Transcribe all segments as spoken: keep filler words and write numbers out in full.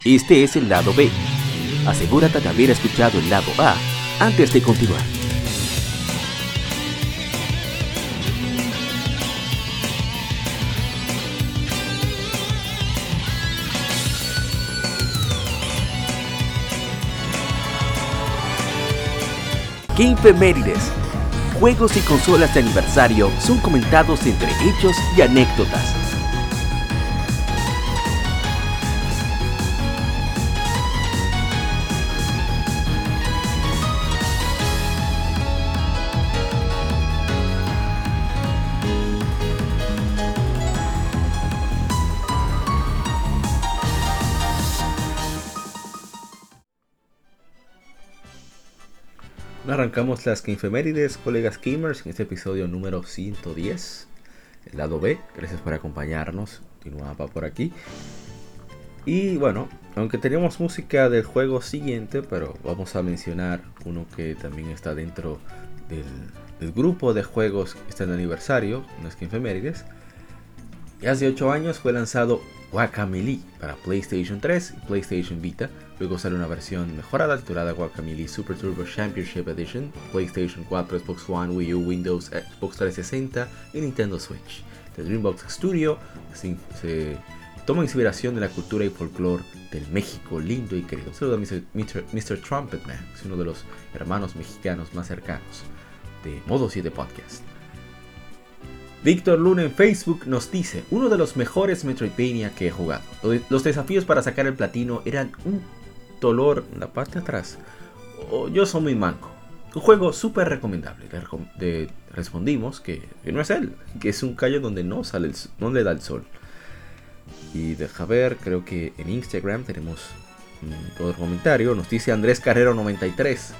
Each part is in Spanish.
Este es el lado B. Asegúrate de haber escuchado el lado A antes de continuar. Gamefemérides. Juegos y consolas de aniversario son comentados entre hechos y anécdotas. Arrancamos las Gamefemérides, colegas gamers, en este episodio número ciento diez, el lado B. Gracias por acompañarnos, continuaba por aquí. Y bueno, aunque tenemos música del juego siguiente, pero vamos a mencionar uno que también está dentro del, del grupo de juegos que está en aniversario, las Gamefemérides. Y hace ocho años fue lanzado Guacamelee para PlayStation tres y PlayStation Vita. Luego sale una versión mejorada titulada Guacamelee Super Turbo Championship Edition, PlayStation cuatro, Xbox One, Wii U, Windows, Xbox trescientos sesenta y Nintendo Switch. De Dreambox Studio se, se toma inspiración de la cultura y folclore del México lindo y querido. Saludo a mister Trumpetman, es uno de los hermanos mexicanos más cercanos de Modo siete Podcast. Víctor Luna en Facebook nos dice: uno de los mejores Metroidvania que he jugado. Los desafíos para sacar el platino eran un dolor en la parte de atrás. Oh, yo soy muy manco. Un juego súper recomendable. Le, le respondimos que, que no es él, que es un callo donde no sale el, no le da el sol. Y deja ver, creo que en Instagram tenemos un, otro comentario. Nos dice Andrés Carrero noventa y tres.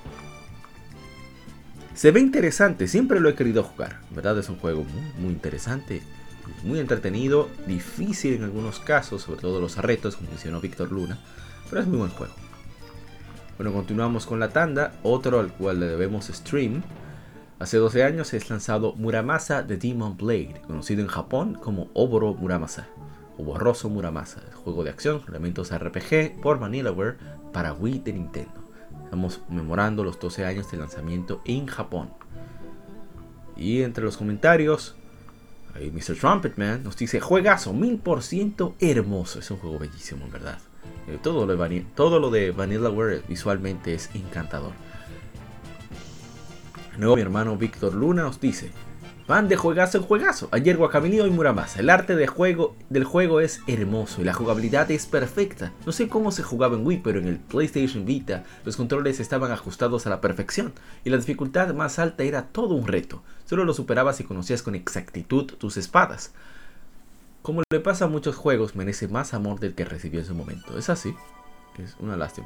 Se ve interesante, siempre lo he querido jugar. En verdad es un juego muy, muy interesante, muy entretenido, difícil en algunos casos, sobre todo los retos, como mencionó Víctor Luna, pero es muy buen juego. Bueno, continuamos con la tanda, otro al cual le debemos stream. Hace doce años es lanzado Muramasa The Demon Blade, conocido en Japón como Oboro Muramasa, o Borroso Muramasa, juego de acción, elementos R P G por Vanillaware para Wii de Nintendo. Estamos memorando los doce años de lanzamiento en Japón. Y entre los comentarios, ahí mister Trumpetman nos dice: juegazo, mil por ciento hermoso. Es un juego bellísimo, en verdad. Eh, todo, lo de todo lo de Vanillaware visualmente es encantador. Luego mi hermano Víctor Luna nos dice: van de juegazo en juegazo. Ayer Guacamelee, hoy Muramasa. El arte de juego, del juego es hermoso y la jugabilidad es perfecta. No sé cómo se jugaba en Wii, pero en el PlayStation Vita los controles estaban ajustados a la perfección y la dificultad más alta era todo un reto. Solo lo superabas si conocías con exactitud tus espadas. Como le pasa a muchos juegos, merece más amor del que recibió en su momento. Es así, es una lástima.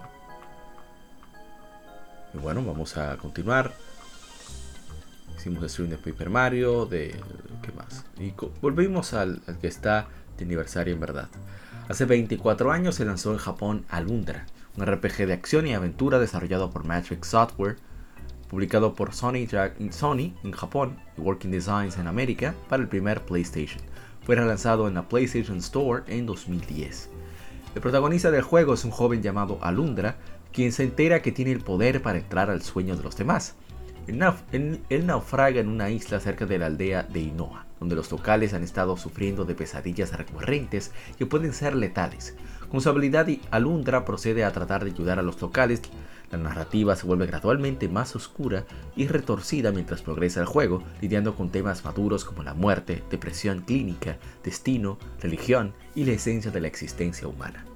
Y bueno, vamos a continuar. Hicimos stream de Paper Mario, de... ¿qué más? Y volvimos al, al que está de aniversario en verdad. Hace veinticuatro años se lanzó en Japón Alundra, un R P G de acción y aventura desarrollado por Matrix Software, publicado por Sony, Sony en Japón y Working Designs en América para el primer PlayStation. Fue lanzado en la PlayStation Store en dos mil diez. El protagonista del juego es un joven llamado Alundra, quien se entera que tiene el poder para entrar al sueño de los demás. Él naufraga en una isla cerca de la aldea de Inoa, donde los locales han estado sufriendo de pesadillas recurrentes que pueden ser letales. Con su habilidad, Alundra procede a tratar de ayudar a los locales. La narrativa se vuelve gradualmente más oscura y retorcida mientras progresa el juego, lidiando con temas maduros como la muerte, depresión clínica, destino, religión y la esencia de la existencia humana.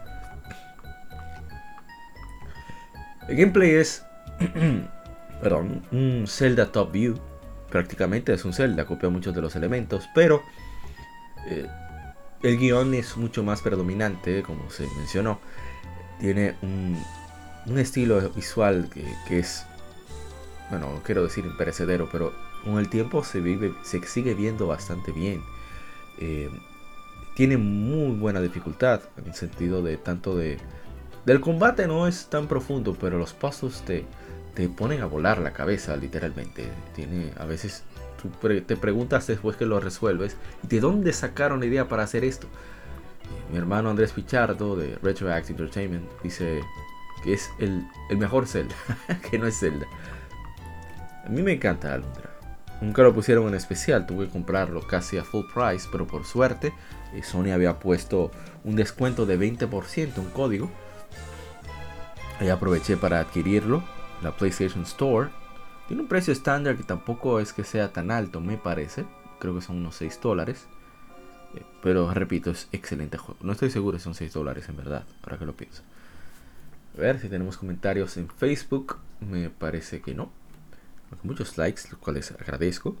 El gameplay es... Perdón, un Zelda Top View. Prácticamente es un Zelda, copia muchos de los elementos, pero eh, el guión es mucho más predominante, como se mencionó. Tiene un, un estilo visual que, que es, bueno, no quiero decir imperecedero, pero con el tiempo se, vive, se sigue viendo bastante bien. Eh, tiene muy buena dificultad, en el sentido de tanto de... Del combate no es tan profundo, pero los pasos te... te ponen a volar la cabeza, literalmente. Tiene, a veces tú pre- te preguntas después que lo resuelves, ¿de dónde sacaron la idea para hacer esto? Mi hermano Andrés Pichardo de Retroact Entertainment dice que es el, el mejor Zelda, que no es Zelda. A mí me encanta Alundra. Nunca lo pusieron en especial, tuve que comprarlo casi a full price, pero por suerte eh, Sony había puesto un descuento de veinte por ciento, un código. Ahí aproveché para adquirirlo. La PlayStation Store tiene un precio estándar que tampoco es que sea tan alto, me parece. Creo que son unos seis dólares. Eh, pero repito, es excelente juego. No estoy seguro si son seis dólares en verdad, ahora que lo pienso. A ver si tenemos comentarios en Facebook. Me parece que no. Muchos likes, los cuales agradezco.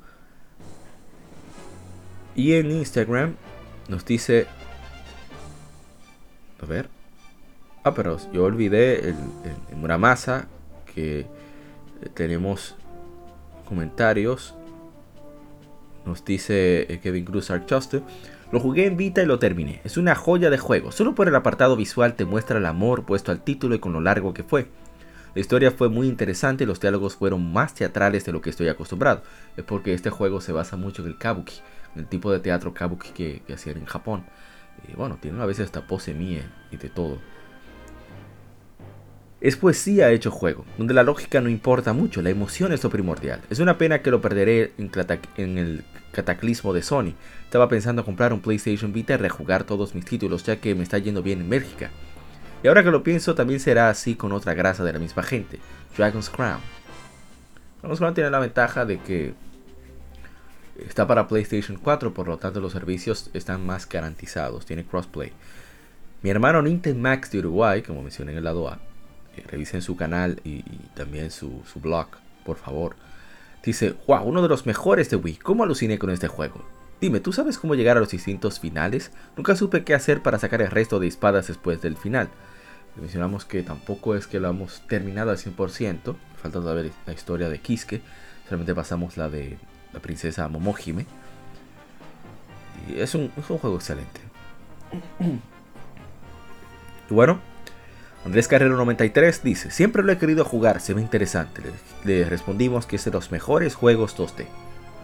Y en Instagram nos dice... A ver. Ah, pero yo olvidé el, el, el Muramasa, que tenemos comentarios. Nos dice Kevin Cruz Archoste. Lo jugué en Vita y lo terminé. Es una joya de juego. Solo por el apartado visual te muestra el amor puesto al título y con lo largo que fue. La historia fue muy interesante y los diálogos fueron más teatrales de lo que estoy acostumbrado. Es porque este juego se basa mucho en el kabuki, en el tipo de teatro kabuki que, que hacían en Japón. Y bueno, tiene a veces hasta pose mie y de todo. Es poesía hecho juego, donde la lógica no importa mucho, la emoción es lo primordial. Es una pena que lo perderé en, en el cataclismo de Sony. Estaba pensando comprar un PlayStation Vita y rejugar todos mis títulos, ya que me está yendo bien en Bélgica. Y ahora que lo pienso, también será así con otra grasa de la misma gente, Dragon's Crown. Dragon's Crown tiene la ventaja de que está para PlayStation cuatro, por lo tanto los servicios están más garantizados, tiene crossplay. Mi hermano Nintemax de Uruguay, como mencioné en el lado A, eh, revisen su canal y, y también su, su blog, por favor. Dice, wow, uno de los mejores de Wii, ¿cómo aluciné con este juego? Dime, ¿tú sabes cómo llegar a los distintos finales? Nunca supe qué hacer para sacar el resto de espadas después del final. Mencionamos que tampoco es que lo hemos terminado al cien por ciento. Falta todavía la historia de Kisuke. Solamente pasamos la de la princesa Momohime. Y es un, es un juego excelente. Y bueno, Andrés Carrero noventa y tres dice, siempre lo he querido jugar, se ve interesante. Le, le respondimos que es de los mejores juegos dos D.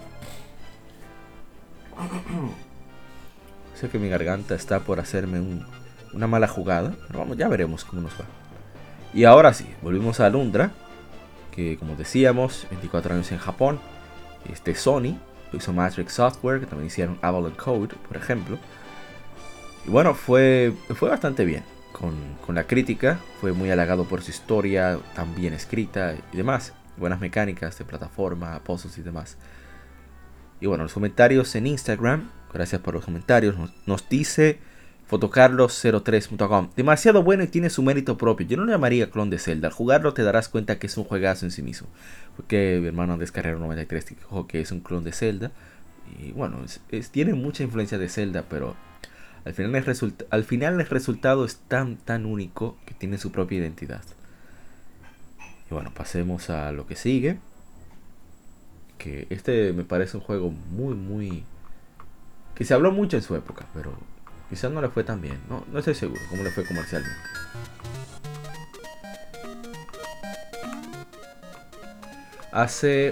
Sé que mi garganta está por hacerme un... una mala jugada, pero vamos, ya veremos cómo nos va. Y ahora sí, volvimos a Alundra, que como decíamos, veinticuatro años en Japón. Este Sony, lo hizo Matrix Software, que también hicieron Avalon Code, por ejemplo. Y bueno, fue, fue bastante bien. Con, con la crítica, fue muy halagado por su historia, tan bien escrita y demás. Buenas mecánicas de plataforma, puzzles y demás. Y bueno, los comentarios en Instagram, gracias por los comentarios, nos, nos dice... Fotocarlos cero tres punto com. Demasiado bueno y tiene su mérito propio. Yo no le llamaría clon de Zelda. Al jugarlo te darás cuenta que es un juegazo en sí mismo. Porque mi hermano Andrés Carrero noventa y tres dijo que es un clon de Zelda. Y bueno, es, es, tiene mucha influencia de Zelda, pero al final, el result al final el resultado es tan, tan único que tiene su propia identidad. Y bueno, pasemos a lo que sigue. Que este me parece un juego muy, muy... que se habló mucho en su época, pero... quizás no le fue tan bien, no, no estoy seguro cómo le fue comercialmente. Hace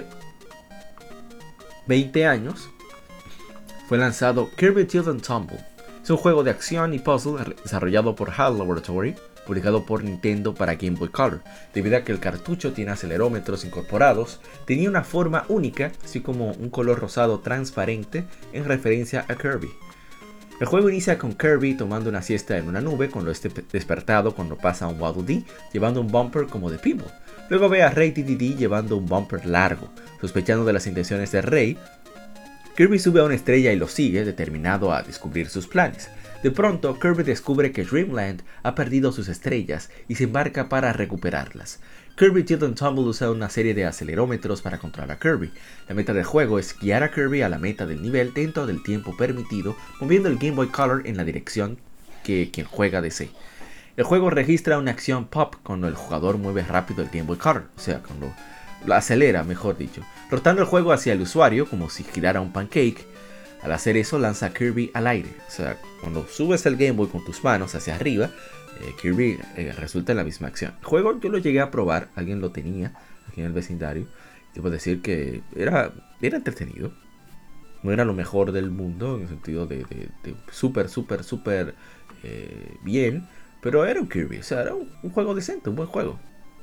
veinte años fue lanzado Kirby Tilt and Tumble. Es un juego de acción y puzzle desarrollado por HAL Laboratory, publicado por Nintendo para Game Boy Color. Debido a que el cartucho tiene acelerómetros incorporados, tenía una forma única, así como un color rosado transparente en referencia a Kirby. El juego inicia con Kirby tomando una siesta en una nube cuando esté despertado cuando pasa a un Waddle Dee llevando un bumper como de Pinball. Luego ve a Rey D D D llevando un bumper largo. Sospechando de las intenciones de Rey, Kirby sube a una estrella y lo sigue, determinado a descubrir sus planes. De pronto, Kirby descubre que Dreamland ha perdido sus estrellas y se embarca para recuperarlas. Kirby Tilt and Tumble usa una serie de acelerómetros para controlar a Kirby. La meta del juego es guiar a Kirby a la meta del nivel dentro del tiempo permitido, moviendo el Game Boy Color en la dirección que quien juega desee. El juego registra una acción pop cuando el jugador mueve rápido el Game Boy Color, o sea, cuando lo acelera, mejor dicho, rotando el juego hacia el usuario como si girara un pancake. Al hacer eso lanza a Kirby al aire, o sea, cuando subes el Game Boy con tus manos hacia arriba, eh, Kirby eh, resulta en la misma acción. El juego yo lo llegué a probar, alguien lo tenía aquí en el vecindario. Debo decir que era, era entretenido. No era lo mejor del mundo en el sentido de, de, de súper, súper, súper eh, bien, pero era un Kirby, o sea, era un, un juego decente, un buen juego.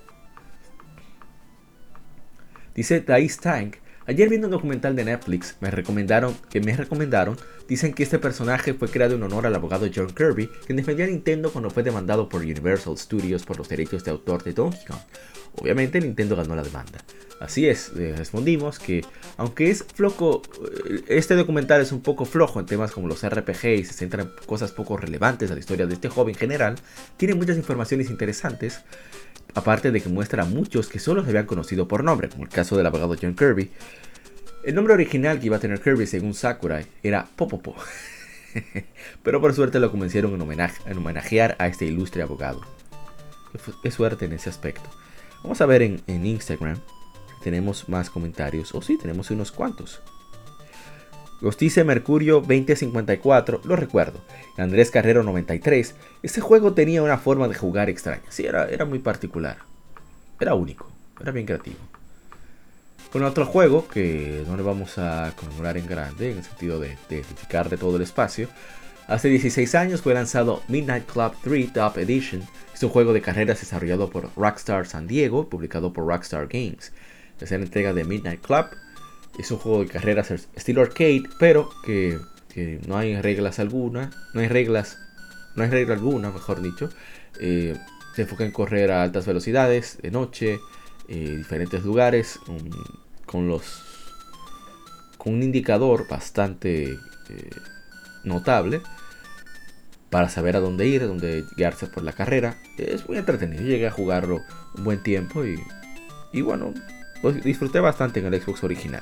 Dice Dice Tank: ayer viendo un documental de Netflix me recomendaron, que me recomendaron, dicen que este personaje fue creado en honor al abogado John Kirby, quien defendió a Nintendo cuando fue demandado por Universal Studios por los derechos de autor de Donkey Kong. Obviamente Nintendo ganó la demanda. Así es, le respondimos que aunque es flojo, este documental es un poco flojo en temas como los R P G y se centra en cosas poco relevantes a la historia de este juego en general, tiene muchas informaciones interesantes. Aparte de que muestra a muchos que solo se habían conocido por nombre, como el caso del abogado John Kirby. El nombre original que iba a tener Kirby, según Sakurai, era Popopo. Pero por suerte lo convencieron en, homenaje, en homenajear a este ilustre abogado. Qué suerte en ese aspecto. Vamos a ver en, en Instagram. Tenemos más comentarios. O oh, sí, tenemos unos cuantos. Nos dice Mercurio veinte cincuenta y cuatro, lo recuerdo. Andrés Carrero noventa y tres, este juego tenía una forma de jugar extraña. Sí, era, era muy particular. Era único, era bien creativo. Con otro juego que no le vamos a conmemorar en grande, en el sentido de, de edificar de todo el espacio. Hace dieciséis años fue lanzado Midnight Club tres Top Edition. Es un juego de carreras desarrollado por Rockstar San Diego, publicado por Rockstar Games. La tercera entrega de Midnight Club es un juego de carreras estilo arcade, pero que, que no hay reglas alguna, no hay reglas, no hay regla alguna, mejor dicho. Eh, se enfoca en correr a altas velocidades, de noche, eh, diferentes lugares, um, con los, con un indicador bastante eh, notable para saber a dónde ir, a dónde guiarse por la carrera. Es muy entretenido. Llegué a jugarlo un buen tiempo y, y bueno, lo disfruté bastante en el Xbox original.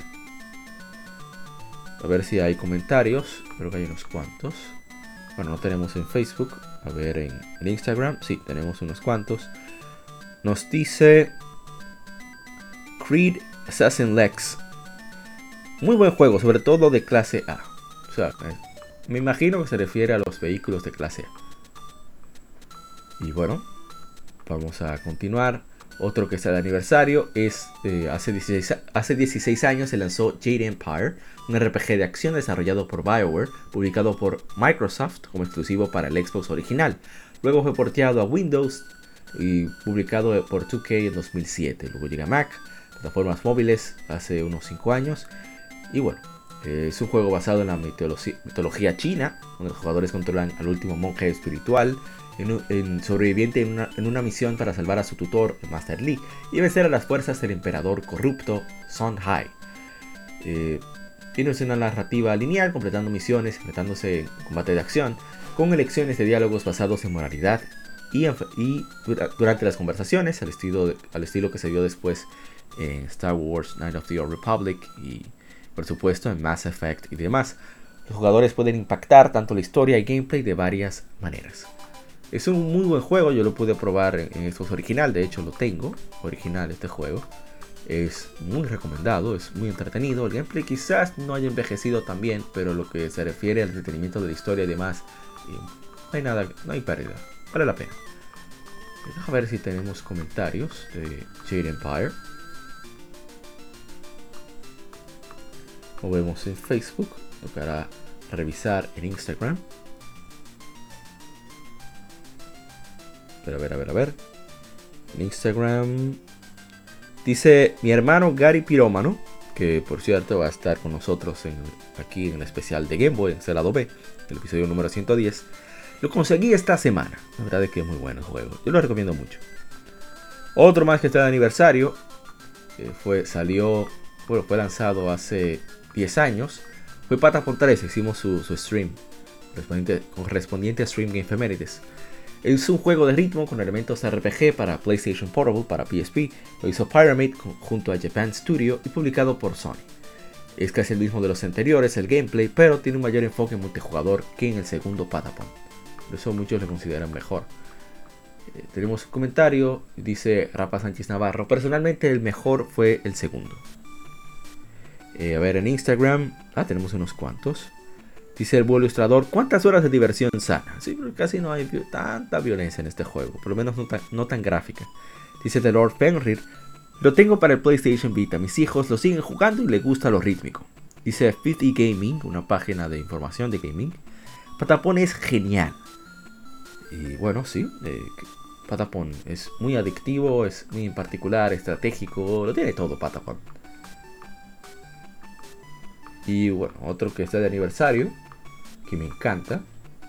A ver si hay comentarios. Creo que hay unos cuantos. Bueno, no tenemos en Facebook. A ver en, en Instagram. Sí, tenemos unos cuantos. Nos dice Creed Assassin Lex. Muy buen juego, sobre todo de clase A. O sea, me imagino que se refiere a los vehículos de clase A. Y bueno, vamos a continuar. Otro que está de aniversario es eh, hace, dieciséis, hace dieciséis años se lanzó Jade Empire, un R P G de acción desarrollado por BioWare, publicado por Microsoft como exclusivo para el Xbox original. Luego fue porteado a Windows y publicado por dos K en dos mil siete. Luego llega a Mac, plataformas móviles hace unos cinco años. Y bueno, eh, es un juego basado en la mitología, mitología china, donde los jugadores controlan al último monje espiritual, En, un, en sobreviviente en una, en una misión para salvar a su tutor, Master Li, y vencer a las fuerzas del emperador corrupto, Son Hai. Eh, tiene una narrativa lineal, completando misiones, enfrentándose en combate de acción, con elecciones de diálogos basados en moralidad y, y durante las conversaciones, al estilo, de, al estilo que se vio después en Star Wars Knights of the Old Republic y por supuesto en Mass Effect y demás. Los jugadores pueden impactar tanto la historia y gameplay de varias maneras. Es un muy buen juego, yo lo pude probar en, en Xbox original, de hecho lo tengo, original este juego. Es muy recomendado, es muy entretenido, el gameplay quizás no haya envejecido tan bien, pero lo que se refiere al entretenimiento de la historia y demás, eh, no hay nada, no hay pérdida, vale la pena. Vamos a ver si tenemos comentarios de Jade Empire. Lo vemos en Facebook, para revisar en Instagram. Pero a ver, a ver, a ver. En Instagram dice mi hermano Gary Pirómano, que por cierto va a estar con nosotros en, aquí en el especial de Game Boy, en el lado B, el episodio número ciento diez. Lo conseguí esta semana. La verdad es que es muy bueno el juego. Yo lo recomiendo mucho. Otro más que está de aniversario. Que fue, salió, bueno, fue lanzado hace diez años. Fue Patapon tres. Hicimos su, su stream. Correspondiente, correspondiente a Stream Game Efemérides. Es un juego de ritmo con elementos R P G para PlayStation Portable, para P S P. Lo hizo Pyramid junto a Japan Studio y publicado por Sony. Es casi el mismo de los anteriores, el gameplay, pero tiene un mayor enfoque multijugador que en el segundo Patapon. Por eso muchos lo consideran mejor. Eh, tenemos un comentario, dice Rafa Sánchez Navarro. Personalmente el mejor fue el segundo. Eh, a ver, en Instagram, ah, tenemos unos cuantos. Dice el buen ilustrador, ¿cuántas horas de diversión sana? Sí, pero casi no hay tanta violencia en este juego, por lo menos no tan, no tan gráfica. Dice The Lord Fenrir, lo tengo para el PlayStation Vita, mis hijos lo siguen jugando y les gusta lo rítmico. Dice Fit E Gaming, una página de información de gaming, Patapon es genial. Y bueno, sí, eh, Patapon es muy adictivo, es muy en particular, estratégico, lo tiene todo Patapon. Y bueno, otro que está de aniversario, que me encanta.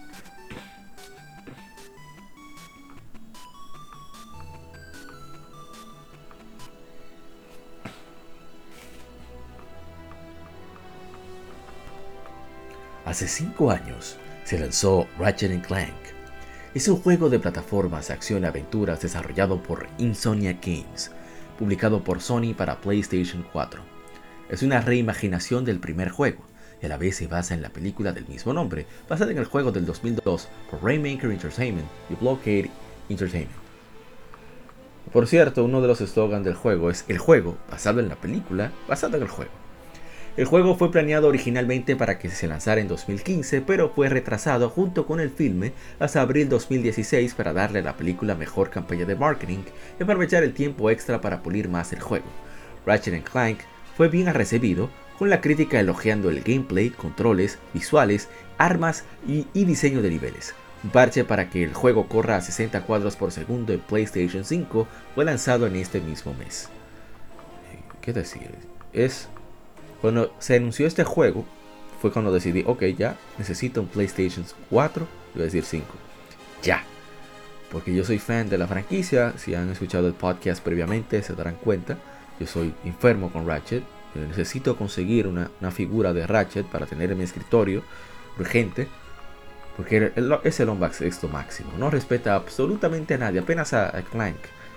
Hace cinco años se lanzó Ratchet and Clank. Es un juego de plataformas, acción y aventuras desarrollado por Insomniac Games, publicado por Sony para PlayStation cuatro. Es una reimaginación del primer juego, y a la vez se basa en la película del mismo nombre, basada en el juego del dos mil dos por Rainmaker Entertainment y Blockade Entertainment. Por cierto, uno de los eslogans del juego es el juego basado en la película, basado en el juego. El juego fue planeado originalmente para que se lanzara en dos mil quince, pero fue retrasado junto con el filme hasta abril dos mil dieciséis para darle a la película mejor campaña de marketing y aprovechar el tiempo extra para pulir más el juego. Ratchet and Clank fue bien recibido, con la crítica elogiando el gameplay, controles, visuales, armas y, y diseño de niveles. Un parche para que el juego corra a sesenta cuadros por segundo en PlayStation cinco fue lanzado en este mismo mes. ¿Qué decir? Es... Cuando se anunció este juego, fue cuando decidí, ok, ya, necesito un PlayStation cuatro, iba a decir cinco, ya. Porque yo soy fan de la franquicia, si han escuchado el podcast previamente se darán cuenta, yo soy enfermo con Ratchet, necesito conseguir una, una figura de Ratchet para tener en mi escritorio, urgente, porque es el hombre sexto máximo, no respeta absolutamente a nadie, apenas a, a Clank.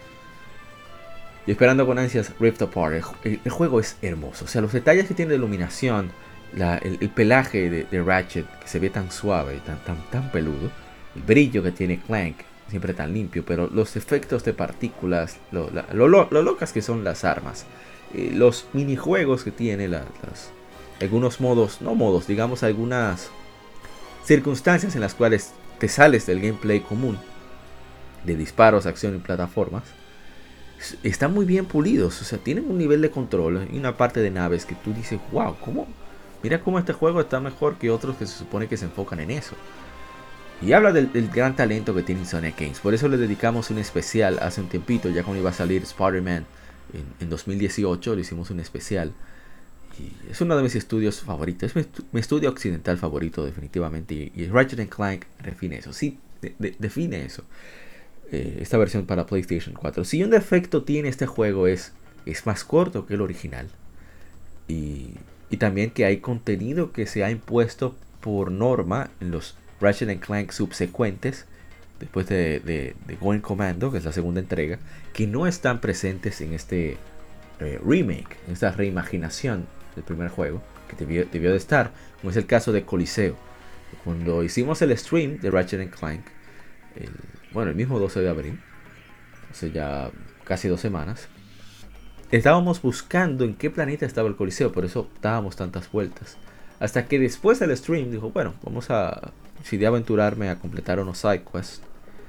Y esperando con ansias Rift Apart. El, el juego es hermoso. O sea, los detalles que tiene de iluminación, la, el, el pelaje de, de Ratchet, que se ve tan suave y tan, tan, tan peludo. El brillo que tiene Clank, siempre tan limpio. Pero los efectos de partículas, lo, la, lo, lo, lo locas que son las armas. Eh, los minijuegos que tiene, la, las, algunos modos, no modos, digamos algunas circunstancias en las cuales te sales del gameplay común. De disparos, acción y plataformas. Están muy bien pulidos, o sea, tienen un nivel de control y una parte de naves que tú dices, wow, ¿cómo? Mira cómo este juego está mejor que otros que se supone que se enfocan en eso. Y habla del, del gran talento que tiene Insomniac Games. Por eso le dedicamos un especial hace un tiempito, ya cuando iba a salir Spider-Man en, en dos mil dieciocho, le hicimos un especial. Y es uno de mis estudios favoritos, es mi, mi estudio occidental favorito definitivamente. Y, y Ratchet and Clank define eso, sí, de, de, define eso. Eh, esta versión para PlayStation cuatro. Si un defecto tiene este juego es, es más corto que el original. Y, y también que hay contenido que se ha impuesto por norma en los Ratchet and Clank subsecuentes. Después de, de, de Going Commando, que es la segunda entrega. Que no están presentes en este eh, remake. En esta reimaginación del primer juego. Que debió, debió de estar. Como es el caso de Coliseo. Cuando hicimos el stream de Ratchet and Clank. El, bueno, el mismo doce de abril, hace ya casi dos semanas, estábamos buscando en qué planeta estaba el Coliseo, por eso dábamos tantas vueltas. Hasta que después del stream dijo, bueno, vamos a, decidí aventurarme a completar unos side quests.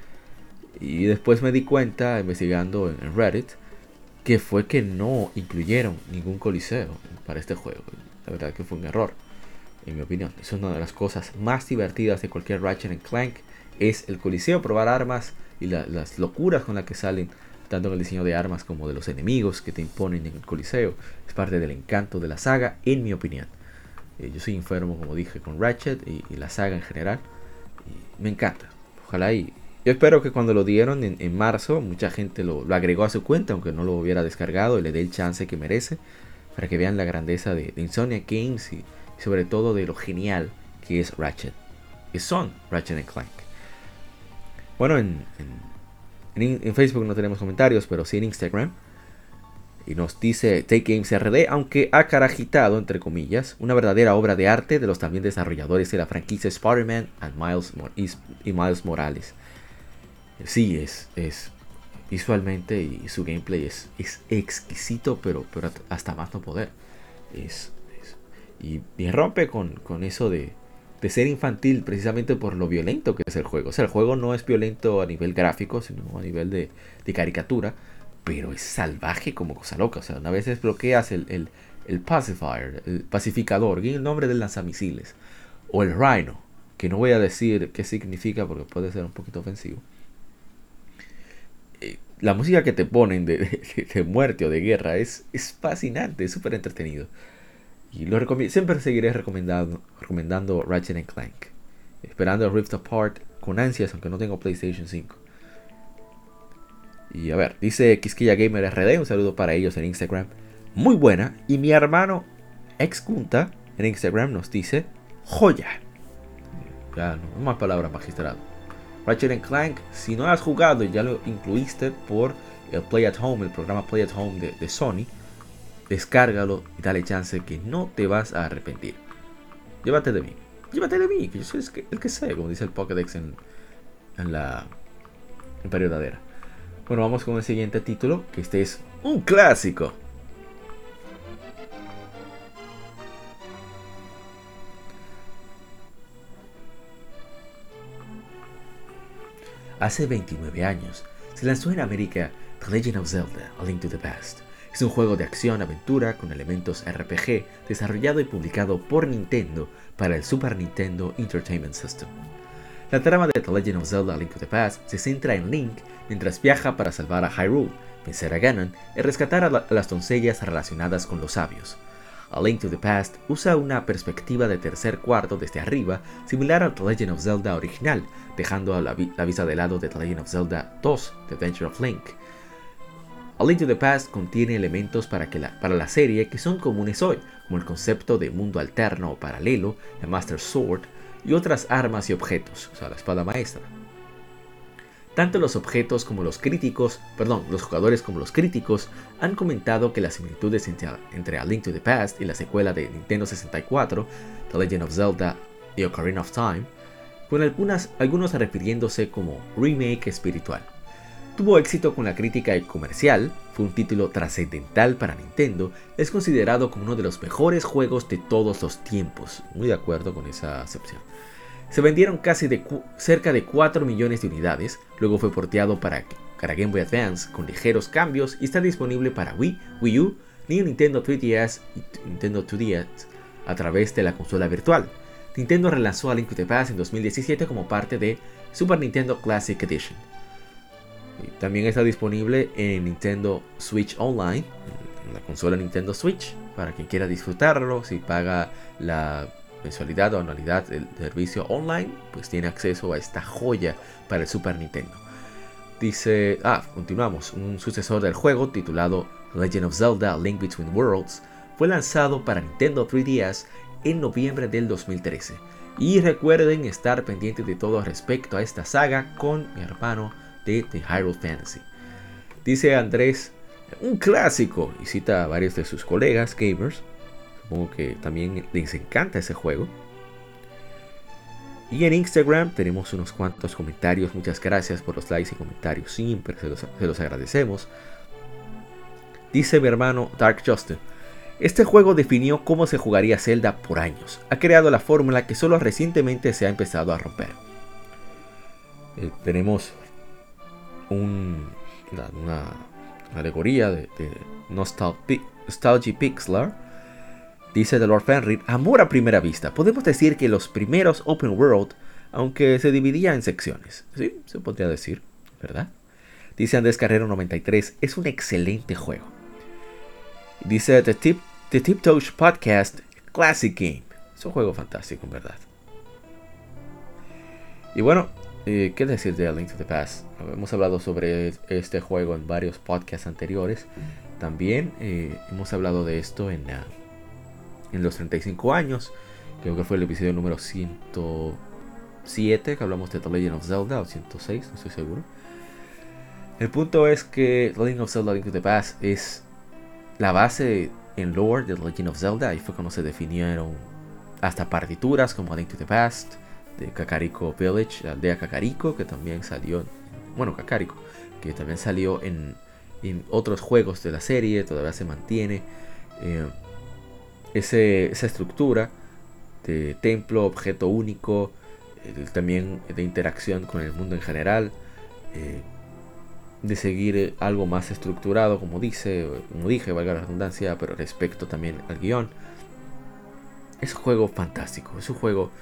Y después me di cuenta, investigando en Reddit, que fue que no incluyeron ningún Coliseo para este juego. La verdad que fue un error, en mi opinión. Es una de las cosas más divertidas de cualquier Ratchet and Clank. Es el Coliseo, probar armas y la, las locuras con las que salen, tanto en el diseño de armas como de los enemigos que te imponen en el Coliseo. Es parte del encanto de la saga, en mi opinión. Eh, yo soy enfermo, como dije, con Ratchet y, y la saga en general. Y me encanta. Ojalá y... Yo espero que cuando lo dieron en, en marzo, mucha gente lo, lo agregó a su cuenta, aunque no lo hubiera descargado, y le dé el chance que merece, para que vean la grandeza de, de Insomniac Games y, y sobre todo de lo genial que es Ratchet. Que son Ratchet and Clank. Bueno, en, en, en Facebook no tenemos comentarios, pero sí en Instagram. Y nos dice Take Games R D, aunque ha carajitado, entre comillas, una verdadera obra de arte de los también desarrolladores de la franquicia Spider-Man and Miles y Miles Morales. Sí, es, es visualmente y su gameplay es, es exquisito, pero, pero hasta más no poder. Es, es, y, y rompe con, con eso de... de ser infantil precisamente por lo violento que es el juego. O sea, el juego no es violento a nivel gráfico, sino a nivel de, de caricatura, pero es salvaje como cosa loca. O sea, una vez desbloqueas el, el, el pacifier, el pacificador, que es el nombre del lanzamisiles, o el Rhino, que no voy a decir qué significa porque puede ser un poquito ofensivo. Eh, la música que te ponen de, de, de muerte o de guerra es, es fascinante, es súper entretenido. Y lo recomiendo, siempre seguiré recomendando, recomendando Ratchet and Clank. Esperando Rift Apart con ansias, aunque no tengo PlayStation cinco. Y a ver, dice Quisquilla Gamer R D, un saludo para ellos en Instagram. Muy buena. Y mi hermano Exkunta en Instagram nos dice joya. Ya, no más palabras, magistrado. Ratchet and Clank, si no has jugado y ya lo incluiste por el Play at Home, el programa Play at Home de, de Sony, descárgalo y dale chance que no te vas a arrepentir. Llévate de mí. Llévate de mí, que yo soy el que, el que sé, como dice el Pokédex en, en la en periodadera. Bueno, vamos con el siguiente título, que este es un clásico. Hace veintinueve años se lanzó en América The Legend of Zelda: A Link to the Past. Es un juego de acción-aventura con elementos R P G desarrollado y publicado por Nintendo para el Super Nintendo Entertainment System. La trama de The Legend of Zelda: A Link to the Past se centra en Link mientras viaja para salvar a Hyrule, vencer a Ganon y rescatar a, la, a las doncellas relacionadas con los sabios. A Link to the Past usa una perspectiva de tercer cuarto desde arriba similar a The Legend of Zelda original, dejando a la, vi la vista de lado de The Legend of Zelda dos, The Adventure of Link. A Link to the Past contiene elementos para, que la, para la serie que son comunes hoy, como el concepto de mundo alterno o paralelo, la Master Sword y otras armas y objetos, o sea, la espada maestra. Tanto los objetos como los críticos, perdón, los jugadores como los críticos han comentado que las similitudes entre, entre A Link to the Past y la secuela de Nintendo sesenta y cuatro, The Legend of Zelda y Ocarina of Time, con algunas, algunos refiriéndose como remake espiritual. Tuvo éxito con la crítica y comercial, fue un título trascendental para Nintendo, es considerado como uno de los mejores juegos de todos los tiempos. Muy de acuerdo con esa acepción. Se vendieron casi de cerca de cuatro millones de unidades, luego fue porteado para, para Game Boy Advance con ligeros cambios y está disponible para Wii, Wii U, New Nintendo tres D S y Nintendo dos D S a través de la consola virtual. Nintendo relanzó A Link to the Past en dos mil diecisiete como parte de Super Nintendo Classic Edition. Y también está disponible en Nintendo Switch Online, en la consola Nintendo Switch, para quien quiera disfrutarlo. Si paga la mensualidad o anualidad del servicio online, pues tiene acceso a esta joya para el Super Nintendo. Dice, ah, continuamos. Un sucesor del juego titulado Legend of Zelda: A Link Between Worlds fue lanzado para Nintendo tres D S en noviembre del dos mil trece. Y recuerden estar pendientes de todo respecto a esta saga con mi hermano de The Hyrule Fantasy. Dice Andrés, un clásico, y cita a varios de sus colegas gamers. Supongo que también les encanta ese juego. Y en Instagram tenemos unos cuantos comentarios. Muchas gracias por los likes y comentarios. Siempre se los, se los agradecemos. Dice mi hermano Dark Justin: este juego definió cómo se jugaría Zelda por años. Ha creado la fórmula que solo recientemente se ha empezado a romper. Eh, tenemos un, una, una alegoría de, de Nostalgia, Nostalgia Pixlar. Dice The Lord Fenrir: amor a primera vista. Podemos decir que los primeros Open World, aunque se dividía en secciones. Sí, se podría decir, ¿verdad? Dice Andrés Carrero noventa y tres: es un excelente juego. Dice The Tip, The Tip Touch Podcast: Classic Game. Es un juego fantástico, en verdad. Y bueno, eh, ¿qué decir de A Link to the Past? Hemos hablado sobre este juego en varios podcasts anteriores. También eh, hemos hablado de esto en... Uh, en los treinta y cinco años, creo que fue el episodio número ciento siete que hablamos de The Legend of Zelda, o ciento seis, no estoy seguro. El punto es que The Legend of Zelda: A Link to the Past es la base en lore de The Legend of Zelda. Ahí fue cuando se definieron hasta partituras como A Link to the Past, de Kakariko Village, la aldea Kakariko, que también salió, bueno, Kakariko, que también salió en, en otros juegos de la serie, todavía se mantiene. Eh, Ese, esa estructura de templo, objeto único, eh, también de interacción con el mundo en general, eh, de seguir algo más estructurado, como dice, como dije, valga la redundancia, pero respecto también al guión. Es un juego fantástico, es un juego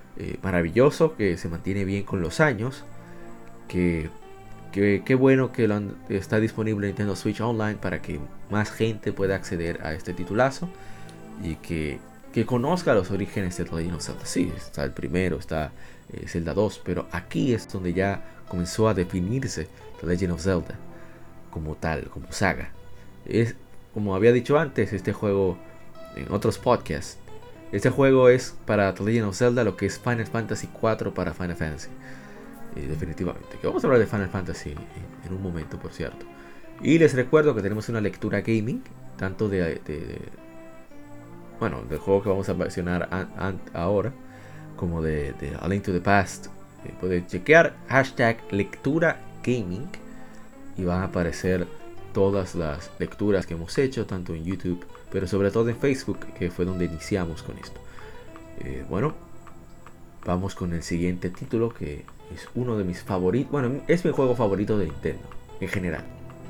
eh, maravilloso, que se mantiene bien con los años, que qué bueno que lo han, está disponible en Nintendo Switch Online para que más gente pueda acceder a este titulazo y que, que conozca los orígenes de The Legend of Zelda. Sí, está el primero, está eh, Zelda dos, pero aquí es donde ya comenzó a definirse The Legend of Zelda como tal, como saga. Es, como había dicho antes, este juego en otros podcasts, este juego es para The Legend of Zelda lo que es Final Fantasy cuatro para Final Fantasy. Eh, definitivamente. Que vamos a hablar de Final Fantasy en, en un momento, por cierto. Y les recuerdo que tenemos una lectura gaming, tanto de, de, de bueno, del juego que vamos a mencionar an, an, ahora, como de, de A Link to the Past. Eh, pueden chequear hashtag lectura gaming y van a aparecer todas las lecturas que hemos hecho, tanto en YouTube, pero sobre todo en Facebook, que fue donde iniciamos con esto. Eh, bueno, vamos con el siguiente título, que es uno de mis favoritos. Bueno, es mi juego favorito de Nintendo, en general.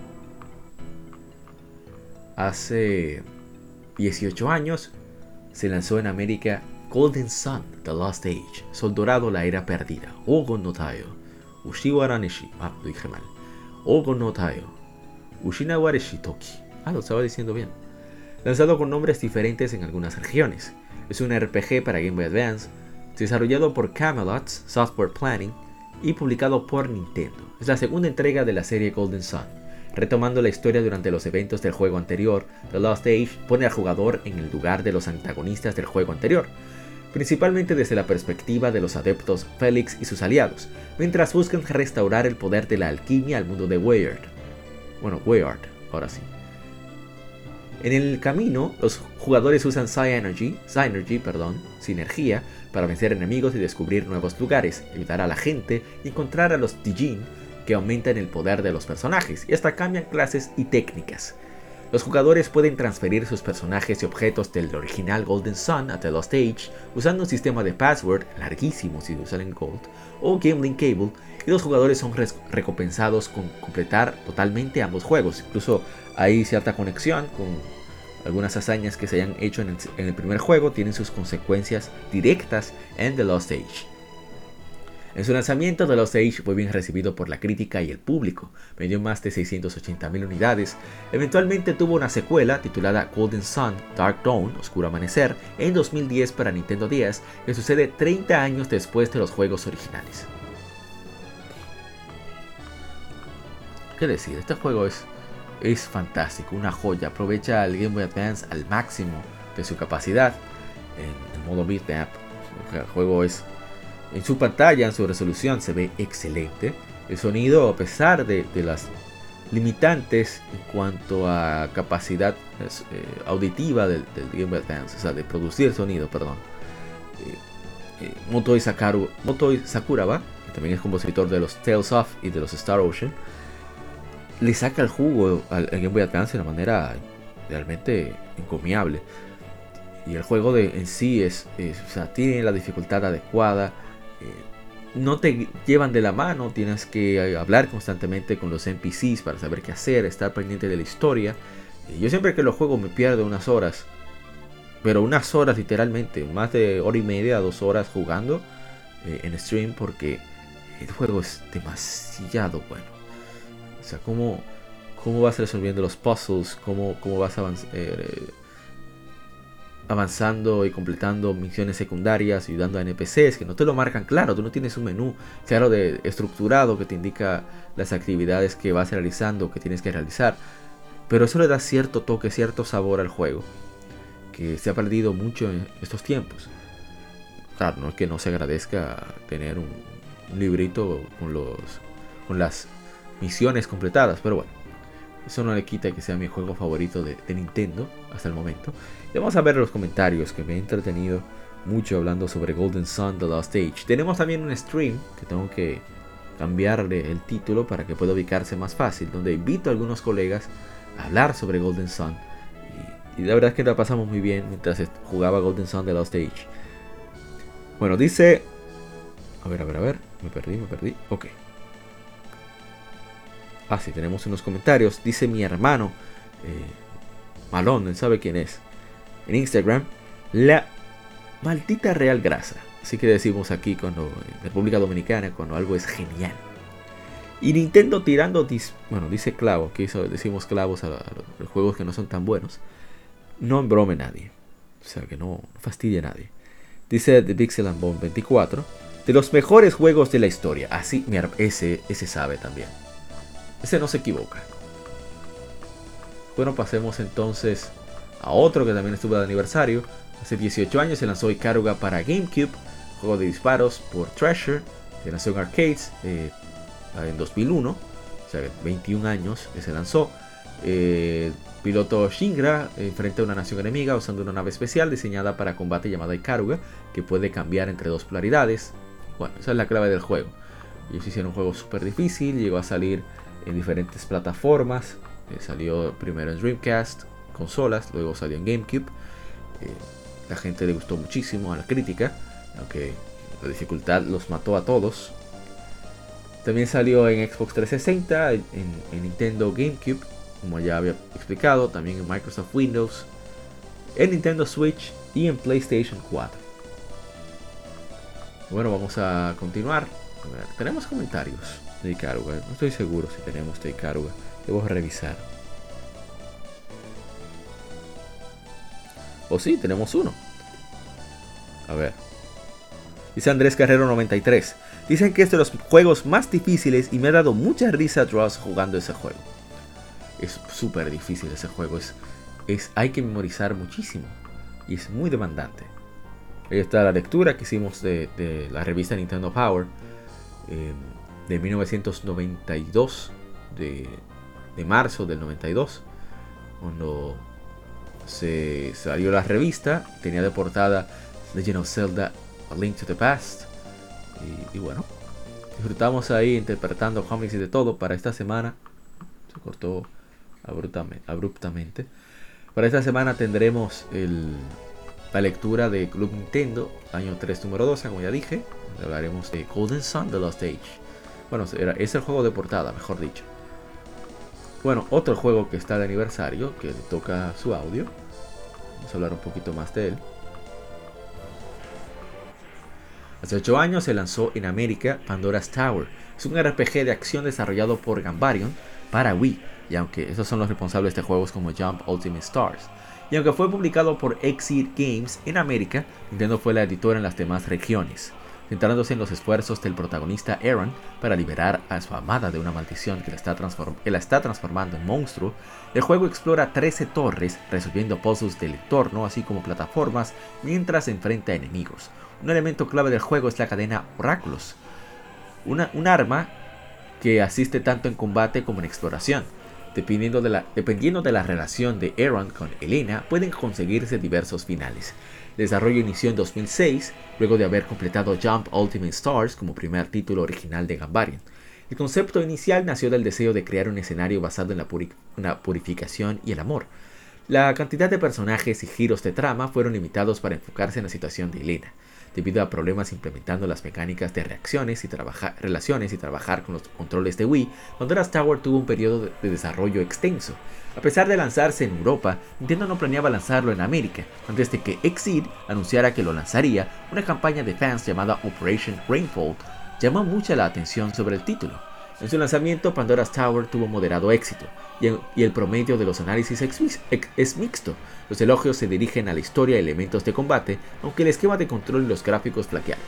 Hace dieciocho años se lanzó en América Golden Sun, The Lost Age, Sol Dorado, la Era Perdida, Ogon no Taio, Ushiwara Neshi, ah, lo dije mal, Ogon no Taio, Ushinaware Shitoki, ah, lo estaba diciendo bien. Lanzado con nombres diferentes en algunas regiones. Es un R P G para Game Boy Advance, desarrollado por Camelot Software Planning y publicado por Nintendo. Es la segunda entrega de la serie Golden Sun. Retomando la historia durante los eventos del juego anterior, The Lost Age pone al jugador en el lugar de los antagonistas del juego anterior, principalmente desde la perspectiva de los adeptos Felix y sus aliados, mientras buscan restaurar el poder de la alquimia al mundo de Weyard. Bueno, Weyard, ahora sí. En el camino, los jugadores usan Psy-Energy, Psy-Energy, perdón, sinergia, para vencer enemigos y descubrir nuevos lugares, ayudar a la gente y encontrar a los Dijin, que aumentan el poder de los personajes y hasta cambian clases y técnicas. Los jugadores pueden transferir sus personajes y objetos del original Golden Sun a The Lost Age usando un sistema de password larguísimo si usan en Gold o Game Link Cable, y los jugadores son recompensados con completar totalmente ambos juegos. Incluso hay cierta conexión con algunas hazañas que se hayan hecho en el, en el primer juego, tienen sus consecuencias directas en The Lost Age. En su lanzamiento, The Lost Age fue bien recibido por la crítica y el público, vendió más de seiscientas ochenta mil unidades. Eventualmente tuvo una secuela titulada Golden Sun Dark Dawn, Oscuro Amanecer, en dos mil diez para Nintendo D S, que sucede treinta años después de los juegos originales. ¿Qué decir? Este juego es, es fantástico, una joya, aprovecha el Game Boy Advance al máximo de su capacidad en el modo beat'em up. El juego es, en su pantalla, en su resolución, se ve excelente. El sonido, a pesar de, de las limitantes en cuanto a capacidad eh, auditiva del, del Game Boy Advance, o sea, de producir sonido, perdón. Eh, eh, Motoi, Sakaru, Motoi Sakuraba, que también es compositor de los Tales of y de los Star Ocean, le saca el jugo al, al Game Boy Advance de una manera realmente encomiable. Y el juego de, en sí es, es, o sea, tiene la dificultad adecuada. Eh, no te llevan de la mano, tienes que hablar constantemente con los N P Cs para saber qué hacer, estar pendiente de la historia. Eh, yo siempre que lo juego me pierdo unas horas, pero unas horas literalmente, más de hora y media, dos horas jugando eh, en stream, porque el juego es demasiado bueno. O sea, cómo, cómo vas resolviendo los puzzles, cómo, cómo vas avanz eh, avanzando y completando misiones secundarias, ayudando a N P Cs que no te lo marcan claro. Tú no tienes un menú claro de estructurado que te indica las actividades que vas realizando, que tienes que realizar. Pero eso le da cierto toque, cierto sabor al juego, que se ha perdido mucho en estos tiempos. Claro, no es que no se agradezca tener un, un librito con, los, con las misiones completadas, pero bueno, eso no le quita que sea mi juego favorito de, de Nintendo hasta el momento. Y vamos a ver los comentarios, que me he entretenido mucho hablando sobre Golden Sun The Lost Age. Tenemos también un stream que tengo que cambiarle el título para que pueda ubicarse más fácil, donde invito a algunos colegas a hablar sobre Golden Sun, y, y la verdad es que la pasamos muy bien mientras jugaba Golden Sun The Lost Age. Bueno, dice, a ver, a ver, a ver, me perdí, me perdí, ok. Ah, sí, tenemos unos comentarios. Dice mi hermano eh, Malón, él sabe quién es, en Instagram: la maldita Real Grasa. Así que decimos aquí cuando en República Dominicana cuando algo es genial. Y Nintendo tirando, dis, bueno, dice clavo, aquí decimos clavos a, a los juegos que no son tan buenos. No embrome nadie. O sea, que no, no fastidie a nadie. Dice The Pixel and Bone veinticuatro. De los mejores juegos de la historia. Así, mira, ese, ese sabe también. Ese no se equivoca. Bueno, pasemos entonces a otro que también estuvo de aniversario. Hace dieciocho años se lanzó Ikaruga para GameCube. Juego de disparos por Treasure. Se lanzó en arcades eh, en dos mil uno. O sea, veintiún años que se lanzó. Eh, piloto Shinra enfrenta a una nación enemiga usando una nave especial diseñada para combate llamada Ikaruga, que puede cambiar entre dos polaridades. Bueno, esa es la clave del juego. Ellos hicieron un juego súper difícil, llegó a salir en diferentes plataformas. Eh, salió primero en Dreamcast, consolas, luego salió en GameCube. Eh, la gente le gustó muchísimo a la crítica, aunque la dificultad los mató a todos. También salió en Xbox trescientos sesenta, en, en Nintendo GameCube, como ya había explicado, también en Microsoft Windows, en Nintendo Switch y en PlayStation cuatro. Bueno, vamos a continuar. A ver, tenemos comentarios de Ikaruga. No estoy seguro si tenemos de Ikaruga. Debo revisar. O sí, tenemos uno. A ver. Dice Andrés Carrero noventa y tres. Dicen que es de los juegos más difíciles y me ha dado mucha risa Dross jugando ese juego. Es súper difícil ese juego. Es, es, hay que memorizar muchísimo. Y es muy demandante. Ahí está la lectura que hicimos de, de la revista Nintendo Power. Eh, de mil novecientos noventa y dos. De, de marzo del noventa y dos. Cuando se salió la revista. Tenía de portada Legend of Zelda A Link to the Past. Y, y bueno, disfrutamos ahí interpretando cómics y de todo. Para esta semana se cortó abruptamente, abruptamente. Para esta semana tendremos el, la lectura de Club Nintendo, año tres, número doce, como ya dije. Hablaremos de Golden Sun The Lost Age. Bueno, era, es el juego de portada, mejor dicho. Bueno, otro juego que está de aniversario, que le toca su audio. Vamos a hablar un poquito más de él. Hace ocho años se lanzó en América Pandora's Tower. Es un R P G de acción desarrollado por Gambarion para Wii. Y aunque esos son los responsables de juegos como Jump Ultimate Stars. Y aunque fue publicado por Exit Games en América, Nintendo fue la editora en las demás regiones, centrándose en los esfuerzos del protagonista Aaron para liberar a su amada de una maldición que la está, transform que la está transformando en monstruo. El juego explora trece torres, resolviendo puzzles del entorno, así como plataformas, mientras se enfrenta a enemigos. Un elemento clave del juego es la cadena Oráculos, una, un arma que asiste tanto en combate como en exploración. Dependiendo de, la, dependiendo de la relación de Aaron con Elena, pueden conseguirse diversos finales. El desarrollo inició en dos mil seis, luego de haber completado Jump Ultimate Stars como primer título original de Gambarion. El concepto inicial nació del deseo de crear un escenario basado en la puri una purificación y el amor. La cantidad de personajes y giros de trama fueron limitados para enfocarse en la situación de Elena, debido a problemas implementando las mecánicas de reacciones y relaciones y trabajar con los controles de Wii. Pandora's Tower tuvo un periodo de, de desarrollo extenso. A pesar de lanzarse en Europa, Nintendo no planeaba lanzarlo en América. Antes de que Exceed anunciara que lo lanzaría, una campaña de fans llamada Operation Rainfall llamó mucha la atención sobre el título. En su lanzamiento, Pandora's Tower tuvo moderado éxito, y, en, y el promedio de los análisis es, ex, es mixto. Los elogios se dirigen a la historia y elementos de combate, aunque el esquema de control y los gráficos flaquearon.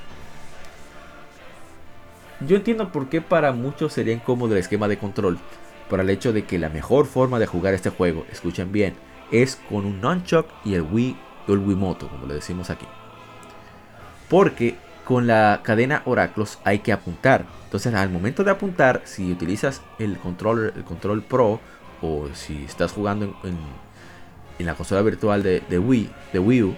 Yo entiendo por qué para muchos sería incómodo el esquema de control, por el hecho de que la mejor forma de jugar este juego, escuchen bien, es con un nunchuck y el Wii o el Wiimoto, como le decimos aquí. Porque con la cadena Oráculos hay que apuntar. Entonces al momento de apuntar, si utilizas el control, el control Pro, o si estás jugando en, en, en la consola virtual de, de Wii, de Wii U,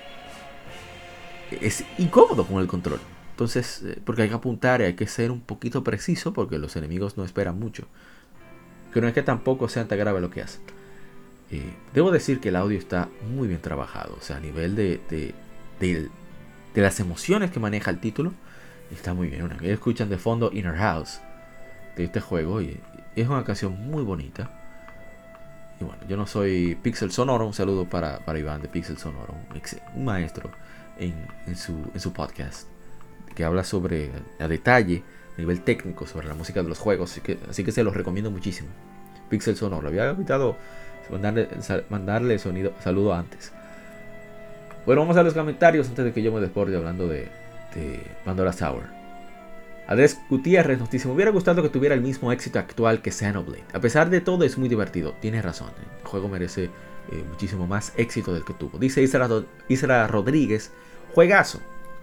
es incómodo con el control. Entonces, porque hay que apuntar y hay que ser un poquito preciso, porque los enemigos no esperan mucho. Que no es que tampoco sea tan grave lo que hacen. Eh, debo decir que el audio está muy bien trabajado. O sea, a nivel de, de, de, de las emociones que maneja el título, está muy bien. Una que escuchan de fondo Inner House de este juego, y es una canción muy bonita. Y bueno, yo no soy Pixel Sonoro. Un saludo para, para Iván de Pixel Sonoro, un, un maestro en, en, su, en su podcast, que habla sobre a detalle, a nivel técnico, sobre la música de los juegos, así que, así que se los recomiendo muchísimo. Pixel Sonoro, le había evitado mandarle, mandarle sonido, saludo antes. Bueno, vamos a los comentarios antes de que yo me desborde hablando de, de Pandora's Tower. Andrés Gutiérrez nos dice: me hubiera gustado que tuviera el mismo éxito actual que Xenoblade. A pesar de todo es muy divertido. Tienes razón, el juego merece eh, muchísimo más éxito del que tuvo. Dice Isra, Isra Rodríguez: juegazo.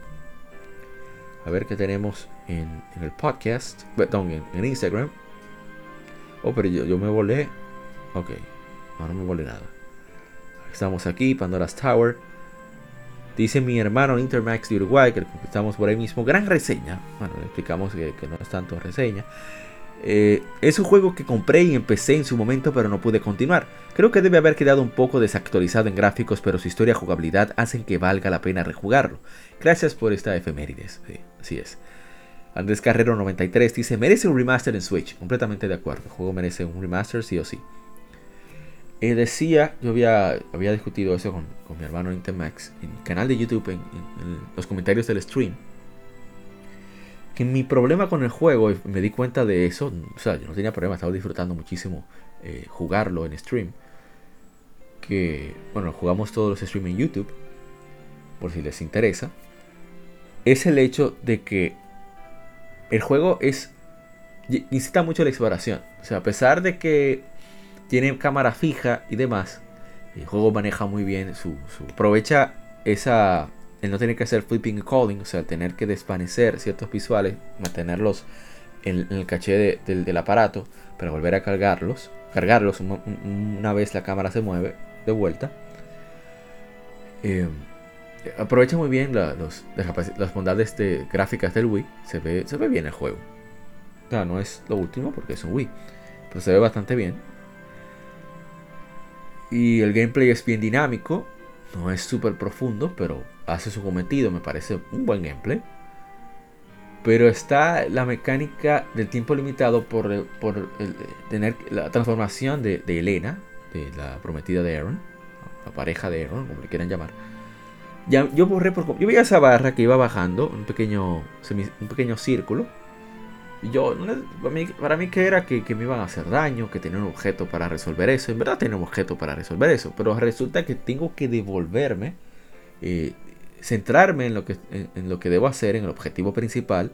A ver qué tenemos en, en el podcast, perdón, en, en Instagram. Oh, pero yo, yo me volé. Ok, no, no me volé nada. Estamos aquí, Pandora's Tower. Dice mi hermano Intermax de Uruguay, que estamos por ahí mismo. Gran reseña. Bueno, le explicamos que, que no es tanto reseña. Eh, es un juego que compré y empecé en su momento, pero no pude continuar. Creo que debe haber quedado un poco desactualizado en gráficos, pero su historia y jugabilidad hacen que valga la pena rejugarlo. Gracias por esta efemérides. Sí, así es. Andrés Carrero noventa y tres dice: merece un remaster en Switch. Completamente de acuerdo. El juego merece un remaster sí o sí. Eh, decía, yo había, había discutido eso con, con mi hermano Intermax en mi canal de YouTube, en, en, en los comentarios del stream, que mi problema con el juego, y me di cuenta de eso, o sea, yo no tenía problema, estaba disfrutando muchísimo eh, jugarlo en stream, que, bueno, jugamos todos los streams en YouTube, por si les interesa, es el hecho de que el juego es necesita mucho la exploración. O sea, a pesar de que tiene cámara fija y demás, el juego maneja muy bien su, su aprovecha esa el no tener que hacer flipping y calling, o sea, tener que desvanecer ciertos visuales, mantenerlos en, en el caché de, de, del aparato para volver a cargarlos, cargarlos una, una vez la cámara se mueve de vuelta. Eh, aprovecha muy bien la, los, las bondades de gráficas del Wii. Se ve, se ve bien el juego. O sea, no es lo último porque es un Wii, pero se ve bastante bien. Y el gameplay es bien dinámico. No es súper profundo, pero hace su cometido. Me parece un buen gameplay. Pero está la mecánica del tiempo limitado por, el, por el, tener la transformación de, de Elena, de la prometida de Aaron, la pareja de Aaron, como le quieran llamar. Ya, yo borré por yo veía esa barra que iba bajando, un pequeño, semi, un pequeño círculo. Y yo, para mí, para mí que era que, que me iban a hacer daño, que tenía un objeto para resolver eso. En verdad tenía un objeto para resolver eso, pero resulta que tengo que devolverme, eh, centrarme en lo, que, en, en lo que debo hacer, en el objetivo principal.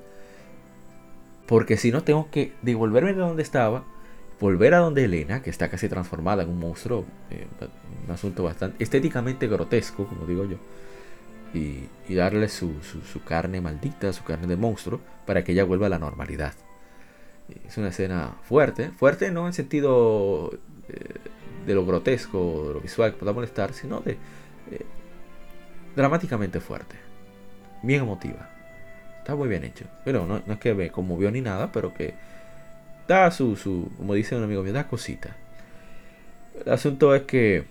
Porque si no, tengo que devolverme de donde estaba, volver a donde Elena, que está casi transformada en un monstruo, eh, un asunto bastante estéticamente grotesco, como digo yo. Y, y darle su, su, su carne maldita, su carne de monstruo, para que ella vuelva a la normalidad. Es una escena fuerte, fuerte no en sentido eh, de lo grotesco, de lo visual que pueda molestar, sino de eh, dramáticamente fuerte, bien emotiva. Está muy bien hecho. Pero no, no es que me conmovió ni nada, pero que da su, su, como dice un amigo mío, da cosita. El asunto es que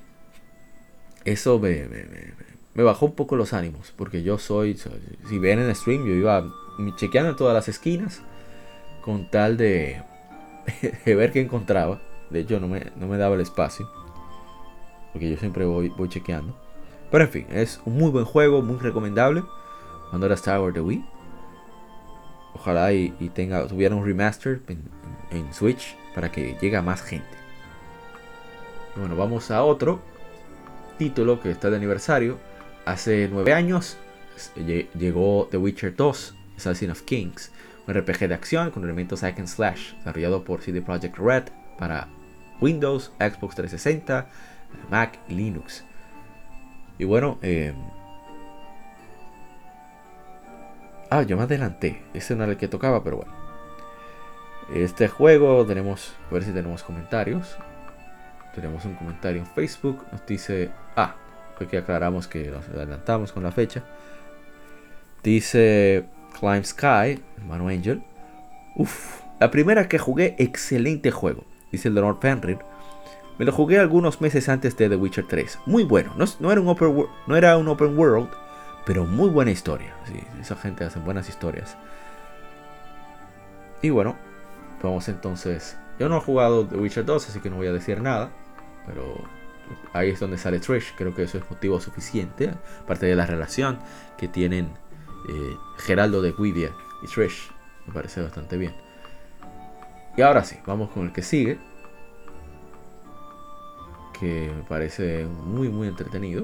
eso me, me, me Me bajó un poco los ánimos, porque yo soy, si ven en el stream, yo iba chequeando en todas las esquinas con tal de, de ver qué encontraba. De hecho, no me, no me daba el espacio, porque yo siempre voy, voy chequeando. Pero en fin, es un muy buen juego, muy recomendable. Pandora's Tower de Wii. Ojalá y, y tenga, tuviera un remaster en, en, en Switch para que llegue a más gente. Y bueno, vamos a otro título que está de aniversario. Hace nueve años llegó The Witcher dos, Assassin of Kings, un R P G de acción con elementos hack and slash, desarrollado por C D Projekt Red para Windows, Xbox trescientos sesenta, Mac y Linux. Y bueno, eh... ah, yo me adelanté, ese no era el que tocaba, pero bueno. Este juego tenemos, a ver si tenemos comentarios. Tenemos un comentario en Facebook, nos dice, ah, porque aclaramos que nos adelantamos con la fecha. Dice Climb Sky, hermano Angel. Uff, la primera que jugué, excelente juego. Dice el Donald Fenrir. Me lo jugué algunos meses antes de The Witcher tres. Muy bueno. No, no, era, un open, no era un open world, pero muy buena historia. Sí, esa gente hace buenas historias. Y bueno, vamos entonces. Yo no he jugado The Witcher dos, así que no voy a decir nada. Pero ahí es donde sale Trish. Creo que eso es motivo suficiente, aparte de la relación que tienen eh, Geraldo de Rivia y Trish. Me parece bastante bien. Y ahora sí, vamos con el que sigue, que me parece muy muy entretenido.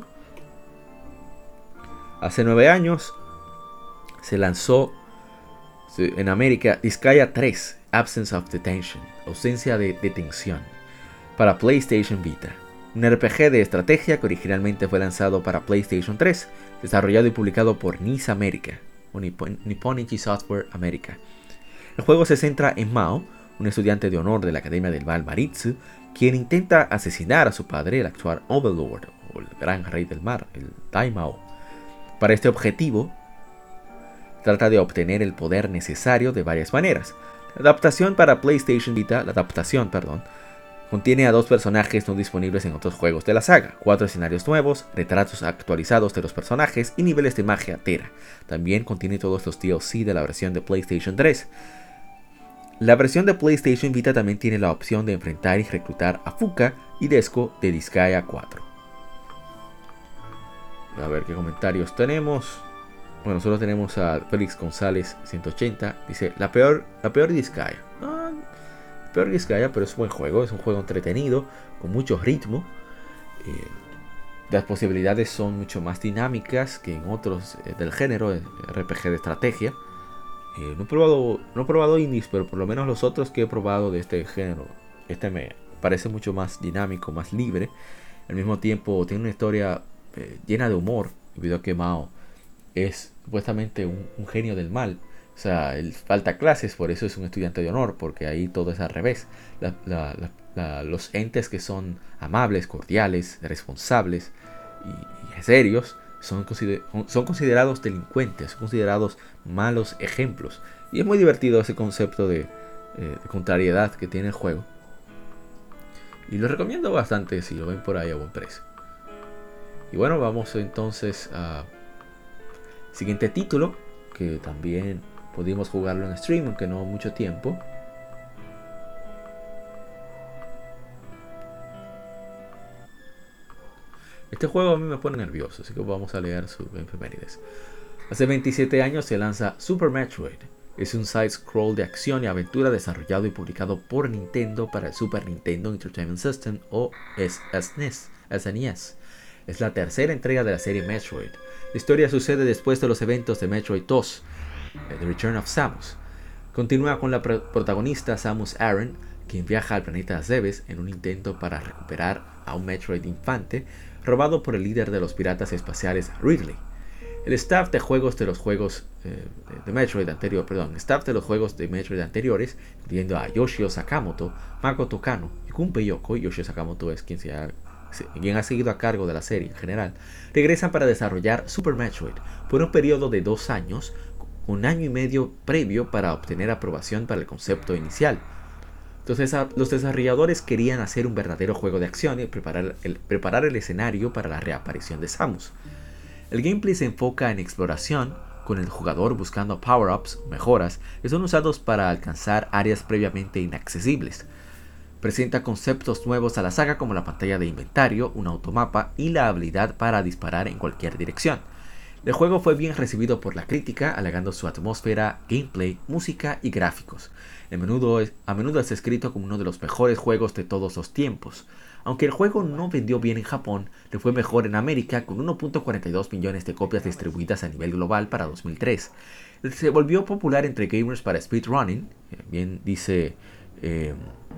Hace nueve años se lanzó en América Disgaea tres, Absence of Detention, ausencia de detención, para PlayStation Vita. Un R P G de estrategia que originalmente fue lanzado para PlayStation tres, desarrollado y publicado por N I S America, o Nippon, Nipponichi Software America. El juego se centra en Mao, un estudiante de honor de la Academia del Mal Maritsu, quien intenta asesinar a su padre, el actual Overlord, o el gran rey del mar, el Daimao. Para este objetivo, trata de obtener el poder necesario de varias maneras. La adaptación para PlayStation Vita, la adaptación, perdón, contiene a dos personajes no disponibles en otros juegos de la saga, cuatro escenarios nuevos, retratos actualizados de los personajes y niveles de magia Tera. También contiene todos los D L C de la versión de PlayStation tres. La versión de PlayStation Vita también tiene la opción de enfrentar y reclutar a Fuka y Desko de Disgaea cuatro. A ver qué comentarios tenemos. Bueno, solo tenemos a Félix González ciento ochenta. Dice, la peor, la peor Disgaea. No, peor Disgaea, pero es un buen juego. Es un juego entretenido, con mucho ritmo. Eh, las posibilidades son mucho más dinámicas que en otros eh, del género, R P G de estrategia. Eh, no, he probado, no he probado indies, pero por lo menos los otros que he probado de este género, este me parece mucho más dinámico, más libre. Al mismo tiempo tiene una historia eh, llena de humor, debido a que Mao es supuestamente un, un genio del mal. O sea, él falta clases, por eso es un estudiante de honor, porque ahí todo es al revés. La, la, la, la, los entes que son amables, cordiales, responsables y, y serios son, consider, son considerados delincuentes, son considerados malos ejemplos. Y es muy divertido ese concepto de, eh, de contrariedad que tiene el juego. Y lo recomiendo bastante si lo ven por ahí a buen precio. Y bueno, vamos entonces a siguiente título, que también pudimos jugarlo en stream, aunque no mucho tiempo. Este juego a mí me pone nervioso, así que vamos a leer sus efemérides. Hace veintisiete años se lanza Super Metroid. Es un side-scroll de acción y aventura desarrollado y publicado por Nintendo para el Super Nintendo Entertainment System o S N E S. Es la tercera entrega de la serie Metroid. La historia sucede después de los eventos de Metroid dos, The Return of Samus. Continúa con la pro protagonista Samus Aran, quien viaja al planeta Zebes en un intento para recuperar a un Metroid infante robado por el líder de los piratas espaciales Ridley. El staff de juegos de los juegos eh, de Metroid anterior, perdón, staff de los juegos de Metroid anteriores, incluyendo a Yoshio Sakamoto, Makoto Kano y Gunpei Yokoi, Yoshio Sakamoto es quien, se ha, quien ha seguido a cargo de la serie en general, regresan para desarrollar Super Metroid por un periodo de dos años, un año y medio previo para obtener aprobación para el concepto inicial. Entonces los desarrolladores querían hacer un verdadero juego de acción y preparar el, preparar el escenario para la reaparición de Samus. El gameplay se enfoca en exploración, con el jugador buscando power-ups o mejoras que son usados para alcanzar áreas previamente inaccesibles. Presenta conceptos nuevos a la saga como la pantalla de inventario, un automapa y la habilidad para disparar en cualquier dirección. El juego fue bien recibido por la crítica, alegando su atmósfera, gameplay, música y gráficos. A menudo, es, a menudo es descrito como uno de los mejores juegos de todos los tiempos. Aunque el juego no vendió bien en Japón, le fue mejor en América con uno punto cuarenta y dos millones de copias distribuidas a nivel global para dos mil tres. Se volvió popular entre gamers para speedrunning, bien dice eh,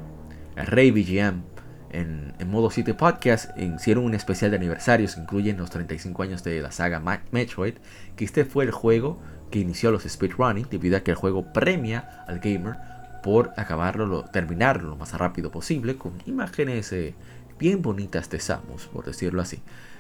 Rey V G M en, en Modo siete Podcast. Hicieron un especial de aniversarios que incluyen los treinta y cinco años de la saga Metroid, que este fue el juego que inició los speedrunning, debido a que el juego premia al gamer por acabarlo, lo, terminarlo lo más rápido posible, con imágenes eh, bien bonitas de Samus, por decirlo así.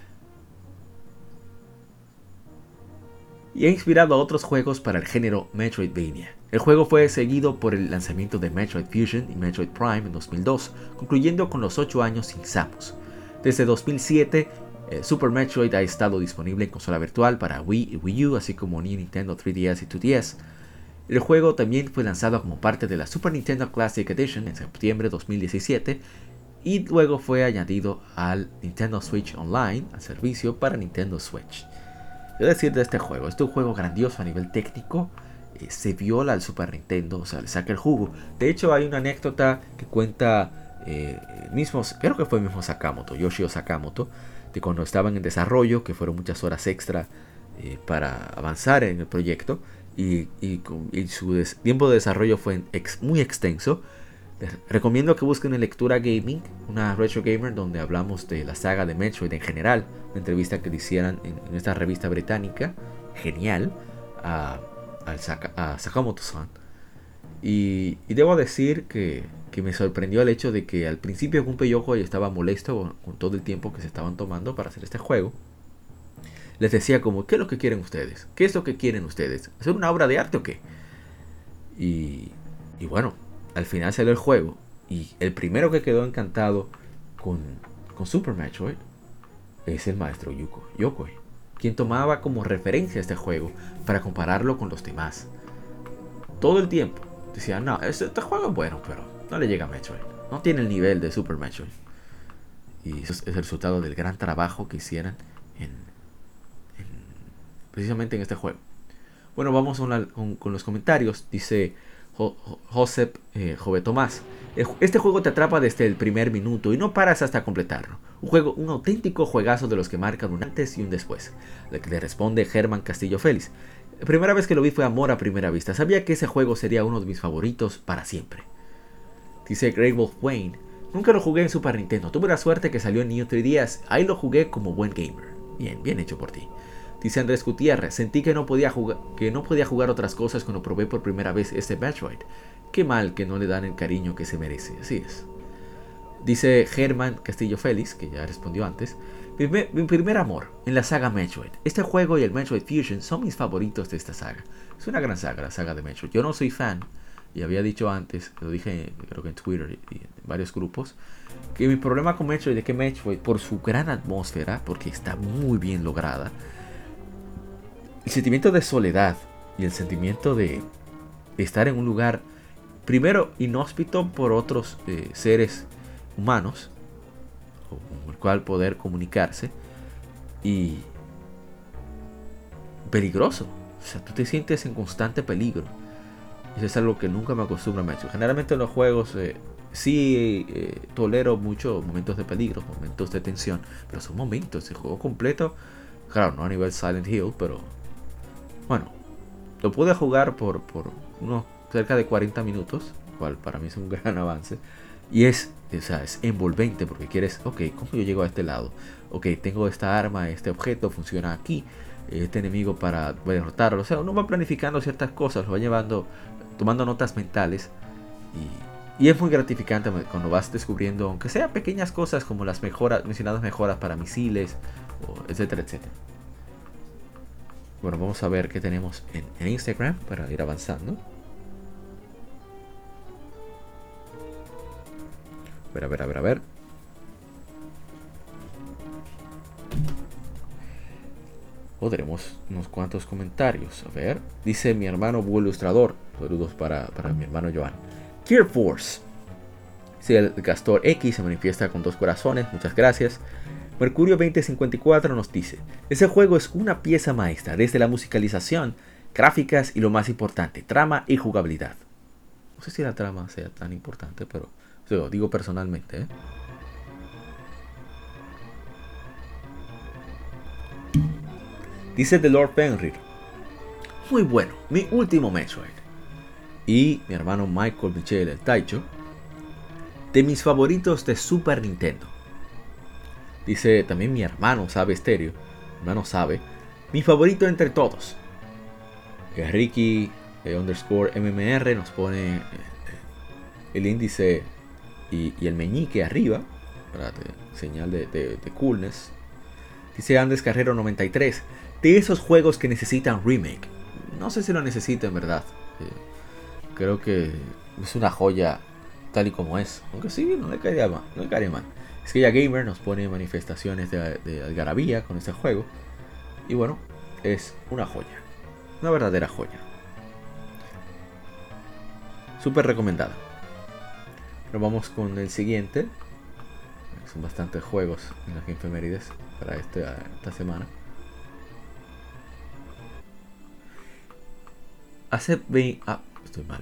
Y ha inspirado a otros juegos para el género Metroidvania. El juego fue seguido por el lanzamiento de Metroid Fusion y Metroid Prime en dos mil dos, concluyendo con los ocho años sin Samus. Desde dos mil siete, eh, Super Metroid ha estado disponible en consola virtual para Wii y Wii U, así como New Nintendo tres D S y dos D S. El juego también fue lanzado como parte de la Super Nintendo Classic Edition en septiembre de dos mil diecisiete y luego fue añadido al Nintendo Switch Online, al servicio para Nintendo Switch. Quiero decir de este juego, este es un juego grandioso a nivel técnico, eh, se viola al Super Nintendo, o sea, le saca el jugo. De hecho, hay una anécdota que cuenta eh, mismo, creo que fue el mismo Sakamoto, Yoshio Sakamoto, de cuando estaban en desarrollo, que fueron muchas horas extra eh, para avanzar en el proyecto, y, y, y su des- tiempo de desarrollo fue ex, muy extenso. Les recomiendo que busquen en Lectura Gaming, una retro gamer donde hablamos de la saga de Metroid en general, una entrevista que le hicieran en, en esta revista británica, genial, a, a, Saka, a Sakamoto-san. Y, y debo decir que, que me sorprendió el hecho de que al principio Gunpei Yokoi estaba molesto con, con todo el tiempo que se estaban tomando para hacer este juego. Les decía como, ¿qué es lo que quieren ustedes? ¿Qué es lo que quieren ustedes? ¿Hacer una obra de arte o qué? Y, y bueno, al final salió el juego. Y el primero que quedó encantado con, con Super Metroid es el maestro Yuko, Yokoi, quien tomaba como referencia este juego para compararlo con los demás. Todo el tiempo decía, no, este, este juego es bueno, pero no le llega a Metroid. No tiene el nivel de Super Metroid. Y eso es el resultado del gran trabajo que hicieron en, en, precisamente en este juego. Bueno, vamos una, con, con los comentarios. Dice jo, jo, Josep eh, Jove Tomás. Este juego te atrapa desde el primer minuto y no paras hasta completarlo. Un juego, un auténtico juegazo de los que marcan un antes y un después. Le, le responde Germán Castillo Félix. La primera vez que lo vi fue amor a primera vista. Sabía que ese juego sería uno de mis favoritos para siempre. Dice Grey Wolf Wayne. Nunca lo jugué en Super Nintendo. Tuve la suerte que salió en Neo tres D S. Ahí lo jugué como buen gamer. Bien, bien hecho por ti. Dice Andrés Gutiérrez, sentí que no, podía jugar, que no podía jugar otras cosas cuando probé por primera vez este Metroid. Qué mal que no le dan el cariño que se merece, así es. Dice Germán Castillo Félix, que ya respondió antes, mi, mi primer amor en la saga Metroid. Este juego y el Metroid Fusion son mis favoritos de esta saga. Es una gran saga, la saga de Metroid. Yo no soy fan, y había dicho antes, lo dije creo que en Twitter y en varios grupos, que mi problema con Metroid es que Metroid, por su gran atmósfera, porque está muy bien lograda, el sentimiento de soledad y el sentimiento de estar en un lugar, primero, inhóspito por otros eh, seres humanos, con el cual poder comunicarse, y peligroso. O sea, tú te sientes en constante peligro. Eso es algo que nunca me acostumbro a Metroid. Generalmente en los juegos eh, sí eh, tolero muchos momentos de peligro, momentos de tensión, pero son momentos. El juego completo, claro, no a nivel Silent Hill, pero bueno, lo pude jugar por, por unos cerca de cuarenta minutos, cual para mí es un gran avance. Y es, o sea, es envolvente porque quieres, ok, ¿cómo yo llego a este lado? Ok, tengo esta arma, este objeto, funciona aquí, este enemigo para derrotarlo. O sea, uno va planificando ciertas cosas, lo va llevando, tomando notas mentales. Y, y es muy gratificante cuando vas descubriendo, aunque sea pequeñas cosas como las mejoras, mencionadas mejoras para misiles, o etcétera, etcétera. Bueno, vamos a ver qué tenemos en, en Instagram para ir avanzando. A ver, a ver, a ver, a ver. Oh, tenemos unos cuantos comentarios. A ver. Dice mi hermano Búho Ilustrador. Saludos para, para mi hermano Joan. Gear Force. Si el Castor X se manifiesta con dos corazones. Muchas gracias. Mercurio veinte cincuenta y cuatro nos dice: ese juego es una pieza maestra, desde la musicalización, gráficas y lo más importante, trama y jugabilidad. No sé si la trama sea tan importante, pero lo digo personalmente, ¿eh? Dice The Lord Fenrir: muy bueno, mi último Metroid. Y mi hermano Michael Michel el Taicho: de mis favoritos de Super Nintendo. Dice también mi hermano Sabe Stereo, mi hermano Sabe, mi favorito entre todos. Eh, Ricky eh, underscore M M R nos pone eh, el índice y, y el meñique arriba, espérate, señal de, de, de coolness. Dice Andes Carrero noventa y tres: de esos juegos que necesitan remake. No sé si lo necesita en verdad. Eh, creo que es una joya tal y como es. Aunque sí, no le caería mal. No le caería mal. Es que ya Gamer nos pone manifestaciones de, de algarabía con este juego. Y bueno, es una joya. Una verdadera joya. Súper recomendada. Pero vamos con el siguiente. Son bastantes juegos en las efemérides para este, esta semana. Hace veinte... Ah, estoy mal.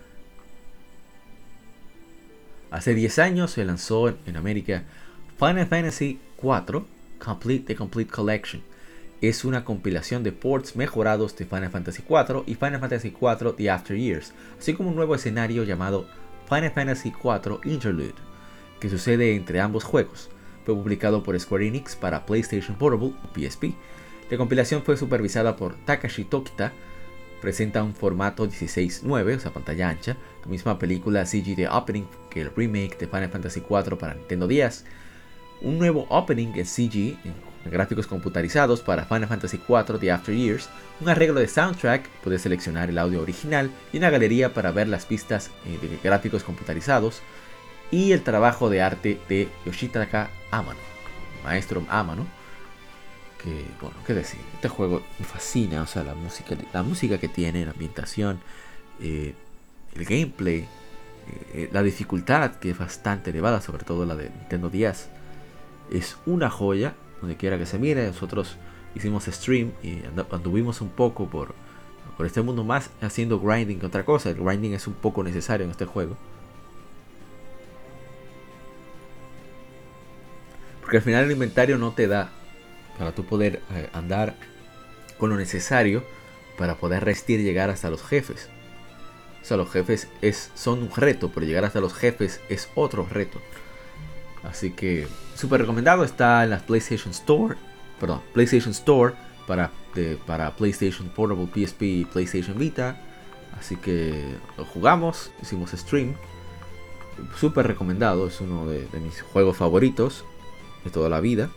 Hace diez años se lanzó en, en América Final Fantasy cuatro Complete the Complete Collection. Es una compilación de ports mejorados de Final Fantasy cuatro y Final Fantasy cuatro The After Years, así como un nuevo escenario llamado Final Fantasy cuatro Interlude, que sucede entre ambos juegos. Fue publicado por Square Enix para PlayStation Portable o P S P. La compilación fue supervisada por Takashi Tokita. Presenta un formato dieciséis nueve, o sea, pantalla ancha, la misma película C G de opening que el remake de Final Fantasy cuatro para Nintendo diez, un nuevo opening en C G, en gráficos computarizados para Final Fantasy cuatro The After Years, un arreglo de soundtrack, puedes seleccionar el audio original y una galería para ver las pistas de gráficos computarizados, y el trabajo de arte de Yoshitaka Amano, maestro Amano. Que, bueno, qué decir, este juego me fascina, o sea, la música, la música que tiene, la ambientación, eh, el gameplay, eh, la dificultad que es bastante elevada, sobre todo la de Nintendo diez, es una joya, donde quiera que se mire. Nosotros hicimos stream y anduvimos un poco por, por este mundo, más haciendo grinding que otra cosa. El grinding es un poco necesario en este juego, porque al final el inventario no te da para tú poder eh, andar con lo necesario para poder resistir llegar hasta los jefes. O sea, los jefes es, son un reto, pero llegar hasta los jefes es otro reto. Así que súper recomendado. Está en la PlayStation Store, perdón, PlayStation Store para, de, para PlayStation Portable, P S P y PlayStation Vita. Así que lo jugamos, hicimos stream. Súper recomendado, es uno de, de mis juegos favoritos de toda la vida.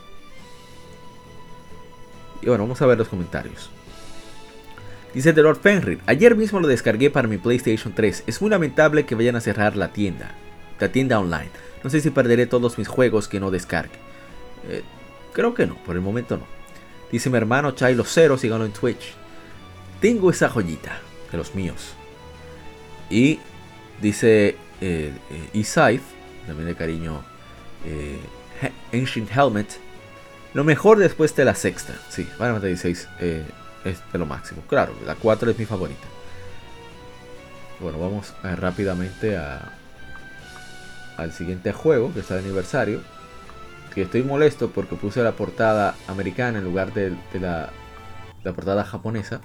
Y bueno, vamos a ver los comentarios. Dice The Lord Fenrir: ayer mismo lo descargué para mi PlayStation tres. Es muy lamentable que vayan a cerrar la tienda, la tienda online. No sé si perderé todos mis juegos que no descargue. Eh, creo que no, por el momento no. Dice mi hermano Chilo Cero, síganlo en Twitch. Tengo esa joyita de los míos. Y dice eh, eh, Isaiah, también de cariño, eh, Ancient Helmet. Lo mejor después de la sexta. Sí, Final Fantasy dieciséis eh, es de lo máximo. Claro, la cuatro es mi favorita. Bueno, vamos eh, rápidamente a, al siguiente juego, que está de aniversario. Que estoy molesto porque puse la portada americana en lugar de, de la, la portada japonesa.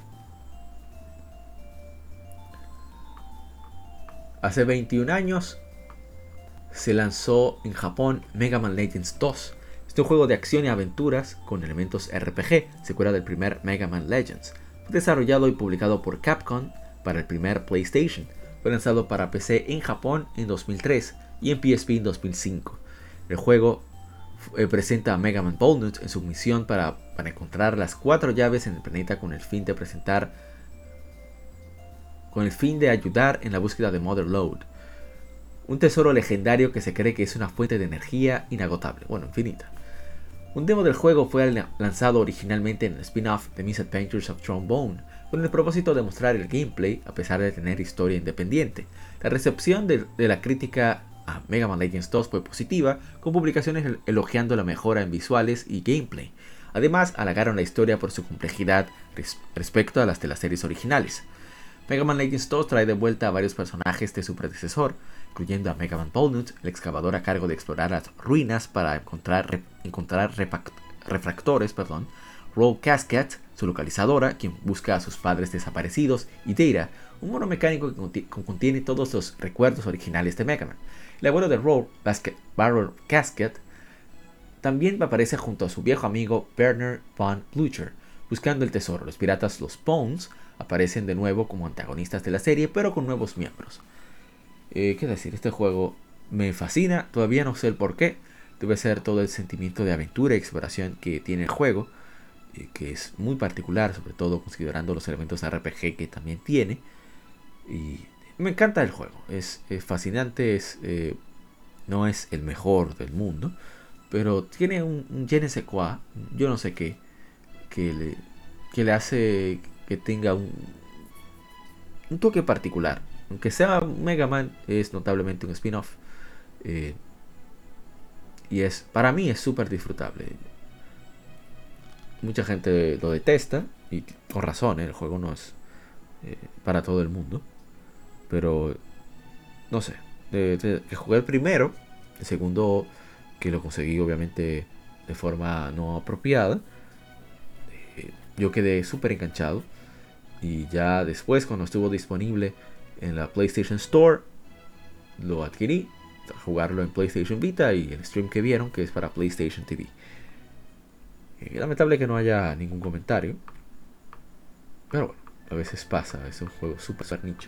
Hace veintiún años se lanzó en Japón Mega Man Legends dos. Este es un juego de acción y aventuras con elementos R P G, secuela del primer Mega Man Legends. Fue desarrollado y publicado por Capcom para el primer PlayStation. Fue lanzado para P C en Japón en dos mil tres y en P S P en dos mil cinco. El juego eh, presenta a Mega Man Volnut en su misión para, para encontrar las cuatro llaves en el planeta con el fin de presentar con el fin de ayudar en la búsqueda de Mother Lode, un tesoro legendario que se cree que es una fuente de energía inagotable, bueno, infinita. Un demo del juego fue lanzado originalmente en el spin-off The Misadventures of Trombone, con el propósito de mostrar el gameplay a pesar de tener historia independiente. La recepción de, de la crítica a Mega Man Legends dos fue positiva, con publicaciones elogiando la mejora en visuales y gameplay. Además, halagaron la historia por su complejidad res respecto a las de las series originales. Mega Man Legends dos trae de vuelta a varios personajes de su predecesor, incluyendo a Mega Man Volnut, el excavador a cargo de explorar las ruinas para encontrar, re, encontrar refractores, perdón, Roll Casket, su localizadora, quien busca a sus padres desaparecidos, y Data, un mono mecánico que contiene todos los recuerdos originales de Mega Man. El abuelo de Roll Barrel Casket también aparece junto a su viejo amigo Werner von Blücher, buscando el tesoro. Los piratas, los Bones, aparecen de nuevo como antagonistas de la serie, pero con nuevos miembros. Eh, ¿Qué decir? Este juego me fascina, todavía no sé el por qué. Debe ser todo el sentimiento de aventura y exploración que tiene el juego, eh, que es muy particular, sobre todo considerando los elementos de R P G que también tiene. Y me encanta el juego, es, es fascinante, es, eh, no es el mejor del mundo, pero tiene un, un je ne sais quoi, yo no sé qué, que le, que le hace que tenga un, un toque particular. Aunque sea Mega Man, es notablemente un spin-off. Eh, y es, para mí es súper disfrutable. Mucha gente lo detesta y con razón, ¿eh? El juego no es eh, para todo el mundo, pero no sé, de, de, que jugué el primero, el segundo que lo conseguí obviamente de forma no apropiada, eh, yo quedé súper enganchado y ya después cuando estuvo disponible en la PlayStation Store lo adquirí, jugarlo en PlayStation Vita y el stream que vieron que es para PlayStation T V. Eh, lamentable que no haya ningún comentario, pero bueno, a veces pasa, es un juego súper nicho.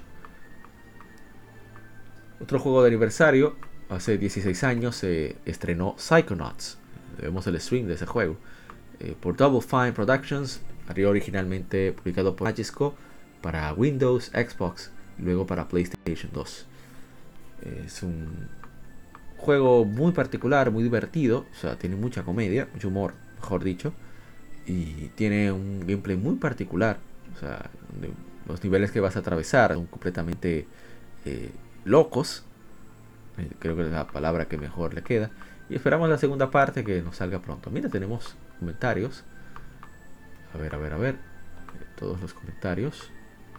Otro juego de aniversario, hace dieciséis años se estrenó Psychonauts. Vemos el stream de ese juego. Eh, por Double Fine Productions, salió originalmente publicado por Magisco para Windows, Xbox y luego para PlayStation dos. Eh, es un juego muy particular, muy divertido, o sea, tiene mucha comedia, mucho humor, mejor dicho, y tiene un gameplay muy particular, o sea, los niveles que vas a atravesar son completamente eh, locos, eh, creo que es la palabra que mejor le queda, y esperamos la segunda parte que nos salga pronto. Mira, tenemos comentarios, a ver, a ver, a ver, todos los comentarios.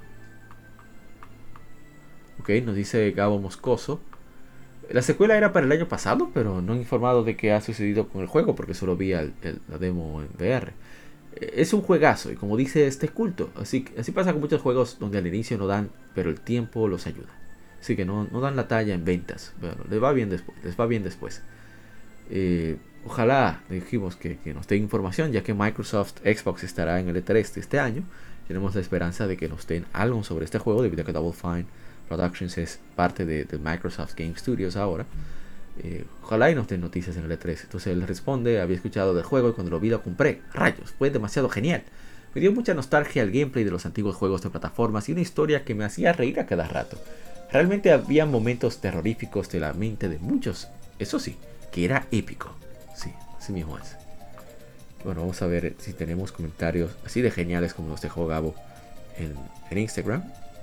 Ok, nos dice Gabo Moscoso. La secuela era para el año pasado, pero no han informado de qué ha sucedido con el juego porque solo vi el, el, la demo en V R. Es un juegazo y como dice este culto, así, así pasa con muchos juegos donde al inicio no dan, pero el tiempo los ayuda. Así que no, no dan la talla en ventas, pero les va bien después. Les va bien después. Eh, ojalá, dijimos que, que nos den información, ya que Microsoft Xbox estará en el E tres de este año. Tenemos la esperanza de que nos den algo sobre este juego, debido a que Double Fine Productions es parte de, de Microsoft Game Studios ahora. Eh, ojalá y nos den noticias en el E tres. Entonces él responde: había escuchado del juego y cuando lo vi lo compré. Rayos, fue demasiado genial. Me dio mucha nostalgia el gameplay de los antiguos juegos de plataformas y una historia que me hacía reír a cada rato. Realmente había momentos terroríficos de la mente de muchos, eso sí, que era épico. Sí, así mismo es. Bueno, vamos a ver si tenemos comentarios así de geniales como los dejó Gabo en, en Instagram.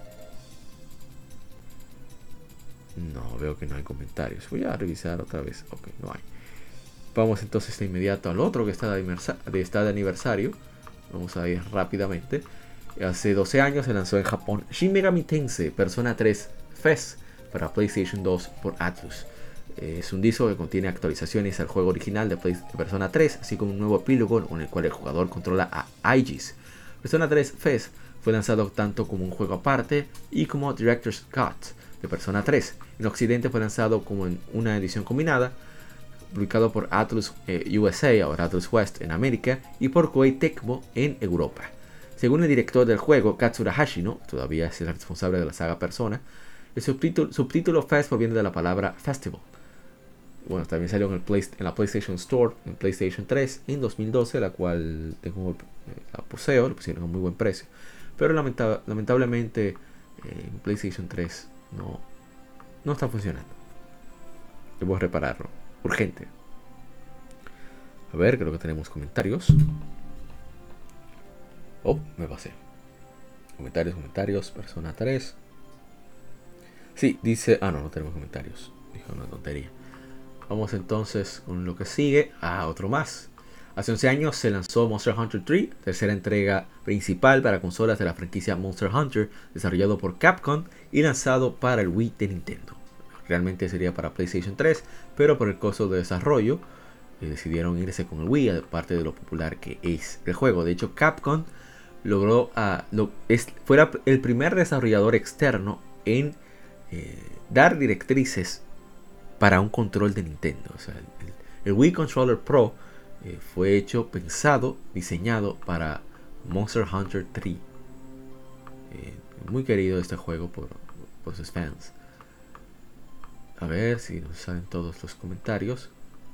No, veo que no hay comentarios. Voy a revisar otra vez. Ok, no hay. Vamos entonces de inmediato al otro que está de, de, está de aniversario. Vamos a ir rápidamente. Hace doce años se lanzó en Japón Shin Megami Tensei Persona tres Fest para PlayStation dos por Atlus. Es un disco que contiene actualizaciones al juego original de Persona tres, así como un nuevo epílogo en el cual el jugador controla a Aegis. Persona tres Fest fue lanzado tanto como un juego aparte y como Director's Cut de Persona tres. En Occidente fue lanzado como en una edición combinada, publicado por Atlus eh, U S A, ahora Atlus West en América, y por Koei Tecmo en Europa. Según el director del juego, Katsura Hashino, todavía es el responsable de la saga Persona, el subtítulo, subtítulo Fest proviene de la palabra Festival. Bueno, también salió en, el Play, en la PlayStation Store en PlayStation tres en dos mil doce, la cual tengo, eh, la poseo, lo pusieron a muy buen precio. Pero lamenta, lamentablemente eh, en PlayStation tres no, no está funcionando. Debo repararlo, urgente. A ver, creo que tenemos comentarios. Oh, me pasé. Comentarios, comentarios, Persona tres. Sí, dice... Ah, no, no tenemos comentarios. Dijo una tontería. Vamos entonces con lo que sigue. Ah, otro más. Hace once años se lanzó Monster Hunter tres, tercera entrega principal para consolas de la franquicia Monster Hunter, desarrollado por Capcom y lanzado para el Wii de Nintendo. Realmente sería para PlayStation tres, pero por el costo de desarrollo eh, decidieron irse con el Wii, aparte de lo popular que es el juego. De hecho, Capcom logró uh, lo, es, fue el primer desarrollador externo en eh, dar directrices para un control de Nintendo. O sea, el, el Wii Controller Pro eh, fue hecho, pensado, diseñado para Monster Hunter tres. Eh, muy querido este juego por, por sus fans. A ver si nos salen todos los comentarios.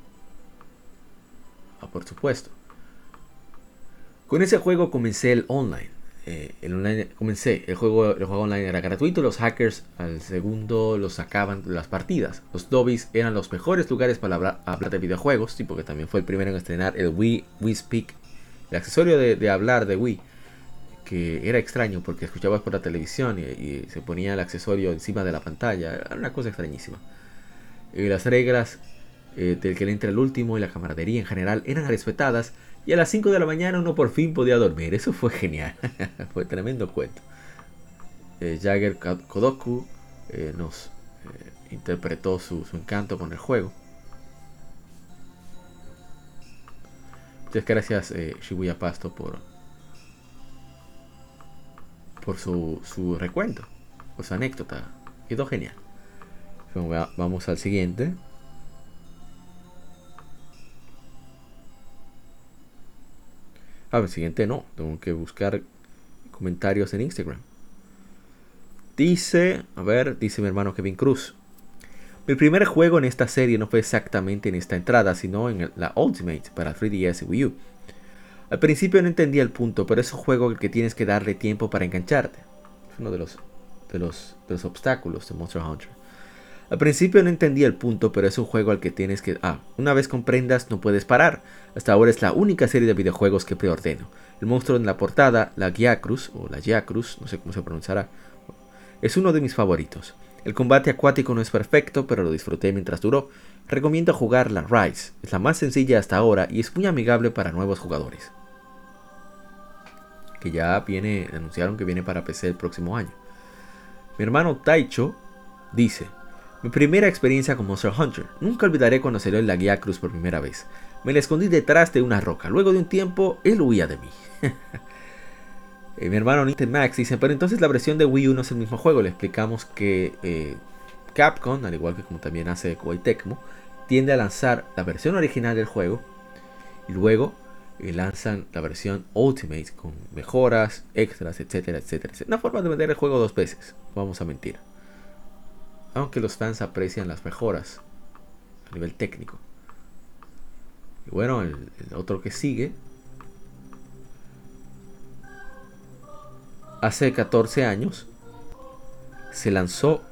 Ah, por supuesto. Con ese juego comencé el online. Eh, el online comencé. El juego, el juego online era gratuito. Los hackers al segundo los sacaban de las partidas. Los lobbies eran los mejores lugares para hablar, hablar de videojuegos. Sí, porque también fue el primero en estrenar el Wii, Wii Speak. El accesorio de, de hablar de Wii. Que era extraño porque escuchabas por la televisión y, y se ponía el accesorio encima de la pantalla. Era una cosa extrañísima. Y las reglas eh, del que le entra el último y la camaradería en general eran respetadas. Y a las cinco de la mañana uno por fin podía dormir. Eso fue genial. Fue tremendo cuento. Eh, Jagger Kodoku eh, nos eh, interpretó su, su encanto con el juego. Muchas gracias eh, Shibuya Pasto por por su, su recuento, por su anécdota. Quedó genial. Bueno, vamos al siguiente. Ah, el siguiente no. Tengo que buscar comentarios en Instagram. Dice, a ver, dice mi hermano Kevin Cruz. Mi primer juego en esta serie no fue exactamente en esta entrada, sino en el, la Ultimate para tres D S y Wii U. Al principio no entendía el punto, pero es un juego al que tienes que darle tiempo para engancharte. Es uno de los, de los, de los obstáculos de Monster Hunter. Al principio no entendía el punto, pero es un juego al que tienes que... Ah, una vez comprendas no puedes parar. Hasta ahora es la única serie de videojuegos que preordeno. El monstruo en la portada, la Gyacruz, o la Gyacruz, no sé cómo se pronunciará, es uno de mis favoritos. El combate acuático no es perfecto, pero lo disfruté mientras duró. Recomiendo jugar la Rise. Es la más sencilla hasta ahora y es muy amigable para nuevos jugadores. Que ya viene, anunciaron que viene para P C el próximo año. Mi hermano Taicho dice: mi primera experiencia con Monster Hunter. Nunca olvidaré cuando salió en la Gyacruz por primera vez. Me la escondí detrás de una roca. Luego de un tiempo, él huía de mí. eh, mi hermano Nintendo Max dice: pero entonces la versión de Wii U no es el mismo juego. Le explicamos que eh, Capcom, al igual que como también hace Koei Tecmo, tiende a lanzar la versión original del juego y luego eh, lanzan la versión Ultimate con mejoras, extras, etcétera, etcétera, etcétera. Una forma de vender el juego dos veces. Vamos a mentir. Aunque los fans aprecian las mejoras a nivel técnico. Y bueno, el, el otro que sigue. Hace catorce años se lanzó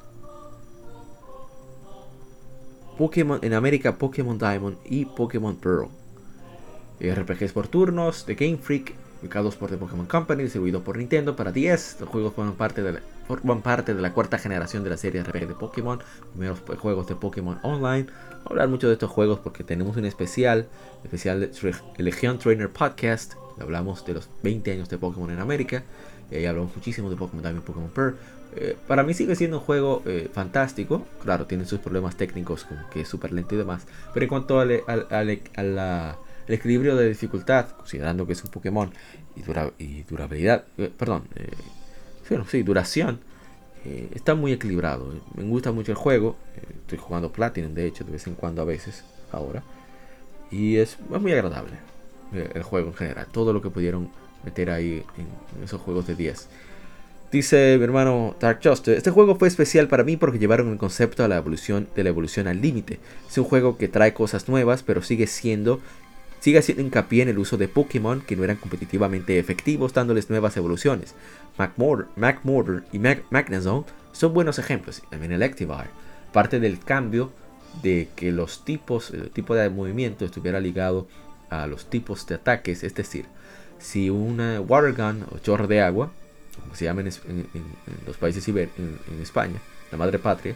Pokémon en América, Pokémon Diamond y Pokémon Pearl. R P Gs por turnos de Game Freak, publicados por The Pokémon Company, distribuido por Nintendo para D S. Los juegos forman parte de la, forman parte de la cuarta generación de la serie R P G de Pokémon, primeros juegos de Pokémon Online. Voy a hablar mucho de estos juegos porque tenemos un especial, especial de Legion Trainer Podcast. Hablamos de los veinte años de Pokémon en América. Y ahí hablamos muchísimo de Pokémon Diamond y Pokémon Pearl. Eh, para mí sigue siendo un juego eh, fantástico. Claro, tiene sus problemas técnicos, como que es súper lento y demás. Pero en cuanto a, le, a, a, a la... el equilibrio de dificultad, considerando que es un Pokémon y, dura, y durabilidad, eh, perdón, eh, bueno, sí, duración, eh, está muy equilibrado. Me gusta mucho el juego. Eh, estoy jugando Platinum, de hecho, de vez en cuando a veces, ahora. Y es, es muy agradable eh, el juego en general. Todo lo que pudieron meter ahí en, en esos juegos de diez. Dice mi hermano Dark Justice: este juego fue especial para mí porque llevaron el concepto a la evolución, de la evolución al límite. Es un juego que trae cosas nuevas, pero sigue siendo Sigue haciendo hincapié en el uso de Pokémon que no eran competitivamente efectivos, dándoles nuevas evoluciones. McMortar y Mag Magnezone son buenos ejemplos, también Electivire. Parte del cambio de que los tipos, el tipo de movimiento estuviera ligado a los tipos de ataques, es decir, si una Water Gun o chorro de agua, como se llama en, en, en, en los países en, en España, la madre patria,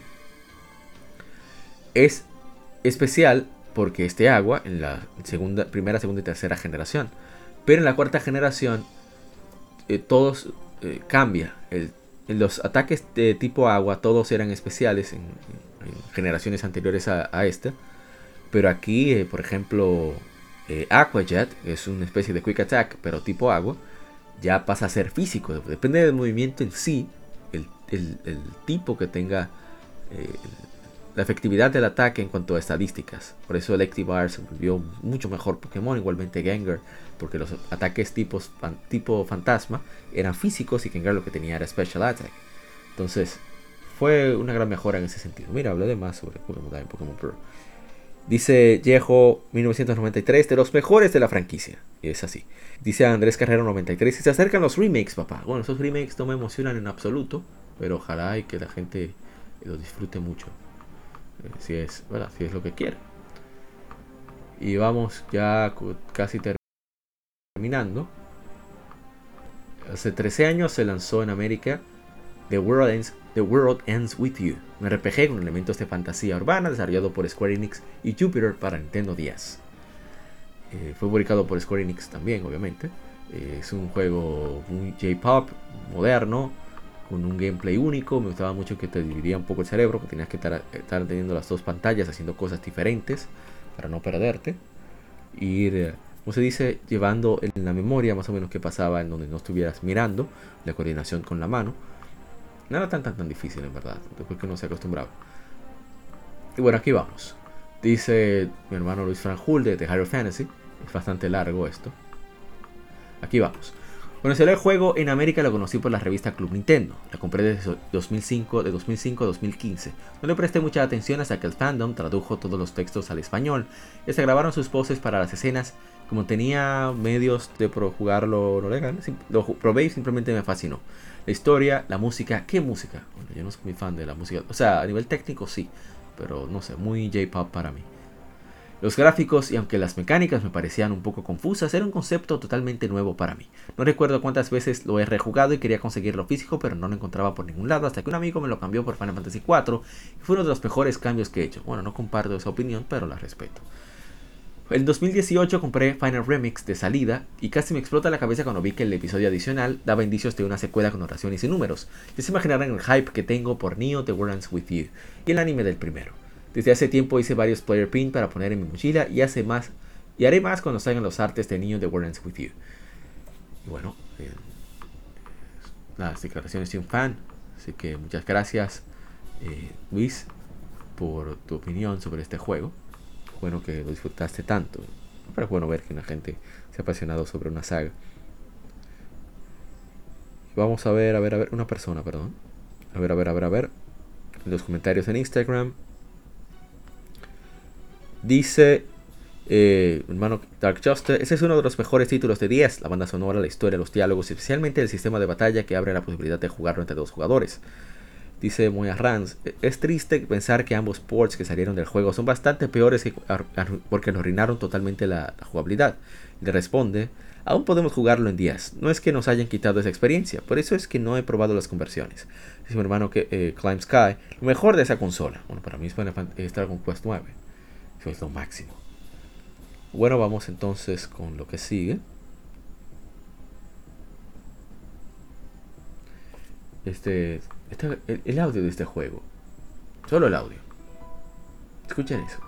es especial porque este agua en la segunda, primera, segunda y tercera generación. Pero en la cuarta generación eh, todos eh, cambia. El, los ataques de tipo agua todos eran especiales en, en generaciones anteriores a, a esta. Pero aquí, eh, por ejemplo, eh, Aqua Jet es una especie de Quick Attack, pero tipo agua, ya pasa a ser físico. Depende del movimiento en sí, el, el, el tipo que tenga eh, la efectividad del ataque en cuanto a estadísticas. Por eso Electivire se volvió mucho mejor Pokémon, igualmente Gengar, porque los ataques tipos, fan, tipo fantasma eran físicos y Gengar lo que tenía era Special Attack. Entonces fue una gran mejora en ese sentido. Mira, hablé de más sobre Pokémon Diamond, Pokémon Pearl. Dice Yejo mil novecientos noventa y tres, de los mejores de la franquicia. Y es así. Dice Andrés Carrero noventa y tres, y se acercan los remakes, papá. Bueno, esos remakes no me emocionan en absoluto, pero ojalá y que la gente los disfrute mucho. Si es, bueno, si es lo que quiere. Y vamos ya casi terminando. Hace trece años se lanzó en América The World Ends, The World Ends With You, un R P G con elementos de fantasía urbana desarrollado por Square Enix y Jupiter para Nintendo diez. Eh, fue publicado por Square Enix también, obviamente. Eh, es un juego muy J-pop, moderno, con un gameplay único. Me gustaba mucho que te dividía un poco el cerebro, que tenías que estar, estar teniendo las dos pantallas haciendo cosas diferentes para no perderte. Ir, eh, como se dice, llevando en la memoria más o menos qué pasaba en donde no estuvieras mirando, la coordinación con la mano. No era tan tan tan difícil en verdad, después que uno se acostumbraba. Y bueno, aquí vamos. Dice mi hermano Luis Franjul de The Hero Fantasy. Es bastante largo esto. Aquí vamos. Cuando salió el juego en América lo conocí por la revista Club Nintendo. La compré desde dos mil cinco, de dos mil cinco a dos mil quince. No le presté mucha atención hasta que el fandom tradujo todos los textos al español y se grabaron sus voces para las escenas. Como tenía medios de pro jugarlo no legal, lo probé y simplemente me fascinó. La historia, la música, ¿qué música? Bueno, yo no soy muy fan de la música, o sea, a nivel técnico sí, pero no sé, muy J-pop para mí. Los gráficos, y aunque las mecánicas me parecían un poco confusas, era un concepto totalmente nuevo para mí. No recuerdo cuántas veces lo he rejugado y quería conseguirlo físico, pero no lo encontraba por ningún lado, hasta que un amigo me lo cambió por Final Fantasy cuatro, y fue uno de los mejores cambios que he hecho. Bueno, no comparto esa opinión, pero la respeto. En dos mil dieciocho compré Final Remix de salida y casi me explota la cabeza cuando vi que el episodio adicional daba indicios de una secuela con oraciones y números. Ya se imaginarán el hype que tengo por Neo The World Ends With You y el anime del primero. Desde hace tiempo hice varios player pin para poner en mi mochila y hace más y haré más cuando salgan los artes de Neo The World Ends With You. Y bueno, eh, las declaraciones de un fan, así que muchas gracias eh, Luis por tu opinión sobre este juego. Bueno que lo disfrutaste tanto, pero es bueno ver que una gente se ha apasionado sobre una saga. Vamos a ver, a ver, a ver, una persona, perdón. A ver, a ver, a ver, a ver. En los comentarios en Instagram. Dice, eh, hermano Dark Justice, ese es uno de los mejores títulos de diez. La banda sonora, la historia, los diálogos y especialmente el sistema de batalla que abre la posibilidad de jugarlo entre dos jugadores. Dice Moya Rans, es triste pensar que ambos ports que salieron del juego son bastante peores que, porque nos arruinaron totalmente la, la jugabilidad. Le responde, aún podemos jugarlo en diez, no es que nos hayan quitado esa experiencia, por eso es que no he probado las conversiones. Dice mi hermano que eh, Climb Sky, lo mejor de esa consola, bueno para mí es Dragon Quest nueve, eso es lo máximo. Bueno, vamos entonces con lo que sigue. Este, este el, el audio de este juego. Solo el audio. Escuchen eso.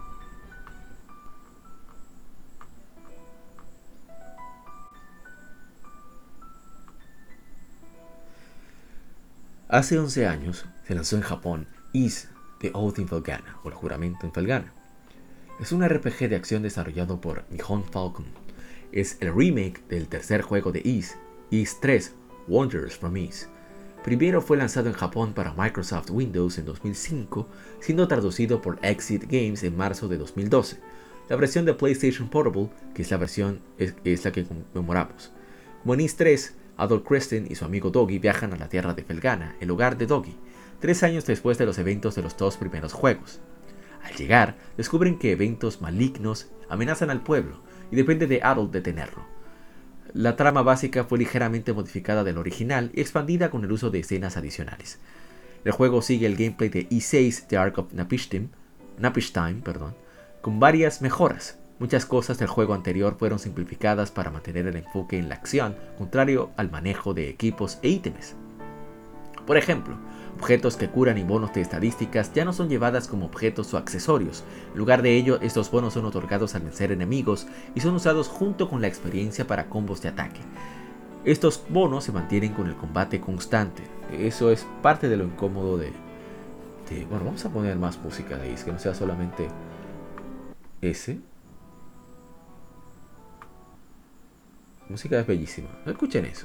Hace once años se lanzó en Japón Ys The Oath in Felghana, o el juramento en Felghana. Es un R P G de acción desarrollado por Nihon Falcon. Es el remake del tercer juego de Ys, Ys tres, Wonders from Ys. Primero fue lanzado en Japón para Microsoft Windows en dos mil cinco, siendo traducido por Exit Games en marzo de dos mil doce. La versión de PlayStation Portable, que es la versión es, es la que conmemoramos. Como en Ys tres, Adol Kristen y su amigo Doggy viajan a la tierra de Felghana, el hogar de Doggy, tres años después de los eventos de los dos primeros juegos. Al llegar, descubren que eventos malignos amenazan al pueblo y depende de Adol detenerlo. La trama básica fue ligeramente modificada del original y expandida con el uso de escenas adicionales. El juego sigue el gameplay de Ys seis The Ark of Napishtim, Napishtim, perdón, con varias mejoras. Muchas cosas del juego anterior fueron simplificadas para mantener el enfoque en la acción, contrario al manejo de equipos e ítems. Por ejemplo, objetos que curan y bonos de estadísticas ya no son llevadas como objetos o accesorios. En lugar de ello, estos bonos son otorgados al vencer enemigos y son usados junto con la experiencia para combos de ataque. Estos bonos se mantienen con el combate constante. Eso es parte de lo incómodo de... de bueno, vamos a poner más música de Ys, que no sea solamente ese. La música es bellísima. Escuchen eso.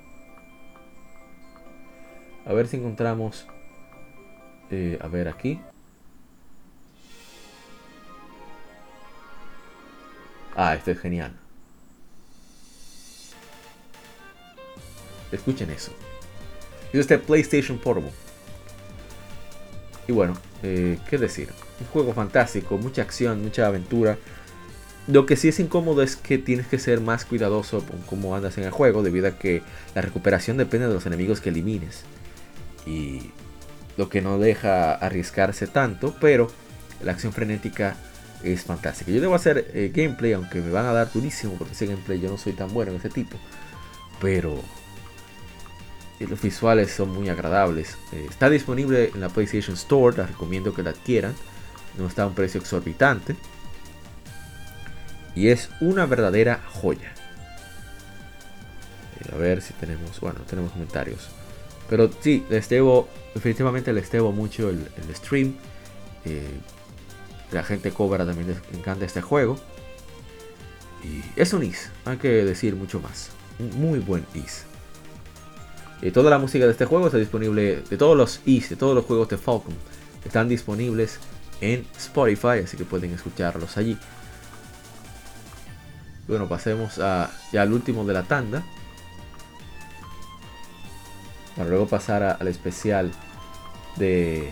A ver si encontramos... Eh, a ver aquí. Ah, esto es genial. Escuchen eso. Es este PlayStation Portable. Y bueno, eh, ¿qué decir? Un juego fantástico, mucha acción, mucha aventura. Lo que sí es incómodo es que tienes que ser más cuidadoso con cómo andas en el juego, debido a que la recuperación depende de los enemigos que elimines. y lo que no deja arriesgarse tanto, pero la acción frenética es fantástica. Yo debo hacer eh, gameplay, aunque me van a dar durísimo porque ese gameplay yo no soy tan bueno en ese tipo, pero los visuales son muy agradables. Eh, está disponible en la PlayStation Store, la recomiendo que la adquieran, no está a un precio exorbitante y es una verdadera joya. Eh, a ver si tenemos, bueno, no tenemos comentarios, pero sí, les debo, definitivamente les debo mucho el, el stream. Eh, la gente cobra, también les encanta este juego. Y es un I S, no hay que decir mucho más. Un muy buen I S. Y toda la música de este juego está disponible, de todos los I S, de todos los juegos de Falcom, están disponibles en Spotify, así que pueden escucharlos allí. Bueno, pasemos a, ya al último de la tanda, para luego pasar a, al especial de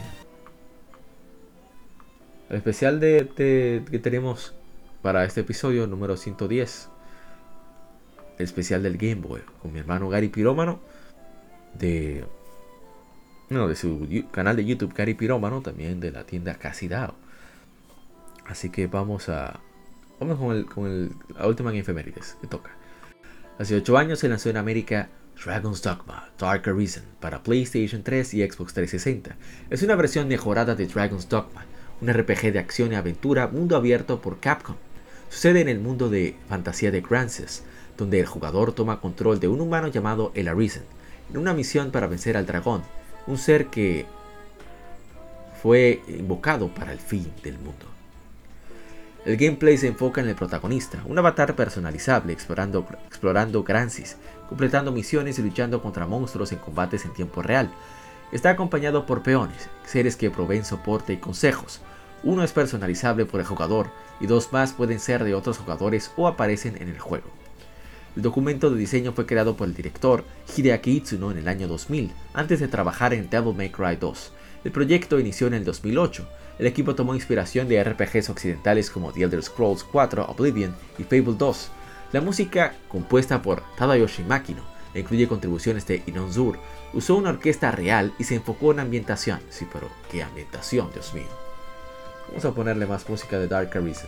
al especial de, de que tenemos para este episodio número ciento diez, el especial del Game Boy, con mi hermano Gary Pirómano de no, de su canal de YouTube Gary Pirómano, también de la tienda Casidao. Así que vamos a vamos con el con el, la última en efemérides que toca. Hace ocho años se lanzó en América Dragon's Dogma Dark Arisen para PlayStation tres y Xbox trescientos sesenta. Es una versión mejorada de Dragon's Dogma, un R P G de acción y aventura mundo abierto por Capcom. Sucede en el mundo de fantasía de Gransys, donde el jugador toma control de un humano llamado el Arisen, en una misión para vencer al dragón, un ser que fue invocado para el fin del mundo. El gameplay se enfoca en el protagonista, un avatar personalizable explorando, explorando Gransys, completando misiones y luchando contra monstruos en combates en tiempo real. Está acompañado por peones, seres que proveen soporte y consejos. Uno es personalizable por el jugador y dos más pueden ser de otros jugadores o aparecen en el juego. El documento de diseño fue creado por el director Hideaki Itsuno en el año dos mil, antes de trabajar en Devil May Cry dos. El proyecto inició en el dos mil ocho. El equipo tomó inspiración de R P Gs occidentales como The Elder Scrolls cuatro, Oblivion y Fable dos. La música, compuesta por Tadayoshi Makino, e incluye contribuciones de Inon Zur, usó una orquesta real y se enfocó en ambientación. Sí, pero ¿qué ambientación, Dios mío? Vamos a ponerle más música de Dark Arisen.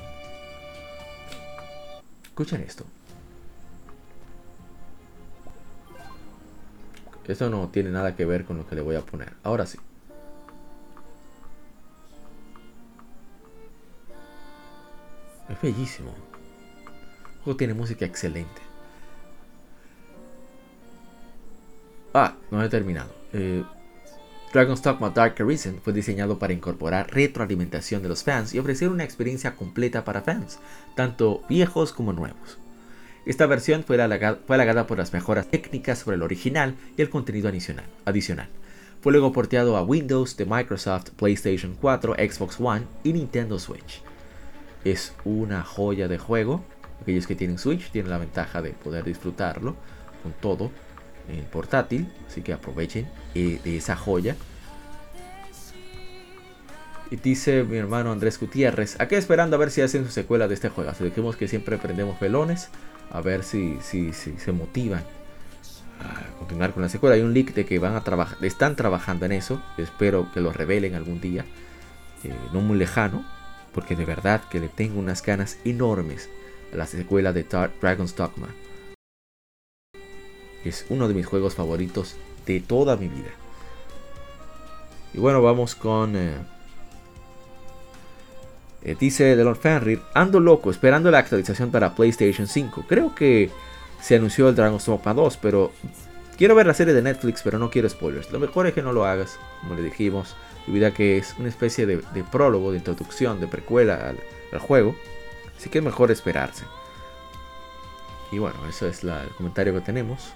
Escuchen esto. Esto no tiene nada que ver con lo que le voy a poner. Ahora sí. Es bellísimo. El juego tiene música excelente. Ah, no he terminado. Eh, Dragon's Dogma Dark Arisen fue diseñado para incorporar retroalimentación de los fans y ofrecer una experiencia completa para fans, tanto viejos como nuevos. Esta versión fue halagada, fue halagada por las mejoras técnicas sobre el original y el contenido adicional. adicional. Fue luego porteado a Windows de Microsoft, PlayStation cuatro, Xbox One y Nintendo Switch. Es una joya de juego. Aquellos que tienen Switch tienen la ventaja de poder disfrutarlo con todo en portátil, así que aprovechen eh, de esa joya. Y dice mi hermano Andrés Gutiérrez, acá esperando a ver si hacen su secuela de este juego. Así dijimos que siempre prendemos velones, a ver si, si, si se motivan a continuar con la secuela. Hay un leak de que van a trabajar, están trabajando en eso. Espero que lo revelen algún día, eh, no muy lejano, porque de verdad que le tengo unas ganas enormes a la secuela de Dragon's Dogma. Es uno de mis juegos favoritos de toda mi vida. Y bueno, vamos con... Eh, eh, dice Delon Fenrir, ando loco esperando la actualización para PlayStation cinco. Creo que se anunció el Dragon's Dogma dos, pero quiero ver la serie de Netflix, pero no quiero spoilers. Lo mejor es que no lo hagas, como le dijimos. Debido a que es una especie de, de prólogo, de introducción, de precuela al, al juego. Así que es mejor esperarse. Y bueno, eso es la, el comentario que tenemos.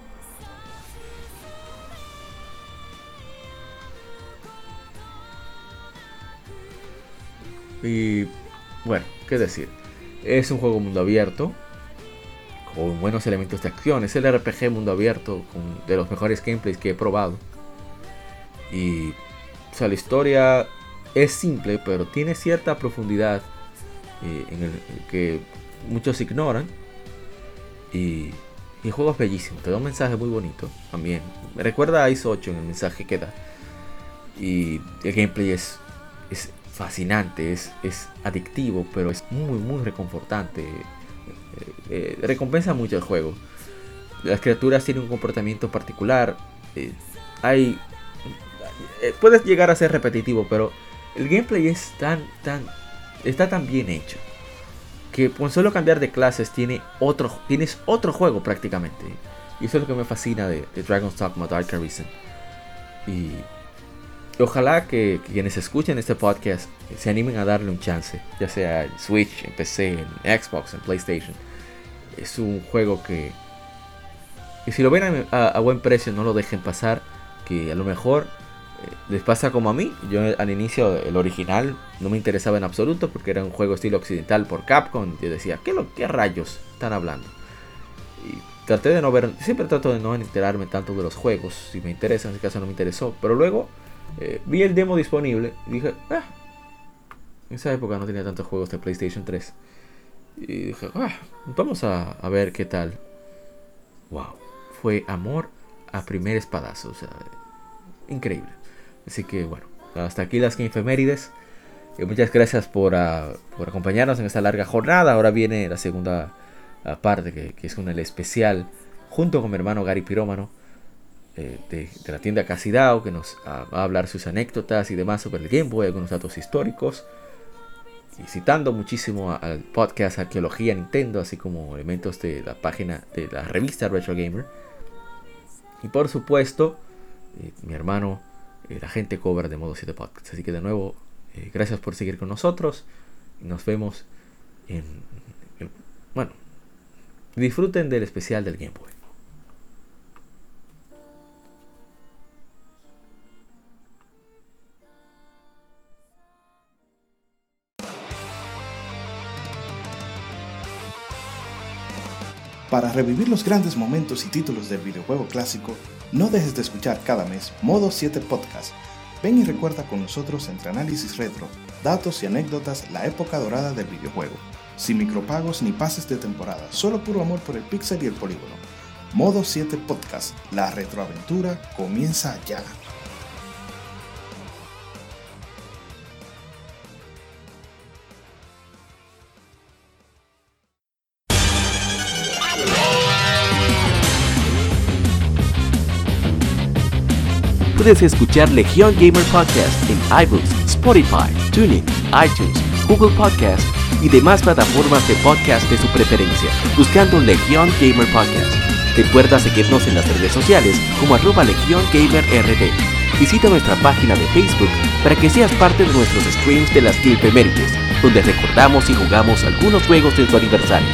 Y bueno, qué decir. Es un juego mundo abierto, con buenos elementos de acción. Es el R P G mundo abierto con de los mejores gameplays que he probado. Y o sea, la historia es simple, pero tiene cierta profundidad eh, en el, el que muchos ignoran. Y, Y el juego es bellísimo, te da un mensaje muy bonito también. Me recuerda a Ice ocho en el mensaje que da. Y el gameplay es, es fascinante, es, es adictivo, pero es muy, muy reconfortante. Eh, eh, recompensa mucho el juego. Las criaturas tienen un comportamiento particular. Eh, hay eh, puedes llegar a ser repetitivo, pero el gameplay es tan, tan, está tan bien hecho que con solo cambiar de clases tiene otro, tienes otro juego prácticamente. Y eso es lo que me fascina de, de Dragon's Dogma Dark Arisen. Y ojalá que, que quienes escuchen este podcast se animen a darle un chance, ya sea en Switch, en P C, en Xbox, en PlayStation. Es un juego que, que si lo ven a, a buen precio no lo dejen pasar, que a lo mejor eh, les pasa como a mí. Yo al inicio el original no me interesaba en absoluto porque era un juego estilo occidental por Capcom. Yo decía, ¿qué, lo, qué rayos están hablando? Y traté de no ver, siempre trato de no enterarme tanto de los juegos. Si me interesa, en este caso no me interesó. Pero luego eh, vi el demo disponible y dije, ah, en esa época no tenía tantos juegos de PlayStation tres. Y dije, ah, vamos a, a ver qué tal. Wow, fue amor a primer espadazo, o sea, increíble. Así que bueno, hasta aquí las Gamefemérides. Eh, muchas gracias por, uh, por acompañarnos en esta larga jornada. Ahora viene la segunda uh, parte, que, que es con el especial, junto con mi hermano Gary Pirómano, eh, de, de la tienda Casidao, que nos uh, va a hablar sus anécdotas y demás sobre el Game Boy, algunos datos históricos. Y citando muchísimo a, al podcast Arqueología Nintendo, así como elementos de la página de la revista Retro Gamer. Y por supuesto, eh, mi hermano, eh, la gente Cobra de Modo siete Podcast. Así que de nuevo, eh, gracias por seguir con nosotros. Y nos vemos en, en... Bueno, disfruten del especial del Game Boy. Para revivir los grandes momentos y títulos del videojuego clásico, no dejes de escuchar cada mes Modo siete Podcast. Ven y recuerda con nosotros entre análisis retro, datos y anécdotas la época dorada del videojuego. Sin micropagos ni pases de temporada, solo puro amor por el pixel y el polígono. Modo siete Podcast, la retroaventura comienza ya. Puedes escuchar Legión Gamer Podcast en iBooks, Spotify, TuneIn, iTunes, Google Podcast y demás plataformas de podcast de su preferencia, buscando Legión Gamer Podcast. Recuerda seguirnos en las redes sociales como arroba Legión Gamer R D. Visita nuestra página de Facebook para que seas parte de nuestros streams de las Gamefemérides, donde recordamos y jugamos algunos juegos de su aniversario.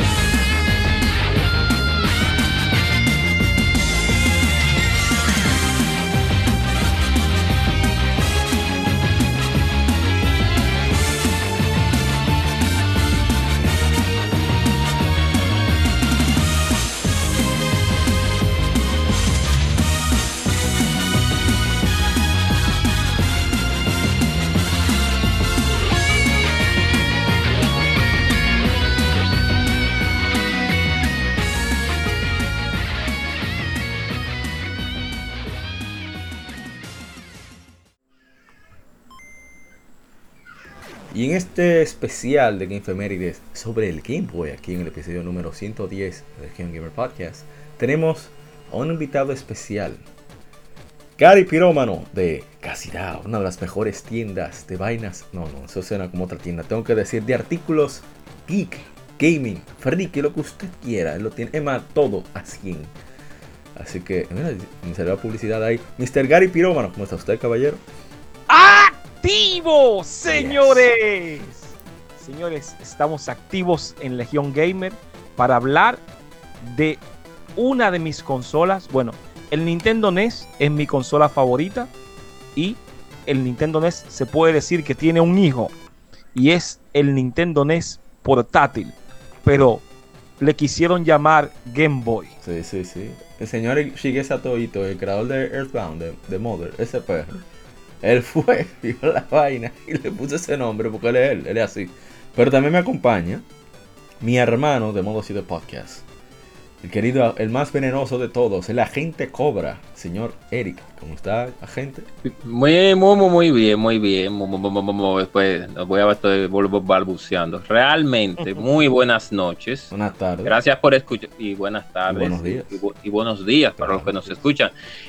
Y en este especial de Gamefemérides sobre el Game Boy, aquí en el episodio número ciento diez del Legion Gamer Podcast, tenemos a un invitado especial, Gary Pirómano de Casidao, una de las mejores tiendas de vainas. No, no, eso suena como otra tienda. Tengo que decir de artículos geek, gaming, friki, lo que usted quiera. Él lo tiene, es más, todo a cien. Así que, mira, me salió la publicidad ahí. mister Gary Pirómano, ¿cómo está usted, caballero? ¡Activos, señores! Yes. Señores, estamos activos en Legión Gamer para hablar de una de mis consolas. Bueno, el Nintendo N E S es mi consola favorita y el Nintendo N E S se puede decir que tiene un hijo y es el Nintendo N E S portátil, pero le quisieron llamar Game Boy. Sí, sí, sí. El señor Shigeru Satoito, el creador de Earthbound, de, de Mother, ese perro, él fue, vio la vaina y le puso ese nombre porque él es él, él es así. Pero también me acompaña mi hermano de Modo siete Podcast, el querido, el más venenoso de todos, el agente Cobra, señor Eric. ¿Cómo está, agente? Muy, muy, muy, muy bien, muy bien. Muy, muy, muy, muy, muy, después voy a estar balbuceando. Realmente, muy buenas noches. Buenas tardes. Gracias por escuchar. Y buenas tardes. Y buenos días. Y, y, y buenos días para buenos los que nos días. escuchan.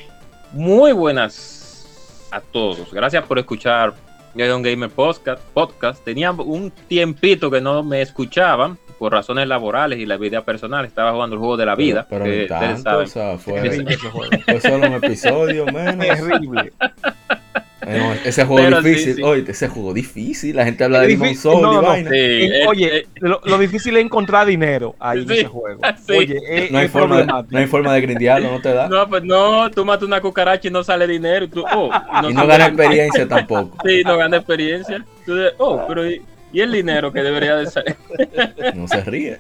Muy buenas a todos. Gracias por escuchar Legion Gamer Podcast. Podcast. Tenía un tiempito que no me escuchaban por razones laborales y la vida personal. Estaba jugando el juego de la vida. Pero, pero que ni ustedes tanto, saben. o sea, fue, Terrible ese juego. fue solo un episodio menos. Terrible. Bueno, ese juego Pero sí, difícil, sí. oye, ese juego difícil, la gente habla de Es Demon difícil, Soul no, y no, vaina. Sí, Eh, eh, Oye, eh, lo, lo difícil es encontrar dinero ahí en Sí, ese juego. sí. Oye, es, No hay, es forma de, problemático. no hay forma de grindearlo, no te da. No, pues no, tú matas una cucaracha y no sale dinero. Y, tú, oh, y no gana experiencia tampoco. Sí, no gana experiencia. Tú de, oh, pero ¿y, y el dinero que debería de ser? No se ríe.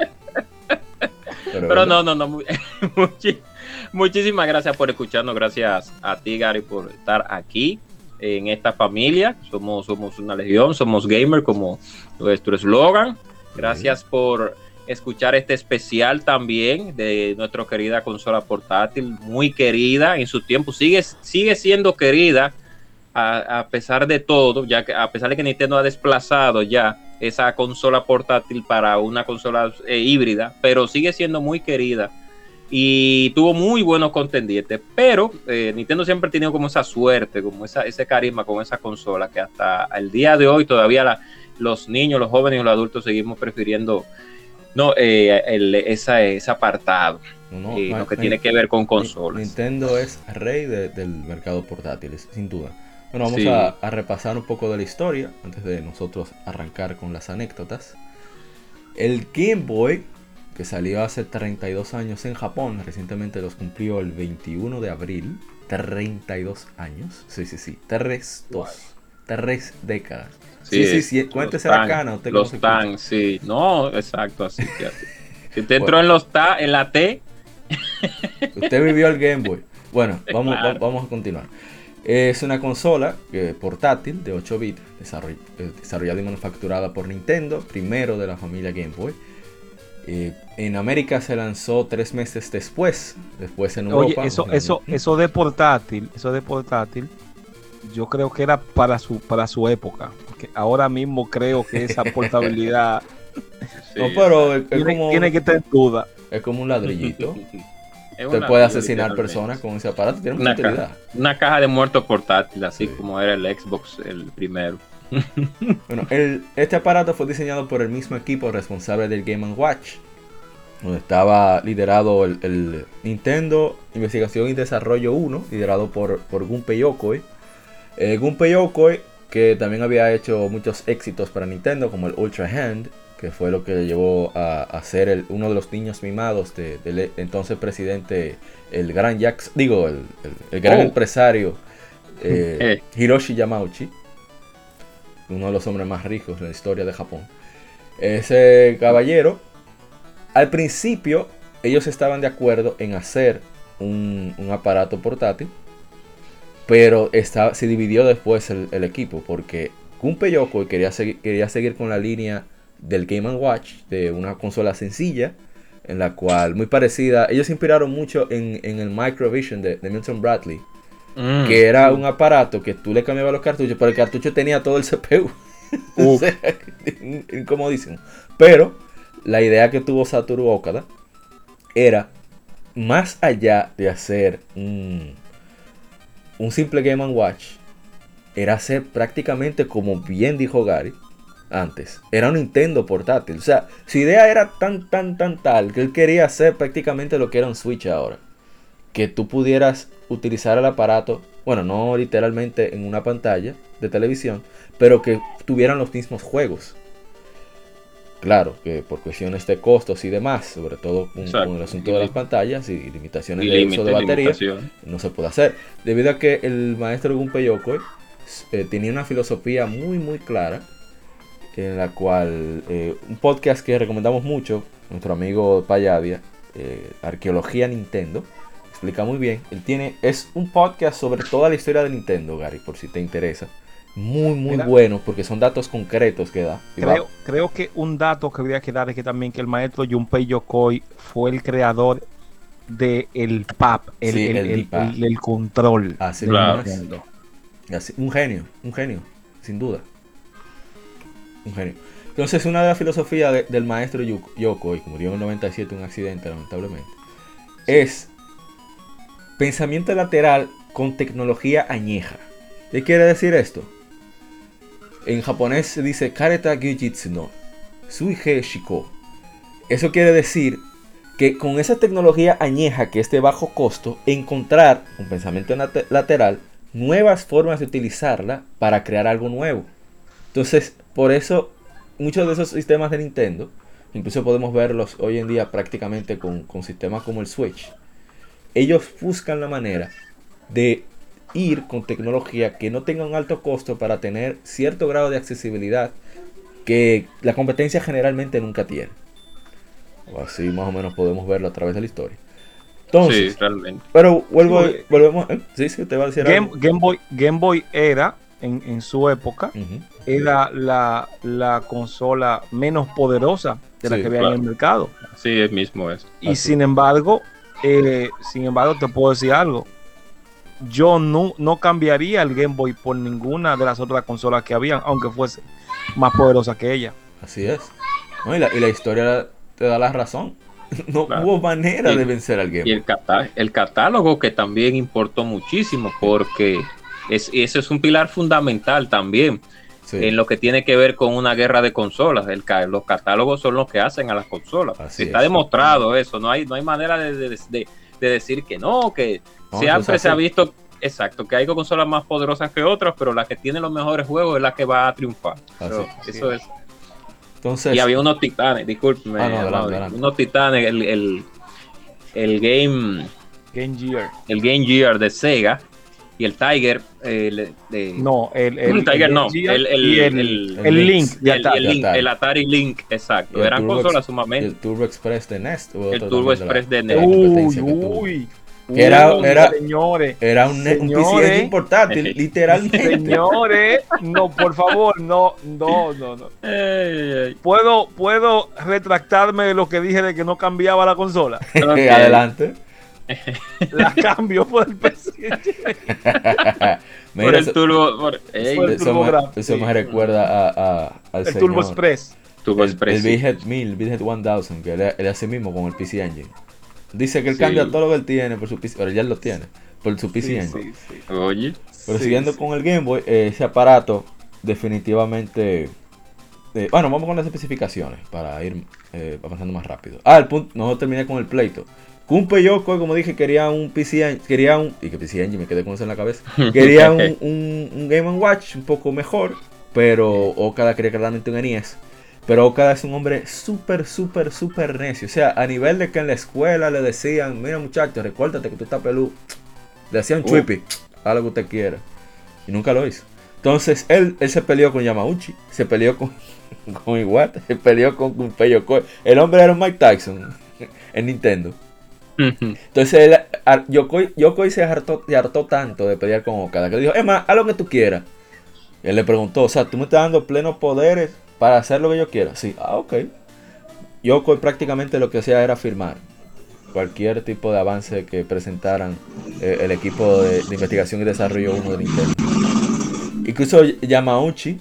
Pero, Pero no, no, no. mu- muchi- muchísimas gracias por escucharnos. Gracias a ti, Gary, por estar aquí en esta familia. Somos, somos una legión, somos gamer como nuestro eslogan. Gracias por escuchar este especial también de nuestra querida consola portátil, muy querida en su tiempo. Sigue, sigue siendo querida a, a pesar de todo, ya que a pesar de que Nintendo ha desplazado ya esa consola portátil para una consola eh, híbrida, pero sigue siendo muy querida y tuvo muy buenos contendientes, pero eh, Nintendo siempre ha tenido como esa suerte, como esa, ese carisma con esa consola que hasta el día de hoy todavía la, los niños, los jóvenes y los adultos seguimos prefiriendo no, eh, el, esa, ese apartado, no, no, eh, no, lo que no, tiene que ver con consolas. Nintendo es rey de, del mercado portátil, sin duda. Bueno, vamos Sí. a, a repasar un poco de la historia antes de nosotros arrancar con las anécdotas. El Game Boy, que salió hace treinta y dos años en Japón, recientemente los cumplió el veintiuno de abril. treinta y dos años. Sí, sí, sí. Tres, dos. Tres décadas. Sí, sí, sí. Cuéntese la cana. Usted Los tan, sí. No, exacto, así que así. Si te entró en los ta, en la T. Usted vivió el Game Boy. Bueno, vamos, Claro. va- vamos a continuar. Es una consola eh, portátil de ocho bits, desarroll- eh, desarrollada y manufacturada por Nintendo, primero de la familia Game Boy. Eh, en América se lanzó tres meses después, después en Oye, Europa. eso, en el- eso, eso de portátil, eso de portátil, yo creo que era para su, para su época. Porque ahora mismo creo que esa portabilidad Sí, No, pero es, es tiene, como, tiene que estar en duda. es como un ladrillito. Es Usted una puede vida, asesinar literalmente. personas con ese aparato, tiene mucha Una utilidad. caja, una caja de muertos portátil, así Sí. como era el Xbox, el primero. Bueno, el, este aparato fue diseñado por el mismo equipo responsable del Game and Watch, donde estaba liderado el, el Nintendo Investigación y Desarrollo uno, liderado por, por Gunpei Yokoi. Eh, Gunpei Yokoi, que también había hecho muchos éxitos para Nintendo, como el Ultra Hand, que fue lo que le llevó a, a ser el, uno de los niños mimados de- del entonces presidente, el gran Jax, digo, el, el- el gran Oh. empresario eh, Eh. Hiroshi Yamauchi, uno de los hombres más ricos de la historia de Japón. Ese caballero, al principio, ellos estaban de acuerdo en hacer un, un aparato portátil, pero estaba, se dividió después el, el equipo, porque Gunpei Yokoi quería seguir, quería seguir con la línea del Game and Watch, de una consola sencilla, en la cual, muy parecida, ellos se inspiraron mucho en, en el Microvision de, de Milton Bradley, Mm. que era un aparato que tú le cambiabas los cartuchos, pero el cartucho tenía todo el C P U. O sea, incomodísimo. Pero la idea que tuvo Satoru Okada era, más allá de hacer un, un simple Game and Watch, era hacer prácticamente, como bien dijo Gary antes, era un Nintendo portátil. O sea, su idea era tan, tan, tan tal que él quería hacer prácticamente lo que era un Switch ahora. Que tú pudieras utilizar el aparato, bueno, no literalmente en una pantalla de televisión, pero que tuvieran los mismos juegos. Claro, que por cuestiones de costos y demás, sobre todo con, Exacto. con el asunto de las pantallas y limitaciones Y de límite, uso de batería, limitación. no se puede hacer. Debido a que el maestro Gunpei Yokoi eh, tenía una filosofía muy muy clara, en la cual eh, un podcast que recomendamos mucho, nuestro amigo Payadia, eh, Arqueología Nintendo, explica muy bien. Él tiene, es un podcast sobre toda la historia de Nintendo, Gary, por si te interesa. Muy, muy Mira. bueno, porque son datos concretos que da. Y Creo, va- creo que un dato que habría que dar es que también que el maestro Junpei Yokoi fue el creador de el pad, el, Sí, el, el el, D-pad. el- el control. Así de Claro. Nintendo. Así, un genio, un genio, sin duda. Un genio. Entonces, una de las filosofías de- del maestro Yu- Yoko, y que murió en el noventa y siete en un accidente, lamentablemente, es pensamiento lateral con tecnología añeja. ¿Qué quiere decir esto? En japonés se dice Kareta Gyujitsu no Suige Shiko. Eso quiere decir que con esa tecnología añeja, que es de bajo costo, encontrar con pensamiento nat- lateral nuevas formas de utilizarla para crear algo nuevo. Entonces, por eso muchos de esos sistemas de Nintendo, incluso podemos verlos hoy en día prácticamente con, con sistemas como el Switch, ellos buscan la manera de ir con tecnología que no tenga un alto costo para tener cierto grado de accesibilidad que la competencia generalmente nunca tiene. O así más o menos podemos verlo a través de la historia. Entonces, Sí, realmente. pero vuelvo, Sí, porque- volvemos. ¿eh? Sí, sí, te va a decir Game, algo. Game Boy, Game Boy era, en, en su época, Ujú. era la, la consola menos poderosa de la Sí, que había claro. en el mercado. Sí, es mismo eso. Y Así. sin embargo, eh, sin embargo, te puedo decir algo. Yo no, no cambiaría el Game Boy por ninguna de las otras consolas que habían, aunque fuese más poderosa que ella. Así es. No, y, la, y la historia te da la razón. No Claro. hubo manera Y- de vencer al Game Y Boy. el, catá- el catálogo, que también importó muchísimo, porque es, eso es un pilar fundamental también Sí. en lo que tiene que ver con una guerra de consolas. El ca- los catálogos son los que hacen a las consolas. Así Está es. demostrado eso, no hay, no hay manera de, de- de- de decir que no, que No, siempre eso es se ha así. visto, exacto, que hay consolas más poderosas que otras, pero la que tiene los mejores juegos es la que va a triunfar. Así. Pero eso es. Entonces, Y había unos titanes, discúlpeme, Ah, no, adelante, Amaury, adelante. unos titanes, el, el, el game, Game Gear. el Game Gear de Sega y el Tiger, eh, el- de, No, el, el, el Tiger el no, Game Gear el, el, y el, el- el el Link Lynx. de y el- y el Atari. Link, Atari. el Atari Link, y exacto, el eran Turbo consolas Ex- sumamente. el Turbo Express de Nest. o El otro Turbo también Express de la- Nest. la Uy, competencia que tuvo. uy. Que era- uy, era- señores, Era un, ne- un P C Señores. Engine portátil, literalmente. señores, no, por favor, no, no, no, no. Ey, ey, ey. ¿Puedo, puedo retractarme de lo que dije de que no cambiaba la consola? Ok. Adelante. La cambio por el P C. Por Mira, el eso, Turbo, por, ey, Por el eso Turbo me, Graph, eso sí. me recuerda a, a- al El señor. Turbo Express. Turbo el, Express, el sí. Big Head mil, el Big Head mil, que él, él hace mismo con el P C Engine. Dice que él Sí. cambia todo lo que él tiene por su P C, pero ya él lo tiene, por su P C Sí, Engine. sí, sí. Oye, Pero Sí, siguiendo sí. con el Game Boy, eh, ese aparato definitivamente... eh, bueno, vamos con las especificaciones para ir eh, avanzando más rápido. Ah, el punto, no terminé con el pleito. Kunpei Yoko, como dije, quería un P C Engine, quería un... Y que P C Engine, me quedé con eso en la cabeza. Quería un, un, un Game and Watch un poco mejor, pero Okada quería claramente un N E S. Pero Okada es un hombre súper, súper, súper necio. O sea, a nivel de que en la escuela le decían, mira muchacho, recuérdate que tú estás peludo. Le decían Uh. Chuipi, haz lo que usted quiera. Y nunca lo hizo. Entonces, él, él se peleó con Yamauchi, se peleó con, con Iwata, se peleó con Kunpei Yokoi. El hombre era un Mike Tyson en Nintendo. Entonces, él, a- Yokoi, Yokoi se, hartó, se hartó tanto de pelear con Okada que le dijo, es más, haz lo que tú quieras. Y él le preguntó, o sea, tú me estás dando plenos poderes para hacer lo que yo quiera. Sí, ah, ok. Yokoi prácticamente lo que hacía era firmar cualquier tipo de avance que presentaran eh, el equipo de, de investigación y desarrollo uno de Nintendo. Incluso Yamauchi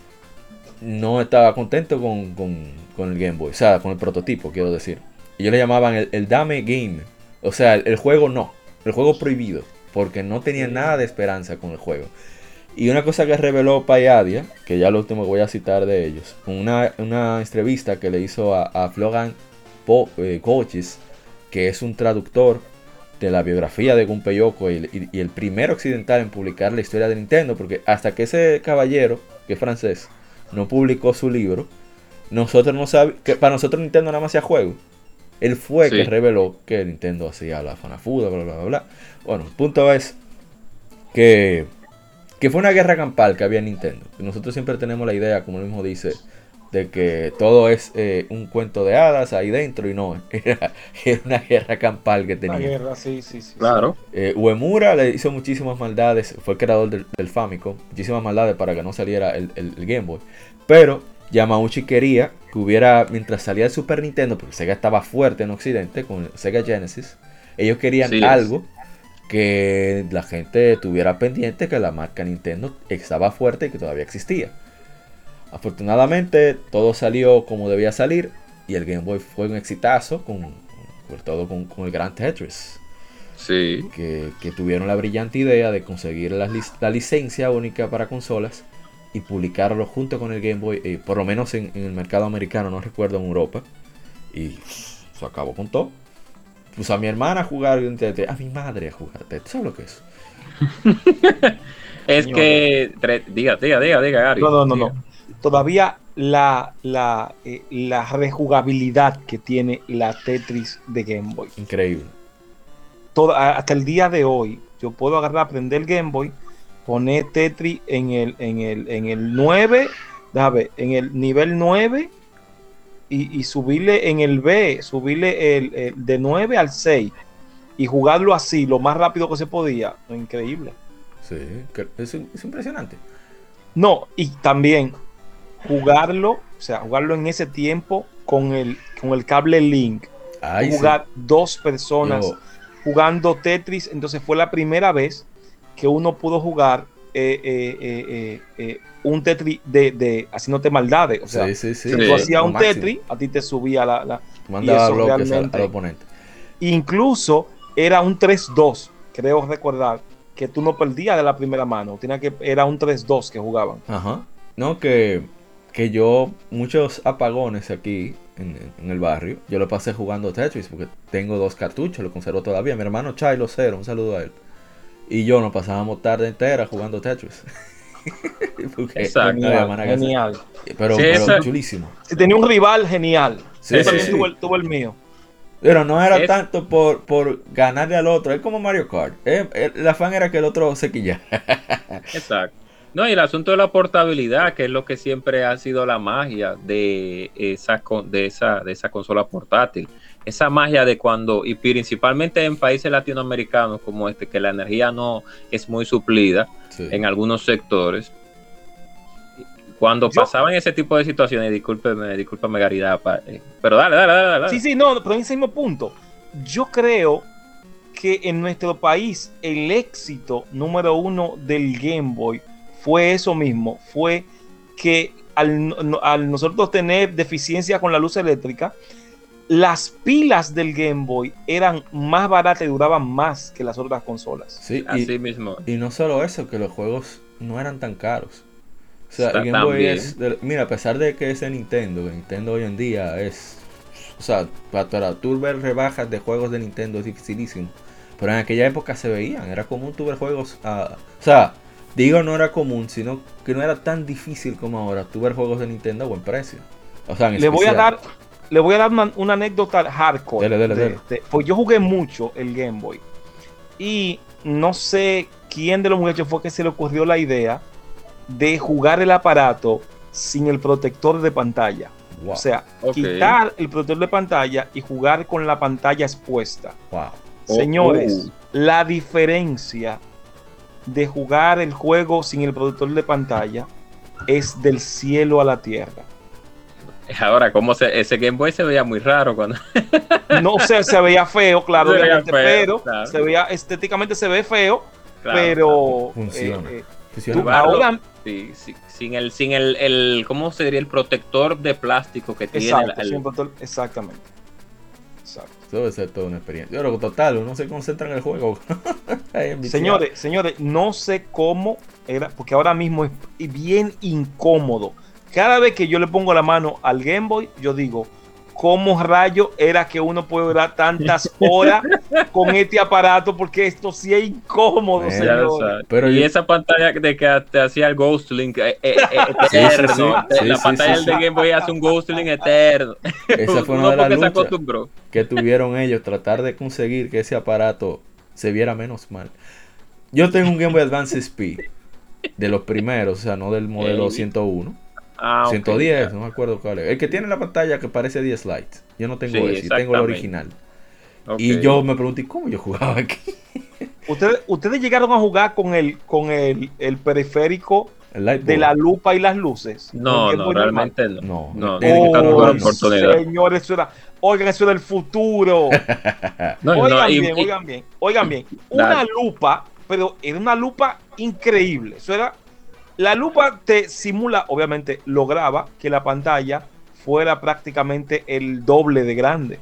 no estaba contento con, con, con el Game Boy, o sea, con el prototipo, quiero decir. Ellos le llamaban el, el Dame Game, o sea, el, el juego no, el juego prohibido, porque no tenían nada de esperanza con el juego. Y una cosa que reveló Payadia, que ya lo último que voy a citar de ellos, una, una entrevista que le hizo a, a Florian Po- eh, Cochis, que es un traductor de la biografía de Gunpei Yokoi y, y- y el primer occidental en publicar la historia de Nintendo, porque hasta que ese caballero, que es francés, no publicó su libro, nosotros no sabíamos, que para nosotros Nintendo nada más hacía juegos. Él fue Sí. que reveló que Nintendo hacía la Fanafuda, bla, bla, bla, bla. Bueno, el punto es que, que fue una guerra campal que había en Nintendo. Nosotros siempre tenemos la idea, como él mismo dice, de que todo es eh, un cuento de hadas ahí dentro, y no, era, era una guerra campal que La tenía. guerra, sí, sí, sí. claro. Eh, Uemura le hizo muchísimas maldades, fue el creador del, del Famicom, muchísimas maldades para que no saliera el, el- el Game Boy. Pero Yamauchi quería que hubiera, mientras salía el Super Nintendo, porque Sega estaba fuerte en Occidente con el Sega Genesis, Ellos querían Sí, algo que la gente tuviera pendiente, que la marca Nintendo estaba fuerte y que todavía existía. Afortunadamente todo salió como debía salir y el Game Boy fue un exitazo, con, sobre todo con, con el gran Tetris. Sí. Que, que tuvieron la brillante idea de conseguir la, la licencia única para consolas y publicarlo junto con el Game Boy, eh, por lo menos en, en el mercado americano, no recuerdo en Europa. Y se acabó con todo. Pues a mi hermana a jugar, a mi madre a jugar. ¿Tú sabes lo que es? Es Señor. que, tre- diga, diga, diga, diga, Gary. No, no, no, Diga. no. Todavía la, la, eh, la rejugabilidad que tiene la Tetris de Game Boy. Increíble. Toda, hasta el día de hoy, yo puedo agarrar, prender el Game Boy, poner Tetris en el, en el, en el nueve, déjame ver, en el nivel nueve y, y subirle en el B, subirle el, el de nueve al seis y jugarlo así, lo más rápido que se podía. Increíble. Sí, que es, es impresionante. No, y también jugarlo, o sea, jugarlo en ese tiempo con el, con el cable Link. Ay, Jugar sí. dos personas Yo- jugando Tetris. Entonces fue la primera vez que uno pudo jugar eh, eh, eh, eh, eh, un Tetris de, de haciéndote maldades. O sea, sí, sí, sí. si Sí. tú hacías Lo un máximo. Tetris, a ti te subía la... la Tú mandabas y eso bloques al, realmente- al oponente. Incluso era un tres dos, creo recordar, que tú no perdías de la primera mano. Tenía que, era un tres dos que jugaban. Ajá. No, que, que yo, muchos apagones aquí en, en el barrio, yo lo pasé jugando Tetris porque tengo dos cartuchos, lo conservo todavía. Mi hermano Chilo Cero, un saludo a él. Y yo nos pasábamos tarde entera jugando Tetris. Porque Exacto. no había manera que hacer. Genial. Pero, Sí, pero esa- chulísimo. Si tenía un rival, genial. Sí, Yo sí, también sí. tuve, el- tuve el mío. Pero no era Es- tanto por, por ganarle al otro, es como Mario Kart. Eh, eh, el afán era que el otro se quillara. Exacto. No, y el asunto de la portabilidad, que es lo que siempre ha sido la magia de esa, con- de esa, de esa consola portátil. Esa magia de cuando, y principalmente en países latinoamericanos como este, que la energía no es muy suplida Sí. en algunos sectores. Cuando Yo- pasaban ese tipo de situaciones, discúlpeme, discúlpame, Garidad, pa- eh, pero dale, dale, dale, dale. Sí, sí, no, pero en ese mismo punto, yo creo que en nuestro país el éxito número uno del Game Boy fue eso mismo, fue que al, no- al nosotros tener deficiencia con la luz eléctrica, las pilas del Game Boy eran más baratas y duraban más que las otras consolas. Sí, Así y, mismo. y no solo eso, que los juegos no eran tan caros. O sea, Está el Game Boy también. es... de- mira, a pesar de que es de Nintendo, que Nintendo hoy en día es... O sea, para, para tú ver rebajas de juegos de Nintendo es dificilísimo. Pero en aquella época se veían, era común tú ver juegos... ah, o sea, digo no era común, sino que no era tan difícil como ahora tú ver juegos de Nintendo a buen precio. O sea, en Le voy a especial. dar, le voy a dar una, una anécdota hardcore. Dele, dele, de- dele. de- pues yo jugué mucho el Game Boy. Y no sé quién de los muchachos fue que se le ocurrió la idea de jugar el aparato sin el protector de pantalla. Wow, O sea, Ok. quitar el protector de pantalla y jugar con la pantalla expuesta. wow. Oh, Señores, oh. la diferencia de jugar el juego sin el protector de pantalla es del cielo a la tierra. Ahora, ¿cómo se, ese Game Boy se veía muy raro cuando... No sé, se veía feo, claro, Se veía obviamente, feo, pero claro. se veía estéticamente se ve feo, Claro, pero Funciona. eh, eh, Funciona tú muy Jugarlo- ahora, Sí, sí, sin el, sin el, el, ¿cómo se diría? El protector de plástico que tiene exacto, el- sin el- protector- exactamente. Exacto. Eso debe ser toda una experiencia. Pero total, uno se concentra en el juego. Ahí enviciado. Señores, señores, no sé cómo era, porque ahora mismo es bien incómodo. Cada vez que yo le pongo la mano al Game Boy, yo digo, ¿cómo rayo era que uno puede durar tantas horas con este aparato? Porque esto sí es incómodo, Eh, Ya lo señores. sabes. Pero y yo- esa pantalla de que te hacía el Ghost Link eh, eh, eh, Sí, sí, eterno. sí. La Sí, pantalla sí, del sí. de Game Boy hace un Ghost Link eterno. Esa fue una Uno de las porque se luchas acostumbró. que tuvieron ellos, tratar de conseguir que ese aparato se viera menos mal. Yo tengo un Game Boy Advance S P de los primeros, o sea, no del modelo Ey. ciento uno, Ah, ok, ciento diez, ya. no me acuerdo cuál es. El que tiene la pantalla que parece diez slides. Yo no tengo Sí, ese, yo tengo el exactamente. original. Ok. Y yo me pregunté, ¿cómo yo jugaba aquí? Ustedes, ustedes llegaron a jugar con el, con el, el periférico El Light de Bulb. la lupa y las luces. No, Un Game no, Boy normal. realmente no. No, No, tiene que estar no, una no, Oh, oportunidad. señores, eso era, oigan, eso era el futuro. No, Oigan no, y- bien, y- oigan bien, oigan bien. Dale. Una lupa, pero era una lupa increíble. Eso era, la lupa te simula, obviamente, lograba que la pantalla fuera prácticamente el doble de grande.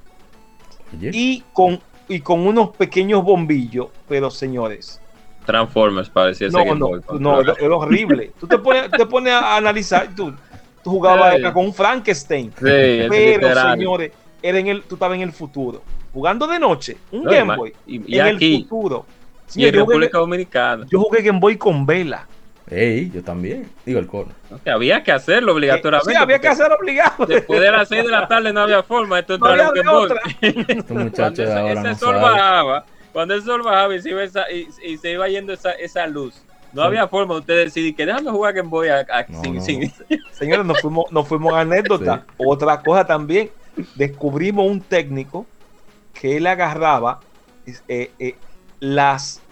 Oye, Y con, y con unos pequeños bombillos, pero señores, Transformers parecía ese no, Game no, Boy. no, era, era horrible. Tú te pones, te pones a analizar, tú, tú jugabas Sí. era con un Frankenstein. Sí, es Pero, literal. señores, era en el, tú estabas en el futuro. Jugando de noche, un No, y Game ma- Boy. y- y en aquí, el futuro. Y Señor, en yo, jugué, República Dominicana. yo jugué Game Boy con vela. ey, yo también. Digo el cono. ¿no? Que había que hacerlo obligatoriamente. Sí, había que porque hacer obligado. Después de las seis de la tarde no había forma. Esto No entraba había en de Game Boy. otra. Estos Cuando muchachos de ese, ahora ese no sol saben. bajaba, cuando el sol bajaba y se iba, esa, y, y se iba yendo esa, esa luz, no Sí. había forma de usted decidir que déjame jugar Game Boy a, a- No, sin, no, sin- no. Señores, nos fuimos, nos fuimos a anécdota. Sí. Otra cosa también, descubrimos un técnico que él agarraba eh, eh, las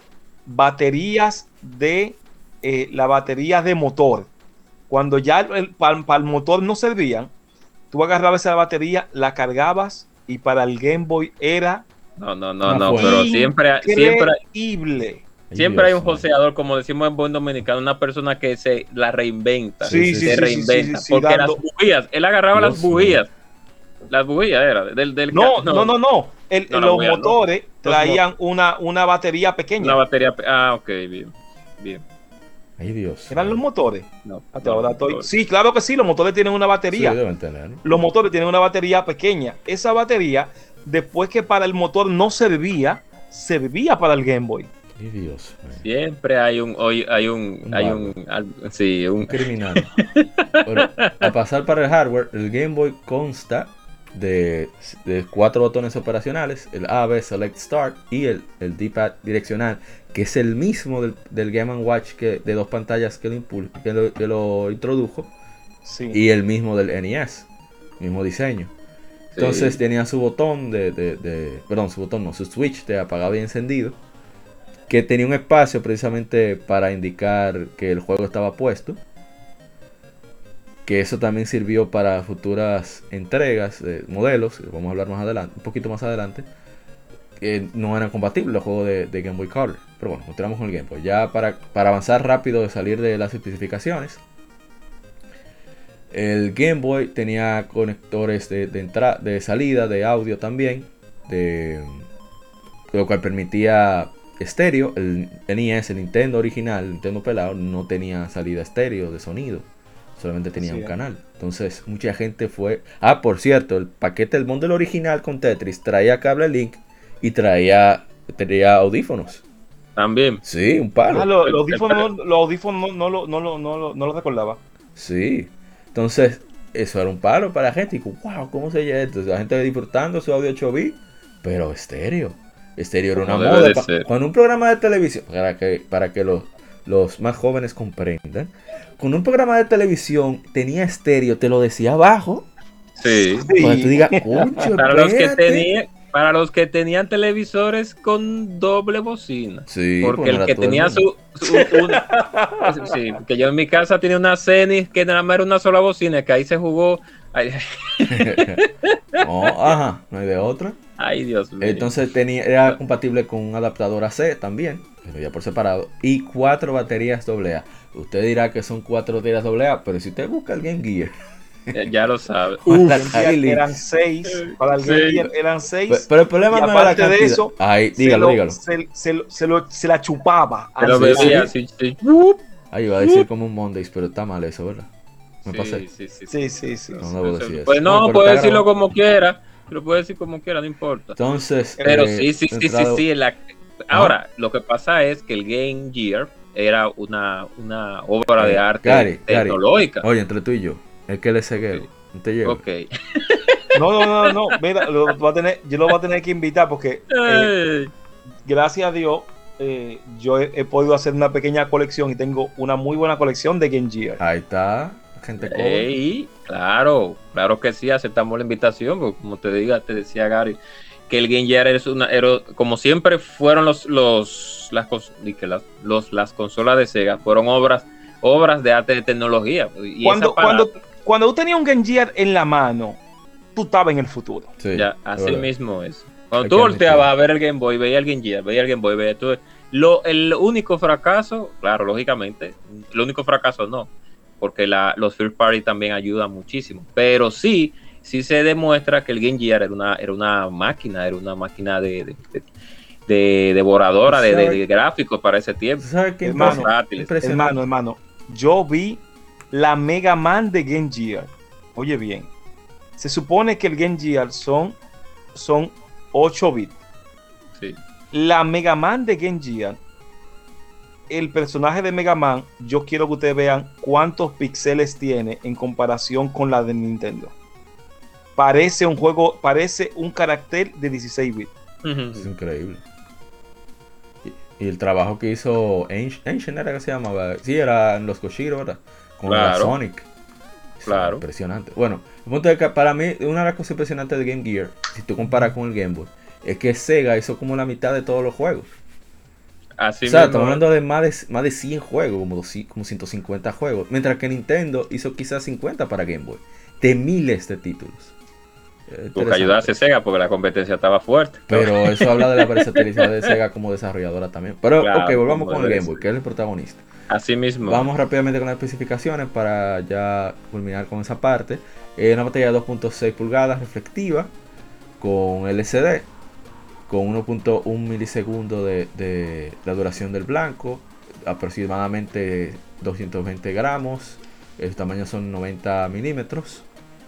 baterías de eh, las baterías de motor. Cuando ya para el motor no servían, tú agarrabas esa batería, la cargabas y para el Game Boy era No, no, no, Una no, fuente. pero siempre, siempre, increíble. Ay, siempre hay Dios un mío. joseador, como decimos en buen dominicano, una persona que se la reinventa. Sí, sí, se sí, reinventa. sí, sí, sí, porque dando- las bujías, él agarraba Dios las bujías. Las bujías era del, del No, ca- no, no, no. El- No, la los voy a- no. motores Los traían una, una batería Una pequeña. batería. pe- Ah, ok, bien. Bien. Ay, Dios. ¿Eran los motores? No, Hasta no, ahora no, estoy- no. Sí, claro que sí, los motores tienen una Sí, batería. deben tener. Los motores tienen una batería pequeña. Esa batería, después que para el motor no servía, servía para el Game Boy. Ay, Dios. mío. Siempre hay un, hoy hay un, Un hay vago. un, al- sí, un, Un criminal. Bueno, a pasar para el hardware, el Game Boy consta de, de cuatro botones operacionales, el A, B, Select, Start y el, el D-pad direccional, que es el mismo del, del Game and Watch que, de dos pantallas que lo, impul- que lo, que lo introdujo, Sí. y el mismo del N E S, mismo diseño. Entonces sí. tenía su botón de, de, de- perdón, su botón no, su switch de apagado y encendido, que tenía un espacio precisamente para indicar que el juego estaba puesto. Que eso también sirvió para futuras entregas de modelos, que vamos a hablar más adelante, un poquito más adelante, que no eran compatibles los juegos de, de Game Boy Color. Pero bueno, continuamos con el Game Boy. Ya para, para avanzar rápido, de salir de las especificaciones. El Game Boy tenía conectores de, de, entrada, de salida, de audio también, de, lo cual permitía estéreo. El N E S, el Nintendo original, el Nintendo pelado, no tenía salida estéreo de sonido, solamente tenía Sí, un eh. canal. Entonces mucha gente fue... Ah, por cierto, el paquete del bundle original con Tetris traía cable Link y traía, traía audífonos. También. Sí, un palo. Ah, lo- los audífonos, no- los audífonos no, no, lo- no, lo- no, lo- no lo recordaba. Sí. Entonces, eso era un palo para la gente. Y digo, wow, ¿cómo se llama esto? La gente disfrutando su audio ocho bits, pero estéreo. Estéreo era una Como debe moda. de Pa- ser. Con un programa de televisión, para que, para que los, los más jóvenes comprendan, con un programa de televisión tenía estéreo, te lo decía abajo. Sí. Para que tú digas, "Concho, Para los que espérate". tenían, para los que tenían televisores con doble bocina. Sí, Porque pues no el era que todo el tenía mundo. su, su- un- sí, que yo en mi casa tenía una Zenith que nada más era una sola bocina, que ahí se jugó. Ay, No, ajá, no hay de otra. ay, Dios mío. Entonces tenía, era compatible con un adaptador A C también, que venía por separado, y cuatro baterías doble A. Usted dirá que son cuatro baterías doble A, pero si usted busca el Game Gear, Eh, ya lo sabe. Uf, Eran- ahí, eran seis. Para el Sí. Game Gear eran seis. Pe- pero el problema Y no era la aparte de cantidad. eso, Ay, se dígalo, lo- dígalo. Se, se lo- se lo- se la chupaba. Pero al sí, bebía, sí. sí, sí. Ay, iba a decir como un Mondays, pero está mal eso, ¿verdad? Me Sí, pasé. sí, sí, sí. Sí, sí, sí. No, no debo decir eso. Pues no, pero puede está decirlo grabado. como quiera. Lo puede decir como quiera, no importa. Entonces, Pero eh, sí, sí, sí, sí, entrado- sí. la- Ahora, lo que pasa es que el Game Gear era una, una obra de Eh, arte Gary, Gary. tecnológica. Oye, entre tú y yo, el que le ceguero, no te llevo. Ok. No, no, no, no. Mira, lo voy a tener, yo lo voy a tener que invitar porque, eh, Ey, gracias a Dios, eh, yo he, he podido hacer una pequeña colección y tengo una muy buena colección de Game Gear. Ahí está, gente joven. ey, claro, claro que sí, aceptamos la invitación, porque como te diga, te decía Gary, que el Game Gear es una, era, como siempre fueron los, los, las, cons- y que las, los, las consolas de Sega, fueron obras obras de arte de tecnología. Y Cuando, ese aparato, cuando, cuando tú tenías un Game Gear en la mano, tú estabas en el futuro. Sí, ya, es así verdad. mismo es. Cuando Hay tú que volteabas admitirlo. a ver el Game Boy, veía el Game Gear, veía el Game Boy, veía todo. Lo, el único fracaso, claro, lógicamente, el único fracaso no, porque la, los third party también ayudan muchísimo, pero sí, sí se demuestra que el Game Gear era una, era una máquina, era una máquina de, de, de, de devoradora de, de, de gráficos para ese tiempo. ¿Sabes qué Hermano, impresiona- impresionante? Hermano, hermano, yo vi la Mega Man de Game Gear. Oye bien, se supone que el Game Gear son, son ocho bits. Sí. La Mega Man de Game Gear, el personaje de Mega Man, yo quiero que ustedes vean cuántos píxeles tiene en comparación con la de Nintendo. Parece un juego, parece un carácter de dieciséis bits. Es increíble. Y, y el trabajo que hizo Ancient, Ancient era que se llamaba. Sí, era en los Koshiro, ¿verdad? Con la Claro. Sonic. Claro. Impresionante. Bueno, el punto es que para mí, una de las cosas impresionantes de Game Gear, si tú comparas con el Game Boy, es que Sega hizo como la mitad de todos los juegos. Así o sea, mismo, estamos hablando de más de, más de cien juegos, como, dos- como ciento cincuenta juegos. Mientras que Nintendo hizo quizás cincuenta para Game Boy. De miles de títulos. Eh, porque interesante. ayudase Sega, porque la competencia estaba fuerte. Pero eso habla de la versatilidad de Sega como desarrolladora también. Pero, Claro, ok, volvamos como con el debe Game Boy, ser. que es el protagonista. Así mismo. Vamos rápidamente con las especificaciones para ya culminar con esa parte. Eh, una pantalla de dos punto seis pulgadas reflectiva con L C D, con uno punto uno milisegundos de, de la duración del blanco, aproximadamente doscientos veinte gramos, el tamaño son noventa milímetros.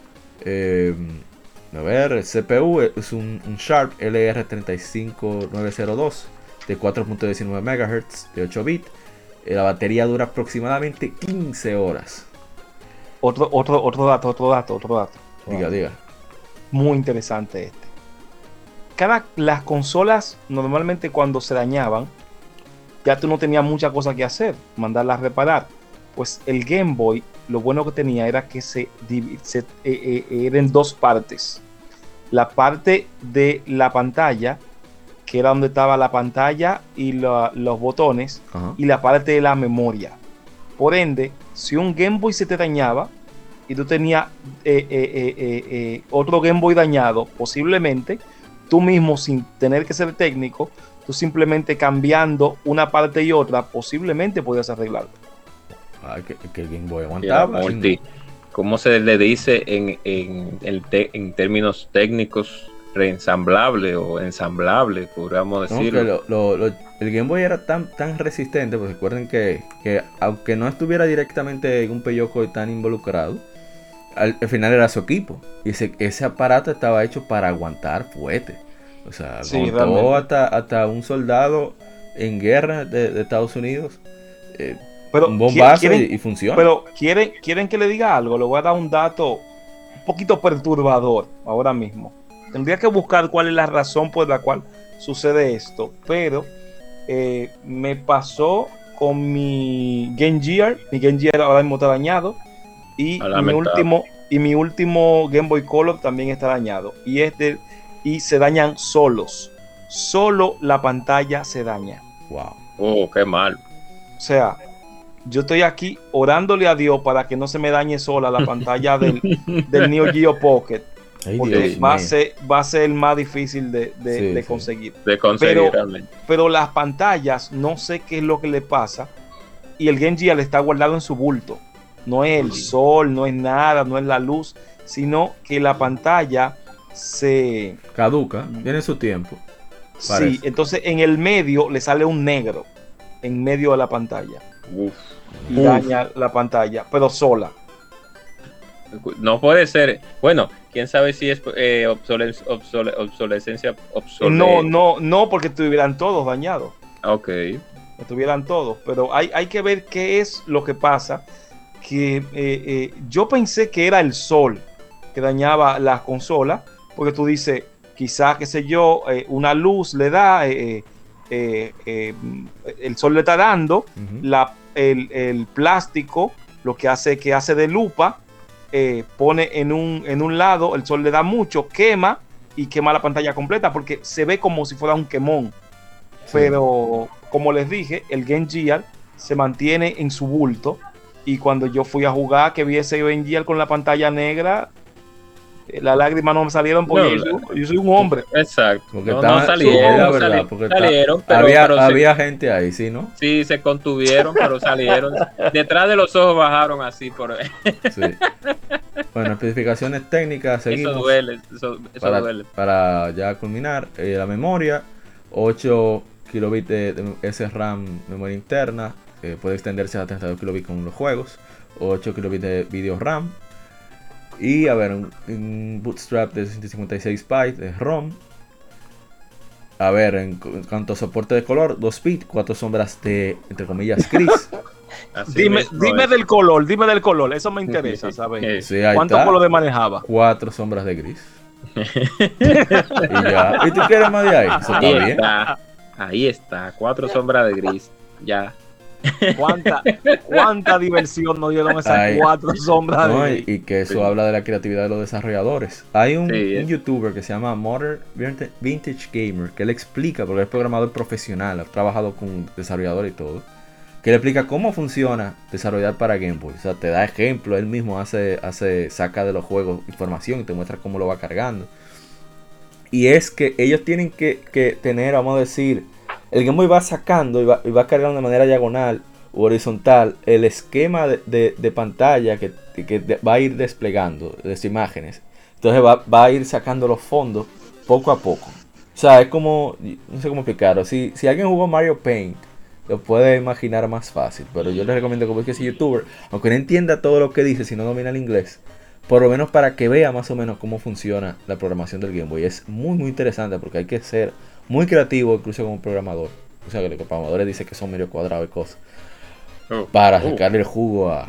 Eh, a ver, el C P U es un, un Sharp L R tres cinco nueve cero dos de cuatro punto diecinueve megahertz de ocho bits. La batería dura aproximadamente quince horas. Otro, otro, otro dato, otro dato, otro dato. Diga, diga. Muy interesante este. Cada, las consolas normalmente cuando se dañaban, ya tú no tenías mucha cosa que hacer, mandarlas a reparar. Pues el Game Boy, lo bueno que tenía era que se, se eh, eh, era en dos partes. La parte de la pantalla, que era donde estaba la pantalla y la, los botones, Ajá. y la parte de la memoria. Por ende, si un Game Boy se te dañaba y tú tenías eh, eh, eh, eh, eh, otro Game Boy dañado, posiblemente tú mismo, sin tener que ser técnico, tú simplemente cambiando una parte y otra, posiblemente podías arreglarlo. Ah, que, que el Game Boy Era aguantaba. multi. ¿Cómo se le dice en, en, el te- en términos técnicos? Reensamblable o ensamblable, podríamos No, decirlo. que lo- lo- lo- el Game Boy era tan, tan resistente, pues recuerden que, que aunque no estuviera directamente en un pelloco tan involucrado, al, al final era su equipo. Y ese, ese aparato estaba hecho para aguantar fuerte. O sea, Sí, aguantó realmente. hasta, hasta un soldado en guerra de, de Estados Unidos. eh, Pero, un bombazo ¿quieren- y, y funciona. Pero quieren, quieren que le diga algo. Le voy a dar un dato un poquito perturbador ahora mismo. Tendría que buscar cuál es la razón por la cual sucede esto. Pero eh, me pasó con mi Game Gear. Mi Game Gear ahora mismo está dañado. Y Ah, mi lamentable. último, y mi último Game Boy Color también está dañado. Y este, y se dañan solos. Solo la pantalla se daña. Wow. Oh, qué mal. O sea, yo estoy aquí orándole a Dios para que no se me dañe sola la pantalla del, del Neo Geo Pocket, Ay, porque Dios va a, mío. ser, va a ser el más difícil de, de- Sí, de sí. conseguir. De conseguir Pero- realmente. Pero las pantallas, no sé qué es lo que le pasa, y el Game Gear está guardado en su bulto. No es el sol, no es nada, no es la luz, sino que la pantalla se... Caduca, tiene su tiempo. Sí, Parece. entonces en el medio le sale un negro, en medio de la pantalla, Uf. y Uf. daña la pantalla, pero sola. No puede ser. Bueno, quién sabe si es eh, obsolen- obsole- obsolescencia. Obsole... No, no, no, porque estuvieran todos dañados. Ok. Estuvieran todos. Pero hay, hay que ver qué es lo que pasa. Que eh, eh, yo pensé que era el sol que dañaba la consola. Porque tú dices, quizás, qué sé yo, eh, una luz le da, eh, eh, eh, el sol le está dando, Ujú. la, el, el plástico, lo que hace, que hace de lupa, eh, pone en un, en un lado, el sol le da mucho, quema y quema la pantalla completa porque se ve como si fuera un quemón. Sí. Pero como les dije, el Game Gear se mantiene en su bulto Y cuando yo fui a jugar, que vi ese Evangel con la pantalla negra, eh, las lágrimas no me salieron porque No, yo, yo soy un hombre. Exacto. Porque No, estaba- no salieron, sí, la no verdad, sali- porque está- salieron, pero, había, pero se- había gente ahí, ¿sí, no? sí se contuvieron, pero salieron. Detrás de los ojos bajaron así por Sí. Bueno, especificaciones técnicas, seguimos. eso duele, eso, eso para, duele. para ya culminar, eh, la memoria, ocho kilobits de, de S RAM, memoria interna, que puede extenderse a treinta y dos kilobits con los juegos, ocho kilobits de video RAM, y a ver, un, un bootstrap de ciento cincuenta y seis bytes de ROM. A ver, en, cu- en cuanto a soporte de color, dos bits, cuatro sombras de, entre comillas, gris. Así Dime, mismo dime es. del color, dime del color, eso me interesa saber. Sí, ahí ¿Cuántos está. colores manejaba? Cuatro sombras de gris. Y ya. ¿Y tú quieres más de ahí? Eso Ahí está bien. está, ahí está, cuatro sombras de gris, ya. ¿Cuánta, cuánta diversión nos dieron esas Ay. cuatro sombras No, de y, y que eso Sí. habla de la creatividad de los desarrolladores. Hay un, Sí, un eh. youtuber que se llama Modern Vinta- Vintage Gamer, que él explica, porque es programador profesional, ha trabajado con desarrolladores y todo, que le explica cómo funciona desarrollar para Game Boy. O sea, te da ejemplo, él mismo hace, hace saca de los juegos información y te muestra cómo lo va cargando. Y es que ellos tienen que, que tener, vamos a decir, el Game Boy va sacando y va, y va cargando de manera diagonal u horizontal el esquema de, de- de pantalla que, que de- va a ir desplegando las imágenes. Entonces va, va a ir sacando los fondos poco a poco. O sea, es como, no sé cómo explicarlo. Si, si alguien jugó Mario Paint, lo puede imaginar más fácil. Pero yo les recomiendo que busque ese youtuber, aunque no entienda todo lo que dice, si no domina el inglés, por lo menos para que vea más o menos cómo funciona la programación del Game Boy. Es muy muy interesante porque hay que ser muy creativo incluso como programador. O sea, que los programadores dicen que son medio cuadrados y cosas. Oh, Para oh. sacarle el jugo a,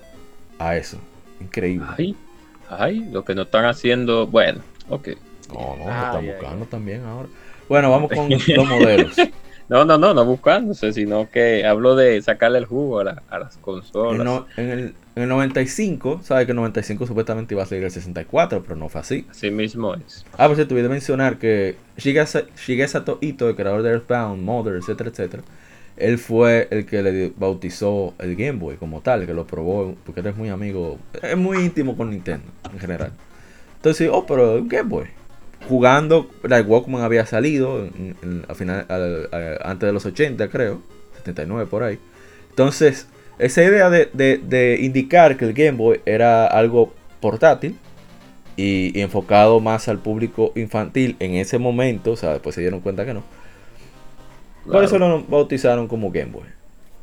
a eso. Increíble. Ay, ay, lo que no están haciendo, bueno, ok. No, no, lo Ay, están ay, buscando también ahora. Bueno, vamos con los modelos. No, no, no, no buscándose, sino que hablo de sacarle el jugo a, la- a las consolas. En, no- en el, en el noventa y cinco, sabes que el noventa y cinco supuestamente iba a salir el sesenta y cuatro, pero no fue así. Así mismo es. Ah, por cierto, olvidé mencionar que Shigesa- Shigesato Ito, el creador de Earthbound, Mother, etcétera, etcétera, él fue el que le bautizó el Game Boy como tal, que lo probó, porque él es muy amigo, es muy íntimo con Nintendo en general. Entonces, oh, pero un Game Boy. Jugando, el Walkman había salido en- en- a final, al- a- antes de los ochenta, creo, setenta y nueve por ahí. Entonces, esa idea de, de- de indicar que el Game Boy era algo portátil y, y enfocado más al público infantil en ese momento, o sea, después se dieron cuenta que no. Por Claro. eso lo bautizaron como Game Boy.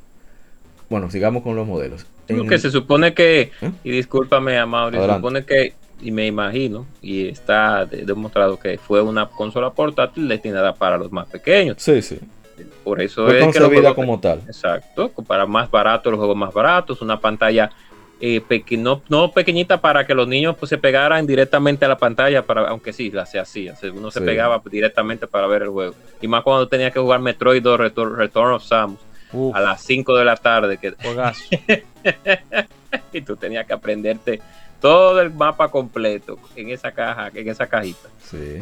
Bueno, sigamos con los modelos. Lo En- que se supone que, ¿Eh? y discúlpame, Amaury, se Adelante. supone que, y me imagino, y está de- demostrado que fue una consola portátil destinada para los más pequeños. Sí, sí. Por eso Fue es que los concebida juegos- como tal. Exacto, para más baratos, los juegos más baratos, una pantalla eh, peque- no, no pequeñita para que los niños pues, se pegaran directamente a la pantalla, para, aunque sí, la se hacía, uno se Sí. pegaba directamente para ver el juego. Y más cuando tenía que jugar Metroid dos Return, Return of Samus Uf, a las cinco de la tarde, que, juegazo. y tú tenías que aprenderte todo el mapa completo en esa caja, en esa cajita. Sí.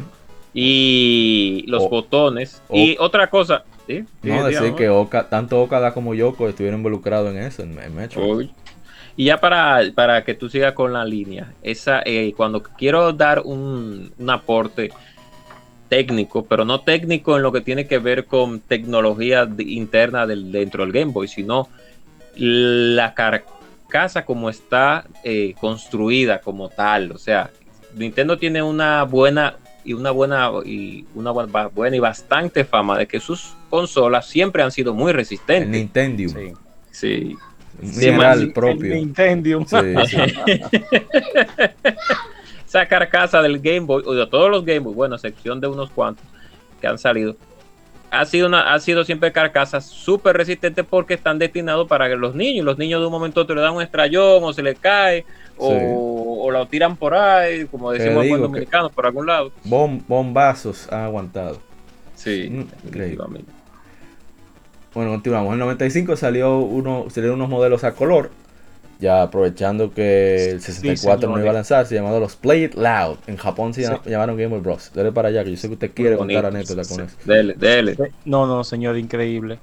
Y los O- botones. o- y otra cosa, ¿sí? Sí, No, decir digamos. que Oka- tanto Okada como Yoko estuvieron involucrados en eso, en, en Metroid. Uy. Y ya para, para que tú sigas con la línea, esa eh, cuando quiero dar un, un aporte técnico, pero no técnico en lo que tiene que ver con tecnología de- interna del, dentro del Game Boy, sino la carcasa como está eh, construida como tal. O sea, Nintendo tiene una buena y una buena y una buena, buena y bastante fama de que sus consolas siempre han sido muy El resistentes. Nintendium. Sí. Sí. Un Sí, mineral man, propio. El Nintendo. Sí, sí. Esa carcasa del Game Boy, o de todos los Game Boy, bueno, a excepción de unos cuantos que han salido, ha sido, una, ha sido siempre carcasas súper resistentes porque están destinados para que los niños, los niños de un momento a otro le dan un estrellón o se les cae o, Sí. o lo tiran por ahí, como Te decimos en digo buen que- dominicano, por algún lado. Bom- bombazos han aguantado. Sí, Mm, definitivamente. Bueno, continuamos. En el noventa y cinco salió uno, salieron unos modelos a color. Ya aprovechando que el sesenta y cuatro no señores. iba a lanzarse, llamado los Play It Loud. En Japón se Sí. llama- llamaron Game Boy Bros. Dele para allá, que yo sé que usted quiere Muy contar bonito. anécdota con eso. Dele, dele. No, no, señor, increíble.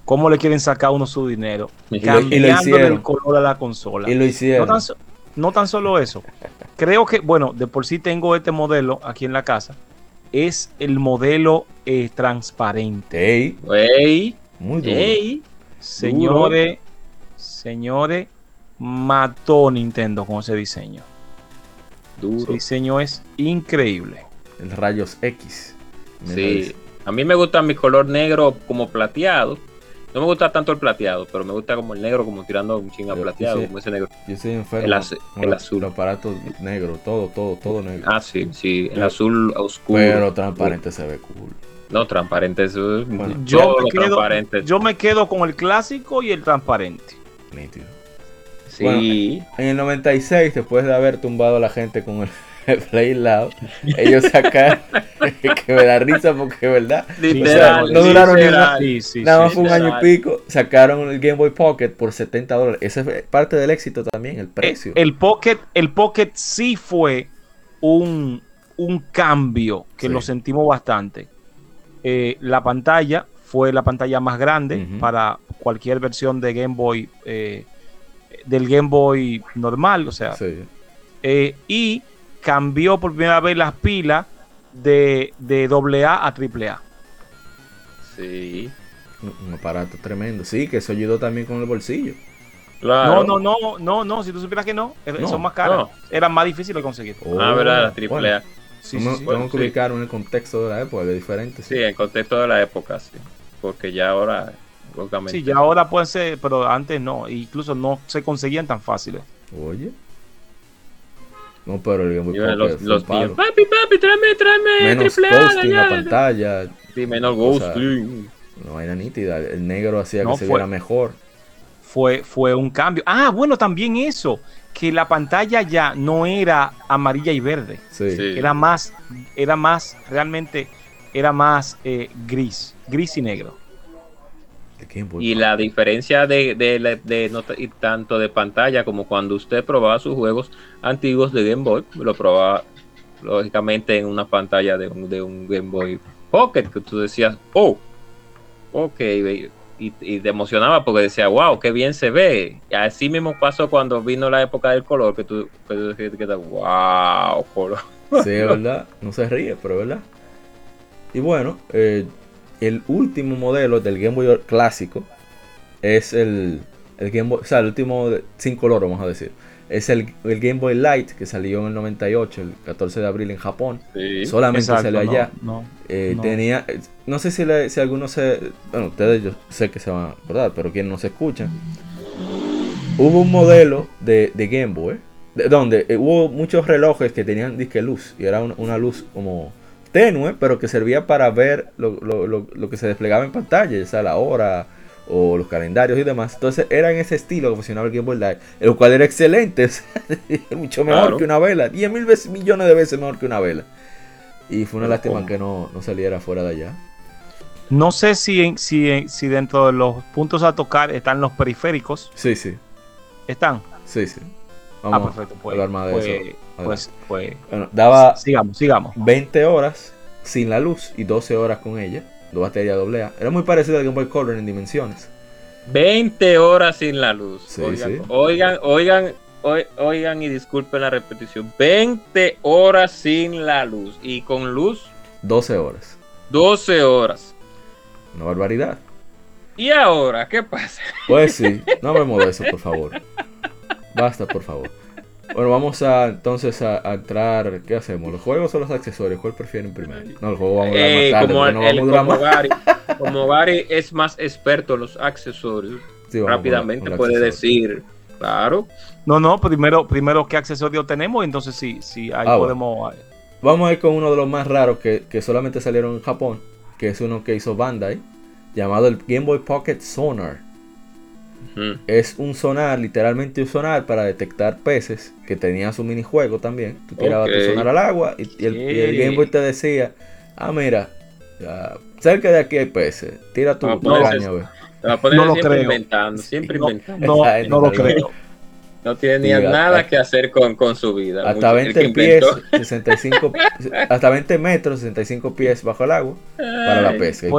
cómo le quieren sacar uno su dinero, Y lo- y lo cambiándole hicieron. el color a la consola. Y lo No hicieron. tan, so- no tan solo eso. Creo que, bueno, de por sí tengo este modelo aquí en la casa. Es el modelo eh, transparente. Ey, Ey, muy duro. ey. Señores, señores, mató Nintendo con ese diseño. Ese Duro. diseño es increíble. El rayos X. Me lo Sí. dice. A mí me gusta mi color negro como plateado. No me gusta tanto el plateado, pero me gusta como el negro, como tirando un chinga Yo- plateado, sí. como ese negro. Yo estoy enfermo. El az- con el la- azul. Los aparatos negros, todo, todo, todo negro. Ah, sí, sí, el azul oscuro. Pero transparente se ve cool. No, transparente, eso es Bueno, Yo todo me, quedo, transparente. yo me quedo con el clásico y el transparente. Nítido. Sí. En el noventa y seis, después de haber tumbado a la gente con el Play Loud, ellos sacaron que me da risa porque, ¿verdad? Literal, no duraron ni literal. una- Sí, sí, Nada sí. más fue un año y literal. pico, sacaron el Game Boy Pocket por setenta dólares. Ese es parte del éxito también, el precio. El Pocket, el Pocket sí fue un, un cambio que Sí. lo sentimos bastante. Eh, la pantalla fue la pantalla más grande Ujú. para cualquier versión de Game Boy, eh, del Game Boy normal, o sea, Sí. eh, y cambió por primera vez las pilas de, de doble A a triple A. Sí. Un, un aparato tremendo. Sí, que eso ayudó también con el bolsillo. Claro. No, no, no, no, no, si tú supieras que no, er- No, son más caras, no. eran más difíciles de conseguir. Oh, Ah, verdad, la triple bueno, A. Sí, tengo sí, sí. tengo Bueno, que sí. ubicar en el contexto de la época, que es diferente. Sí, en contexto de la época, sí. Porque ya ahora, lógicamente. Sí, ya ahora pueden ser, pero antes no, incluso no se conseguían tan fáciles. Oye. No, pero el Game Boy Y Pocket los, fue un los palo. niños, papi, papi, tráeme, tráeme Menos triple A. ghosting en la ya". pantalla. Sí, menos O sea, ghosting. Una vaina nítida. El negro hacía No, que se fue- viera mejor. Fue, fue un cambio. Ah, bueno, también eso, que la pantalla ya no era amarilla y verde, Sí. Sí. era más, era más, realmente era más eh, gris, gris y negro. El Game Boy Y Pocket. la diferencia de, de, de- de no t- y tanto de pantalla como cuando usted probaba sus juegos antiguos de Game Boy, lo probaba lógicamente en una pantalla de un, de un Game Boy Pocket, que tú decías, oh, ok, y, y te emocionaba porque decía, wow, qué bien se ve. Y así mismo pasó cuando vino la época del color, que tú, que tú decías, que te- wow, color. Sí, es verdad. No se ríe, pero es verdad. Y bueno, eh, el último modelo del Game Boy clásico es el, el Game Boy, o sea, el último de- sin color, vamos a decir. Es el, el Game Boy Light que salió en el noventa y ocho, el catorce de abril en Japón. Sí. Solamente Exacto, salió no, allá. no, Eh, no. Tenía, eh, no sé si, le- si algunos se, bueno, ustedes yo sé que se van a acordar, pero quienes no se escuchan, hubo un modelo de, de Game Boy, de- donde eh, hubo muchos relojes que tenían disque luz, y era un- una luz como tenue, pero que servía para ver lo, lo- lo- lo que se desplegaba en pantalla, ya sea la hora o los calendarios y demás. Entonces era en ese estilo que funcionaba el Game Boy Light, el cual era excelente, o sea, mucho mejor Claro. que una vela, diez mil veces, millones de veces mejor que una vela. Y fue una Pero lástima ¿cómo? que no, no saliera fuera de allá. No sé si, en- si, en- si dentro de los puntos a tocar están los periféricos. Sí, sí, ¿Están? sí, sí. Ah, Vamos perfecto. a Pues, hablar más de pues, eso. pues, pues, Bueno, daba sigamos, sigamos. veinte horas sin la luz y doce horas con ella. Dos baterías doble A. Era muy parecido al Game Boy Color en dimensiones. veinte horas sin la luz. Sí, oigan, sí. oigan, oigan, oi- oigan y disculpen la repetición. veinte horas sin la luz. Y con luz, doce horas. doce horas. Una barbaridad. ¿Y ahora qué pasa? Pues sí, no hablemos de eso, por favor. Basta, por favor. Bueno, vamos a entonces a, a entrar. ¿Qué hacemos? ¿Los juegos o los accesorios? ¿Cuál prefieren primero? No, el juego vamos a Eh, hablar más tarde, como porque el, no el- vamos a durar como más. Gary, como Gary es más experto en los accesorios, Sí, vamos rápidamente con la- con puede los accesorios. decir, claro, No, no, primero, primero qué accesorios tenemos, entonces sí, sí, ahí Ah, podemos. Vamos a ir con uno de los más raros que, que solamente salieron en Japón, que es uno que hizo Bandai, llamado el Game Boy Pocket Sonar. ujú, Es un sonar, literalmente un sonar para detectar peces, que tenía su minijuego también. Tú tirabas Ok. tu sonar al agua y, y el, y el Ok. Game Boy te decía, ah mira, ya, cerca de aquí hay peces, tira tu, Ah, tu pues, caña, es- ve". te va a poner No lo siempre creo. inventando, siempre No, inventando. no, Ay, no lo no, creo. No tiene ni Sí, nada hasta- que hacer con, con su vida. Hasta Mucho- el veinte que pies, inventó. sesenta y cinco, hasta veinte metros, sesenta y cinco pies bajo el agua, para la Ay, pesca. Pues,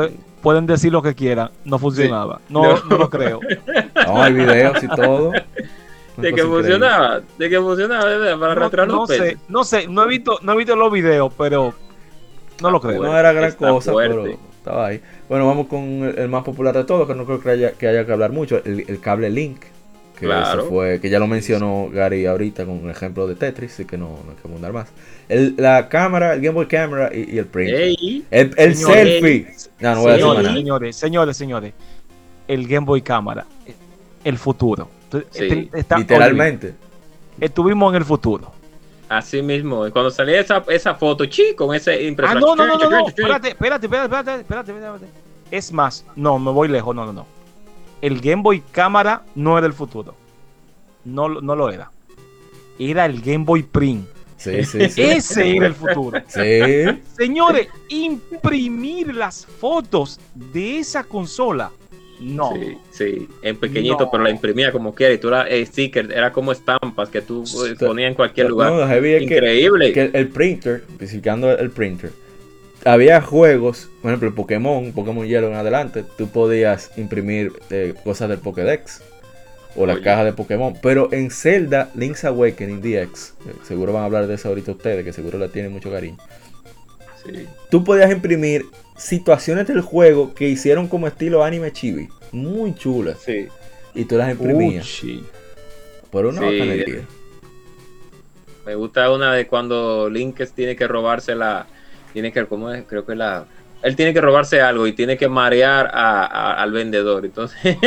pueden decir lo que quieran, no funcionaba. Sí. No, no, no lo creo. No, hay videos y todo. De que funcionaba, de que funcionaba, ¿verdad? Para no, arrastrar no los sé, peces. no sé, no he visto, no he visto los videos, pero no lo creo. No era gran Está cosa, fuerte. pero estaba ahí. Bueno, vamos con el, el más popular de todos, que no creo que haya que, haya que hablar mucho, el, el cable Link. Que Claro. eso fue, que ya lo mencionó Gary ahorita con un ejemplo de Tetris, así que no, no hay que abundar más. El, la cámara, el Game Boy Camera y, y el printer. Ey, El, el Señores, selfie. No, no voy a decir más Señores, nada. señores, señores, señores, el Game Boy Cámara, el futuro. Sí, Este- está Literalmente. horrible. Estuvimos en el futuro. así mismo. Cuando salía esa, esa foto, chico, con ese Ah, impresor. no, no, no, no, no. Espérate, espérate, espérate, espérate, espérate, espérate. Es más, no, me voy lejos, no, no, no. El Game Boy Cámara no era el futuro. No, lo- no lo era. Era el Game Boy Print. Sí, sí, sí. Ese era el futuro. Sí. Señores, imprimir las fotos de esa consola. No. Sí, sí, en pequeñito, No. pero la imprimía como quiera. Y tú la eh, sticker, era como estampas que tú eh, ponías en cualquier lugar. No, lo heavy es que- Increíble. Que el, el printer, especificando el printer, había juegos, por ejemplo, el Pokémon, Pokémon Yellow en adelante, tú podías imprimir eh, cosas del Pokédex o la Oye. caja de Pokémon, pero en Zelda Link's Awakening D X, eh, seguro van a hablar de eso ahorita ustedes, que seguro la tienen mucho cariño. Sí. Tú podías imprimir situaciones del juego que hicieron como estilo anime chibi, muy chulas, Sí. y tú las imprimías Uchi. por una Sí. bacanería. Me gusta una de cuando Link tiene que robarse la. Tiene que, ¿cómo es? Creo que la. Él tiene que robarse algo y tiene que marear a, a- al vendedor. Entonces,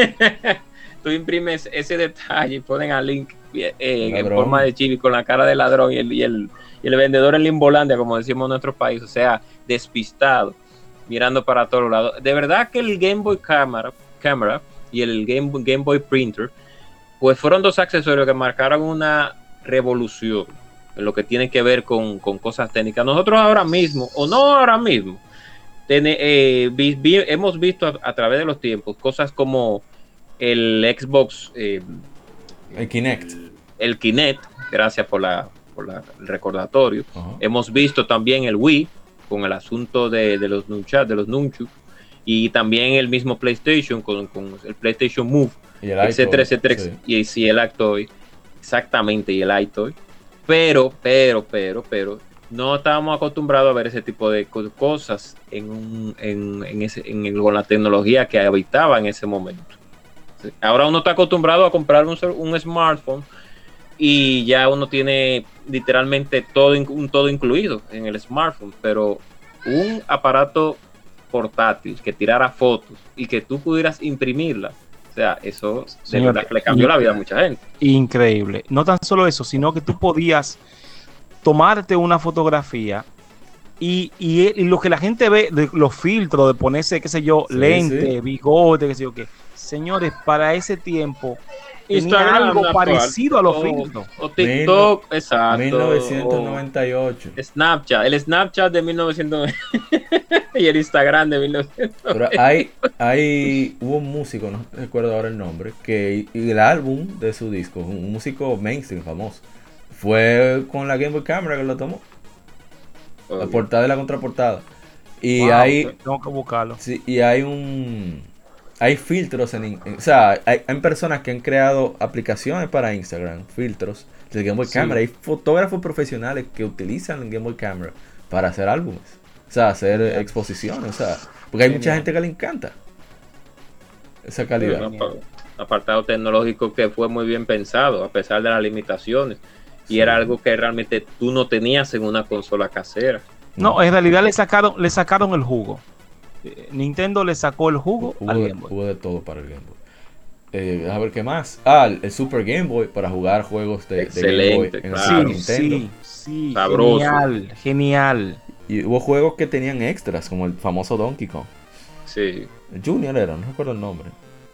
tú imprimes ese detalle y ponen a Link eh, en Ladrón. forma de chibi con la cara de ladrón y el, y el, y el vendedor en Limbolandia, como decimos en nuestro país, o sea, despistado, mirando para todos lados. De verdad que el Game Boy Camera, Camera y el Game, Boy- Game Boy Printer, pues fueron dos accesorios que marcaron una revolución en lo que tiene que ver con, con cosas técnicas. Nosotros ahora mismo, o no ahora mismo, Tene- eh, vi- vi- hemos visto a, a través de los tiempos cosas como el Xbox, eh, El Kinect. el Kinect, gracias por, la, por la- el recordatorio. Ajá. Hemos visto también el Wii con el asunto de, de los nunchak, de los nunchuk, y también el mismo PlayStation con, con el PlayStation Move, Y el etcétera, iPod, etcétera, sí. y sí, el iToy, exactamente, y el iToy. Pero, pero, pero, pero, no estábamos acostumbrados a ver ese tipo de co- cosas en, un, en, en ese, en el- con la tecnología que habitaba en ese momento. Sí. Ahora uno está acostumbrado a comprar un, cel- un smartphone y ya uno tiene literalmente todo, in- un todo incluido en el smartphone, pero un aparato portátil que tirara fotos y que tú pudieras imprimirlas, o sea, eso de Señor, verdad que le cambió la vida a mucha gente. Increíble. No tan solo eso, sino que tú podías tomarte una fotografía y, y, y lo que la gente ve, de los filtros, de ponerse, qué sé yo, Sí, lente, sí. bigote, qué sé yo qué. Señores, para ese tiempo tenía Instagram, algo actual, parecido a los o- filtros. O TikTok, exacto. mil novecientos noventa y ocho. o Snapchat, el Snapchat de mil novecientos y el Instagram de mil novecientos. Pero hay, hay, hubo un músico, no recuerdo ahora el nombre, que y el álbum de su disco, un músico mainstream famoso, fue con la Game Boy Camera que lo tomó, la portada y la contraportada. Y Wow, hay, tengo que buscarlo. sí, y hay un, hay filtros en, en- o sea, hay, hay personas que han creado aplicaciones para Instagram, filtros del Game Boy Sí. Camera. Hay fotógrafos profesionales que utilizan el Game Boy Camera para hacer álbumes, o sea, hacer Genial. exposiciones, o sea, porque hay mucha Genial. gente que le encanta esa calidad. Un apa- apartado tecnológico que fue muy bien pensado, a pesar de las limitaciones. Y Sí. era algo que realmente tú no tenías en una consola casera. No, en realidad le sacaron, le sacaron el jugo. Eh, Nintendo le sacó el jugo Hubo, al de, Game Boy. hubo de todo para el Game Boy. Eh, a ver qué más. Ah, el, el Super Game Boy para jugar juegos de, de Game Boy Excelente, en el claro. Super Sí, Nintendo. sí, sí. Sabroso. Genial, genial. Y hubo juegos que tenían extras, como el famoso Donkey Kong. Sí. El Junior era, no recuerdo el nombre.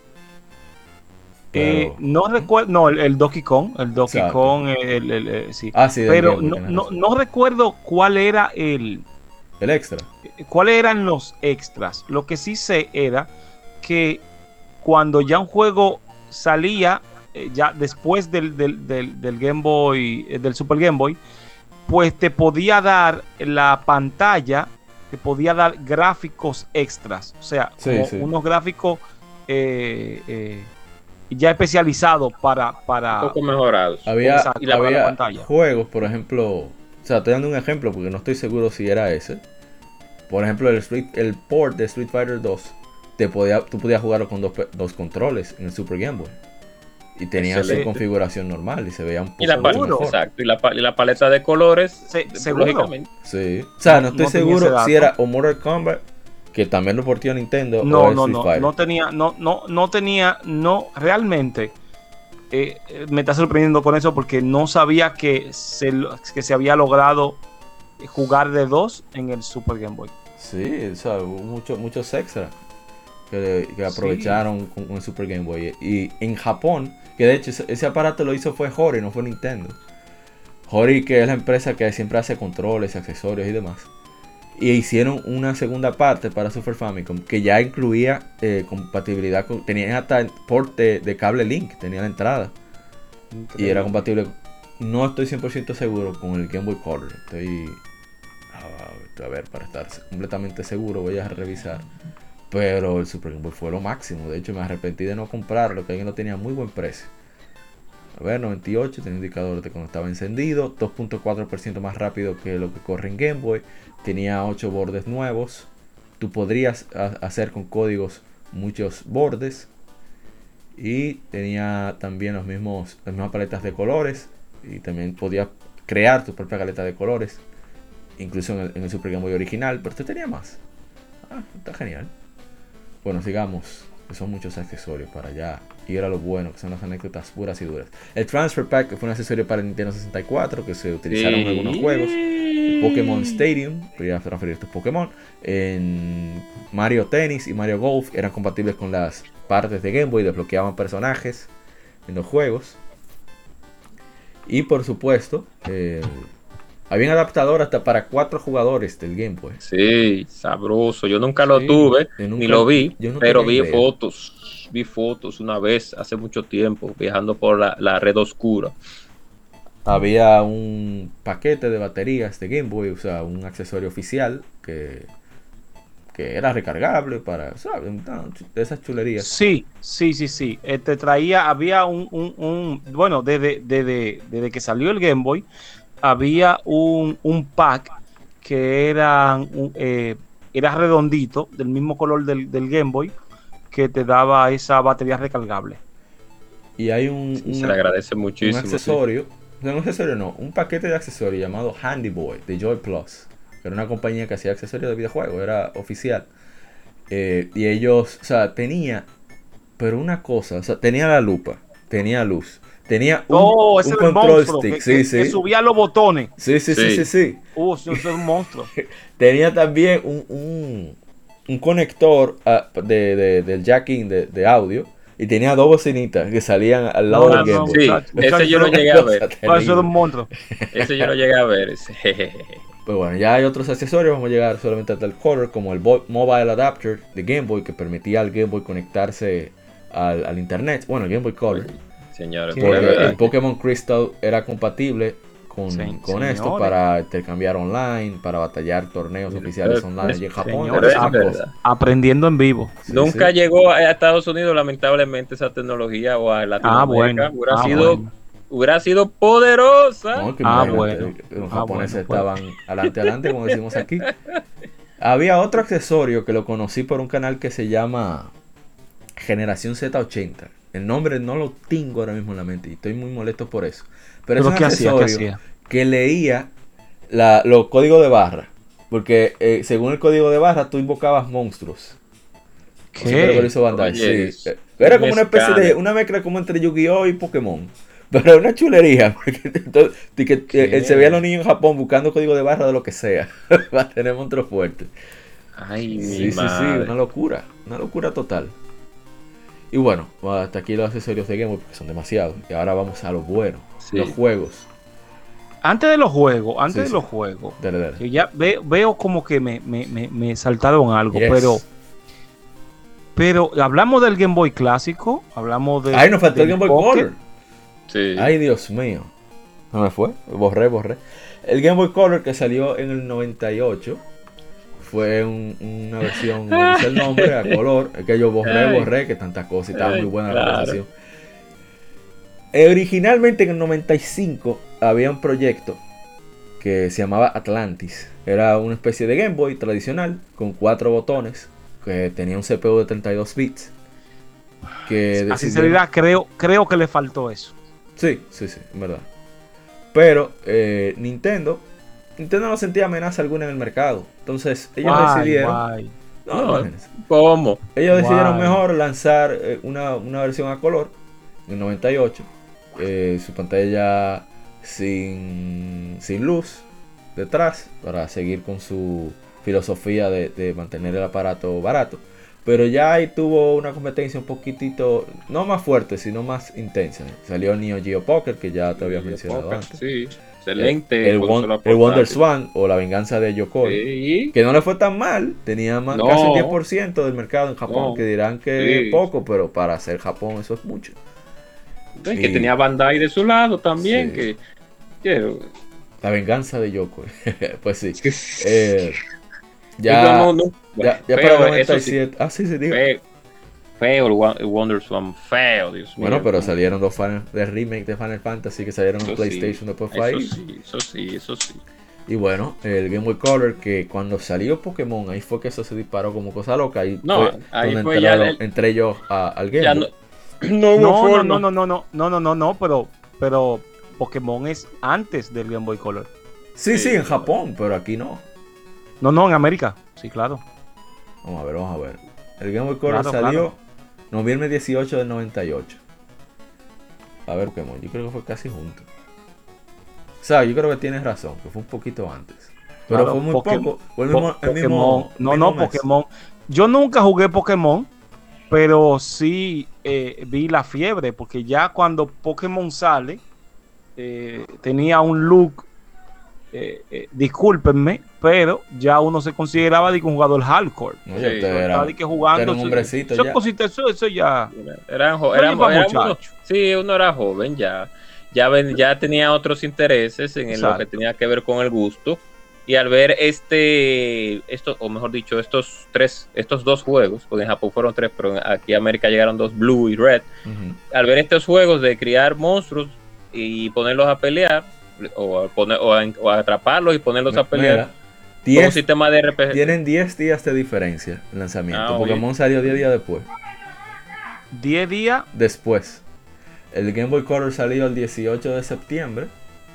Eh, Pero- no recuerdo, no, el, el Donkey Kong, el Donkey Exacto. Kong, el, el- el- sí. Ah, sí, del Pero Game Boy, no, tienes no, razón. no recuerdo cuál era el, El extra. cuáles eran los extras. Lo que sí sé era que cuando ya un juego salía, eh, ya después del, del, del, del Game Boy, eh, del Super Game Boy, pues te podía dar la pantalla te podía dar gráficos extras, o sea, Sí, como sí. unos gráficos eh, eh, ya especializados para, para Un poco mejorados. Había, Exacto, y la- para la había pantalla. juegos, por ejemplo, o sea, estoy dando un ejemplo porque no estoy seguro si era ese. Por ejemplo, el, Street, el port de Street Fighter dos, te podía, tú podías jugarlo con dos, pe- dos controles en el Super Game Boy. Y tenía su Excelente. configuración normal y se veía un poco Y la, pa- mucho mejor. exacto, y la, pa- y la paleta de colores, Se- de- ¿seguro? lógicamente. Sí. O sea, no, No- estoy no tenía seguro ese si dato. era o Mortal Kombat, que también lo portió Nintendo, o No, el no, Street no, Fighter. no tenía, no, no, no tenía, no, realmente eh, eh, me está sorprendiendo con eso porque no sabía que se, lo- que se había logrado jugar de dos en el Super Game Boy. Sí, o sea, hubo mucho- muchos extras que, que aprovecharon con, con el Super Game Boy. Y en Japón, que de hecho ese, ese aparato lo hizo fue Hori, no fue Nintendo. Hori, que es la empresa que siempre hace controles, accesorios y demás. Y hicieron una segunda parte para Super Famicom que ya incluía eh, compatibilidad con... Tenía hasta el port de, de cable Link, tenía la entrada. Y era compatible. No estoy cien por ciento seguro con el Game Boy Color. Estoy... A ver, para estar completamente seguro voy a revisar. Pero el Super Game Boy fue lo máximo. De hecho, me arrepentí de no comprarlo, que alguien lo tenía a muy buen precio. A ver, noventa y ocho, tenía indicador de cuando estaba encendido. dos punto cuatro por ciento más rápido que lo que corre en Game Boy. Tenía ocho bordes nuevos. Tú podrías ha- hacer con códigos muchos bordes. Y tenía también los mismos, las mismas paletas de colores. Y también podías crear tu propia paleta de colores. Incluso en el, en el Super Game Boy original. Pero este tenía más. Ah, está genial. Bueno, sigamos. Que son muchos accesorios para allá. Y era lo bueno, que son las anécdotas puras y duras. El Transfer Pack, que fue un accesorio para el Nintendo sesenta y cuatro, que se utilizaron en algunos juegos. Pokémon Stadium, podrías transferir tus Pokémon. En Mario Tennis y Mario Golf eran compatibles con las partes de Game Boy, desbloqueaban personajes en los juegos. Y por supuesto, eh, había un adaptador hasta para cuatro jugadores del Game Boy. Sí, sabroso. Yo nunca lo Sí, tuve, yo nunca- ni lo vi, yo no pero tenía vi idea. fotos. Vi fotos una vez, hace mucho tiempo, viajando por la, la red oscura. Había un paquete de baterías de Game Boy, o sea, un accesorio oficial que, que era recargable para, ¿sabes? De esas chulerías. Sí, sí, sí, sí. Eh, te traía, había un, un, un- bueno, desde, desde, desde que salió el Game Boy, había un, un pack que era, un, eh, era redondito, del mismo color del, del Game Boy, que te daba esa batería recargable. Y hay un, Sí, un- se le agradece un muchísimo. sí. accesorio, no un accesorio no, un paquete de accesorios llamado Handy Boy de Joy Plus, que era una compañía que hacía accesorios de videojuegos, era oficial. Eh, y ellos, o sea, tenía, pero una cosa, o sea, tenía la lupa, tenía luz, tenía un, Oh, ese un era el control monstruo stick, que, sí, que- sí. que subía los botones. Sí, sí, sí, Sí. sí, sí. Uh, eso es un monstruo. Tenía también un, un, un conector ah, de, de- del jacking de, de audio. Y tenía dos bocinitas que salían al lado No, del Game no, Boy. Sí, muchacho, ese muchacho, yo lo eso- llegué a ver. Cosa Eso era terrible. un monstruo. Ese yo lo llegué a ver. ese. Pues bueno, ya hay otros accesorios. Vamos a llegar solamente hasta el color, como el Bo- Mobile Adapter de Game Boy, que permitía al Game Boy conectarse al, al internet. Bueno, el Game Boy Color. Señores, ¿Qué? por Porque verdad. el Pokémon Crystal era compatible con, Sí, con esto señores. para intercambiar online, para batallar torneos Mira, oficiales pero- online. Y en Japón señores, era es esa verdad. cosa. Aprendiendo en vivo. Sí, Nunca sí. llegó a Estados Unidos, lamentablemente, esa tecnología o a Latinoamérica. Ah, bueno. Hubiera, Ah, sido, bueno. hubiera sido poderosa. No, que Ah, imagínate, bueno. Los Ah, japoneses bueno, estaban adelante, adelante, como decimos aquí. Había otro accesorio que lo conocí por un canal que se llama Generación Z ochenta. El nombre no lo tengo ahora mismo en la mente y estoy muy molesto por eso. Pero, es ¿Pero un qué hacía? ¿Qué accesorio hacía? que leía la- los códigos de barra. Porque eh, según el código de barra tú invocabas monstruos. Eso fue lo que lo hizo Bandai, Oye, sí. Eh, Era como un una especie de, escáner. una mezcla como entre Yu-Gi-Oh y Pokémon. Pero una chulería, porque entonces, de que, ¿Qué? eh, se veían los niños en Japón buscando código de barra de lo que sea. Para tener monstruos fuertes. Ay, mi Sí, sí, sí, madre. una locura. Una locura total. Y bueno, hasta aquí los accesorios de Game Boy, porque son demasiados. Y ahora vamos a lo bueno. Sí. Los juegos. Antes de los juegos, antes Sí, de sí. los juegos, Dale, dale. que ya ve- veo como que me, me, me, me saltaron algo, Yes. pero pero hablamos del Game Boy clásico, hablamos de Ay, nos faltó el del Game Boy Pocket. Color. Sí. Ay, Dios mío. ¿No me fue? Borré, borré. El Game Boy Color que salió en el noventa y ocho fue un- una versión, no dice el nombre, a color. Es que yo borré, Ay. borré, que tantas cosas y estaba Ay, muy buena claro. la conversación. Eh, originalmente en el noventa y cinco había un proyecto que se llamaba Atlantis. Era una especie de Game Boy tradicional con cuatro botones que tenía un C P U de treinta y dos bits. Que A decidieron- sinceridad, creo, creo que le faltó eso. Sí, sí, sí, en verdad. Pero eh, Nintendo, Nintendo no sentía amenaza alguna en el mercado. Entonces ellos Guay, decidieron, guay. no, No, imagínense. ¿Cómo? Ellos decidieron Guay. mejor lanzar eh, una, una versión a color en el noventa y ocho. Eh, su pantalla sin, sin luz detrás para seguir con su filosofía de, de mantener el aparato barato. Pero ya ahí tuvo una competencia un poquitito, no más fuerte, sino más intensa. Salió el Neo Geo Pocket, que ya te había mencionado Pocket, antes. Sí, excelente. El, consola Won- el Wonder portátil. Swan o La Venganza de Yokoi. Sí. Que no le fue tan mal, tenía más, No. casi un diez por ciento del mercado en Japón, No. que dirán que Sí. es poco, pero para hacer Japón eso es mucho. Es que Sí. tenía Bandai de su lado también. Sí. Que, que- La Venganza de Yokoi. Pues sí. Eh, ya, ya, no, no, ya, ya feo, para el eso noventa y sí, siete. Ah, sí, sí, digo. feo, feo el Wa- el Wonder Swan, feo, Dios mío. Bueno, pero Como- salieron dos Final, de remake de Final Fantasy que salieron en eso PlayStation sí, después fue Eso ahí. sí, eso sí, eso sí. Y bueno, el Game Boy Color, que cuando salió Pokémon, ahí fue que eso se disparó como cosa loca. Y No, fue ahí donde fue ya entraron- el- entré yo a- al Game Ya Boy. no, no hubo No, no, forma. no, no, no, no, no, no, no, no, pero, pero Pokémon es antes del Game Boy Color. Sí, sí, Sí. en Japón, pero aquí no. No, no, en América. Sí, claro. Vamos a ver, vamos a ver. El Game Boy Color Claro, salió claro. noviembre dieciocho del noventa y ocho. A ver, Pokémon, yo creo que fue casi junto. O sea, yo creo que tienes razón, que fue un poquito antes. Pero Claro, fue muy Poké- poco. Fue el Po- mismo, el Pokémon. mismo- No, mismo no, mes. Pokémon. Yo nunca jugué Pokémon, pero sí eh, vi la fiebre, porque ya cuando Pokémon sale, eh, tenía un look, eh, eh, discúlpenme, pero ya uno se consideraba de que un jugador hardcore. No, Sí, ya usted estaba era, Estaba de que jugando. era un eso- hombrecito eso ya. cosita, eso, eso ya. Eran, jo- No eran- lleva eran muchacho. unos- sí, uno era joven ya. Ya, ven- ya tenía otros intereses en lo Exacto. que tenía que ver con el gusto. Y al ver este, esto, o mejor dicho, estos tres, estos dos juegos, porque en Japón fueron tres, pero aquí en América llegaron dos, Blue y Red. Ujú. Al ver estos juegos de criar monstruos y ponerlos a pelear, o a, poner, o a, o a atraparlos y ponerlos a pelear, Mira, como un diez, sistema de R P G. tienen diez días de diferencia en lanzamiento. Ah, oye. Pokémon salió diez días después. diez días. Después. El Game Boy Color salió el dieciocho de septiembre.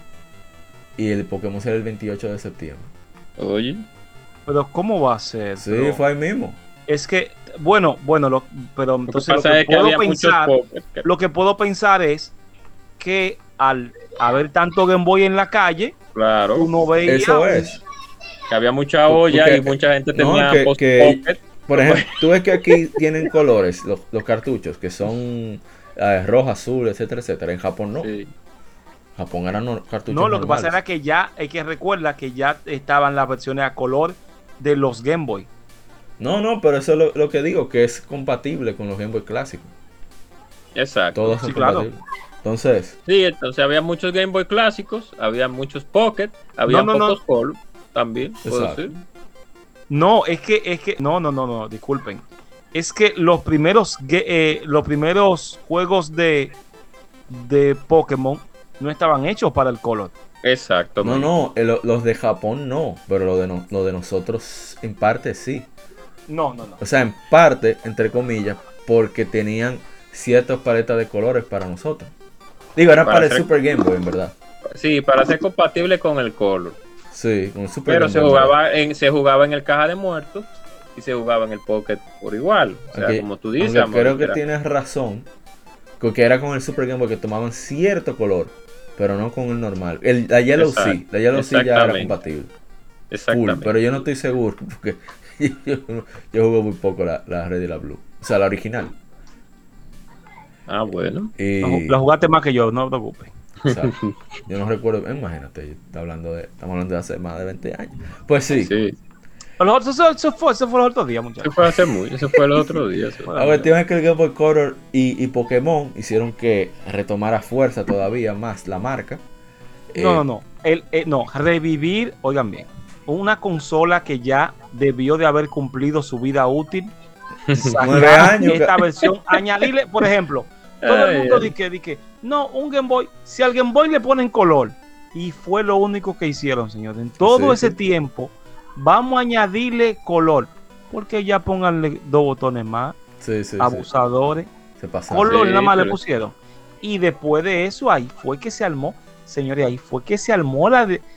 Y el Pokémon salió el veintiocho de septiembre. Oye, Pero ¿cómo va a ser? Sí, bro? fue ahí mismo. Es que, bueno, bueno, lo- pero lo que entonces lo pasa que es que puedo había pensar, muchos pokés que- lo que puedo pensar es que al haber tanto Game Boy en la calle, claro, uno veía Eso un- es. que había mucha olla Porque- y mucha gente no, tenía que- post que- pocket. Por ejemplo, tú ves que aquí tienen colores, los, los cartuchos, que son eh, rojo, azul, etcétera, etcétera. En Japón no. Sí. Japón eran no- cartuchos No, lo que pasa normales. era que ya, hay que recuerda que ya estaban las versiones a color de los Game Boy. No, no, pero eso es lo, lo que digo, que es compatible con los Game Boy clásicos. Exacto. Todos son Sí, claro. compatibles. Entonces, Sí, entonces había muchos Game Boy clásicos, había muchos Pocket, había No, no, pocos Color también. puede Exacto. ser. No, es que, es que, no, no, no, no, disculpen. Es que los primeros, ge- eh, los primeros juegos de, de Pokémon no estaban hechos para el color. Exacto. no, no, el- los de Japón no, pero lo de, no- lo de nosotros en parte sí. No, no, no. O sea, en parte, entre comillas, porque tenían ciertas paletas de colores para nosotros. Digo, era Para para, el hacer- Super Game Boy, en verdad. Sí, para ser compatible con el Color. Sí, con el Super Pero Game se Boy. jugaba en se jugaba en el caja de muertos y se jugaba en el Pocket por igual. O sea, Aunque- como tú dices, aunque amor, creo que era- tienes razón, porque era con el Super Game Boy que tomaban cierto color, pero no con el normal. El, la Yellow Exacto, sí, la Yellow sí ya era exactamente. compatible. Full, Exactamente. pero yo no estoy seguro, porque yo, yo jugué muy poco la, la Red y la Blue. O sea, la original. Ah, bueno. Y, La ju- La jugaste más que yo, no te preocupes. o sea, yo no recuerdo, imagínate, yo está hablando de, estamos hablando de hace más de veinte años. Pues sí, Sí. Pero Eso, eso, eso fue, eso fue los otros días, Eso muchachos. fue hace muy, eso fue el otro día. eso. la cuestión es que el Game Boy Color y, y Pokémon hicieron que retomara fuerza todavía más la marca. No, Eh, no, no. El, eh, no, revivir, oigan bien, una consola que ya debió de haber cumplido su vida útil. Nueve años. Esta versión, añadirle, por ejemplo, todo Ay, el mundo ay. dice, dice, no, un Game Boy, si al Game Boy le ponen color, y fue lo único que hicieron, señores. En todo Sí, ese sí. tiempo, vamos a añadirle color, porque ya pónganle dos botones más, Sí, sí, abusadores, sí. Se pasaron. color Sí, nada más le pero- pusieron. Y después de eso, ahí fue que se armó, señores, ahí fue que se armó la de...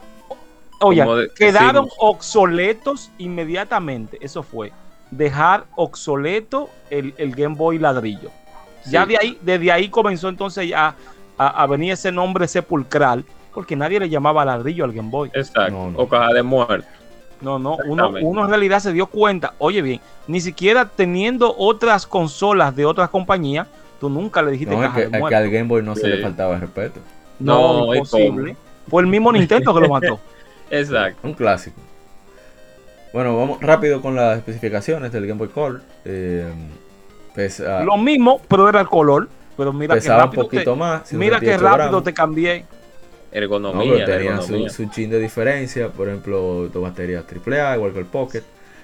Oye, Como de- quedaron decimos. obsoletos inmediatamente. Eso fue dejar obsoleto el, el Game Boy ladrillo. Ya Sí. de ahí, desde ahí comenzó entonces ya a, a venir ese nombre sepulcral, porque nadie le llamaba ladrillo al Game Boy. Exacto. No, no. O caja de muerte. No, no, uno, Exactamente. uno en realidad se dio cuenta, oye bien, ni siquiera teniendo otras consolas de otras compañías, tú nunca le dijiste No, es caja que, de es que muerte. al Game Boy no se Sí. le faltaba el respeto. No, No, ¿y imposible. Fue el mismo Nintendo que lo mató. Exacto. Un clásico. Bueno, vamos rápido con las especificaciones del Game Boy Color. Eh, pesa- Lo mismo, pero era el color. Pero mira que pesaba un rápido, poquito te, más. mira que ciento veintiocho rápido gramos. te cambié. No, Ergonomía. pero tenía su, ergonomía. su chin de diferencia. Por ejemplo, dos baterías triple A, igual que el Pocket.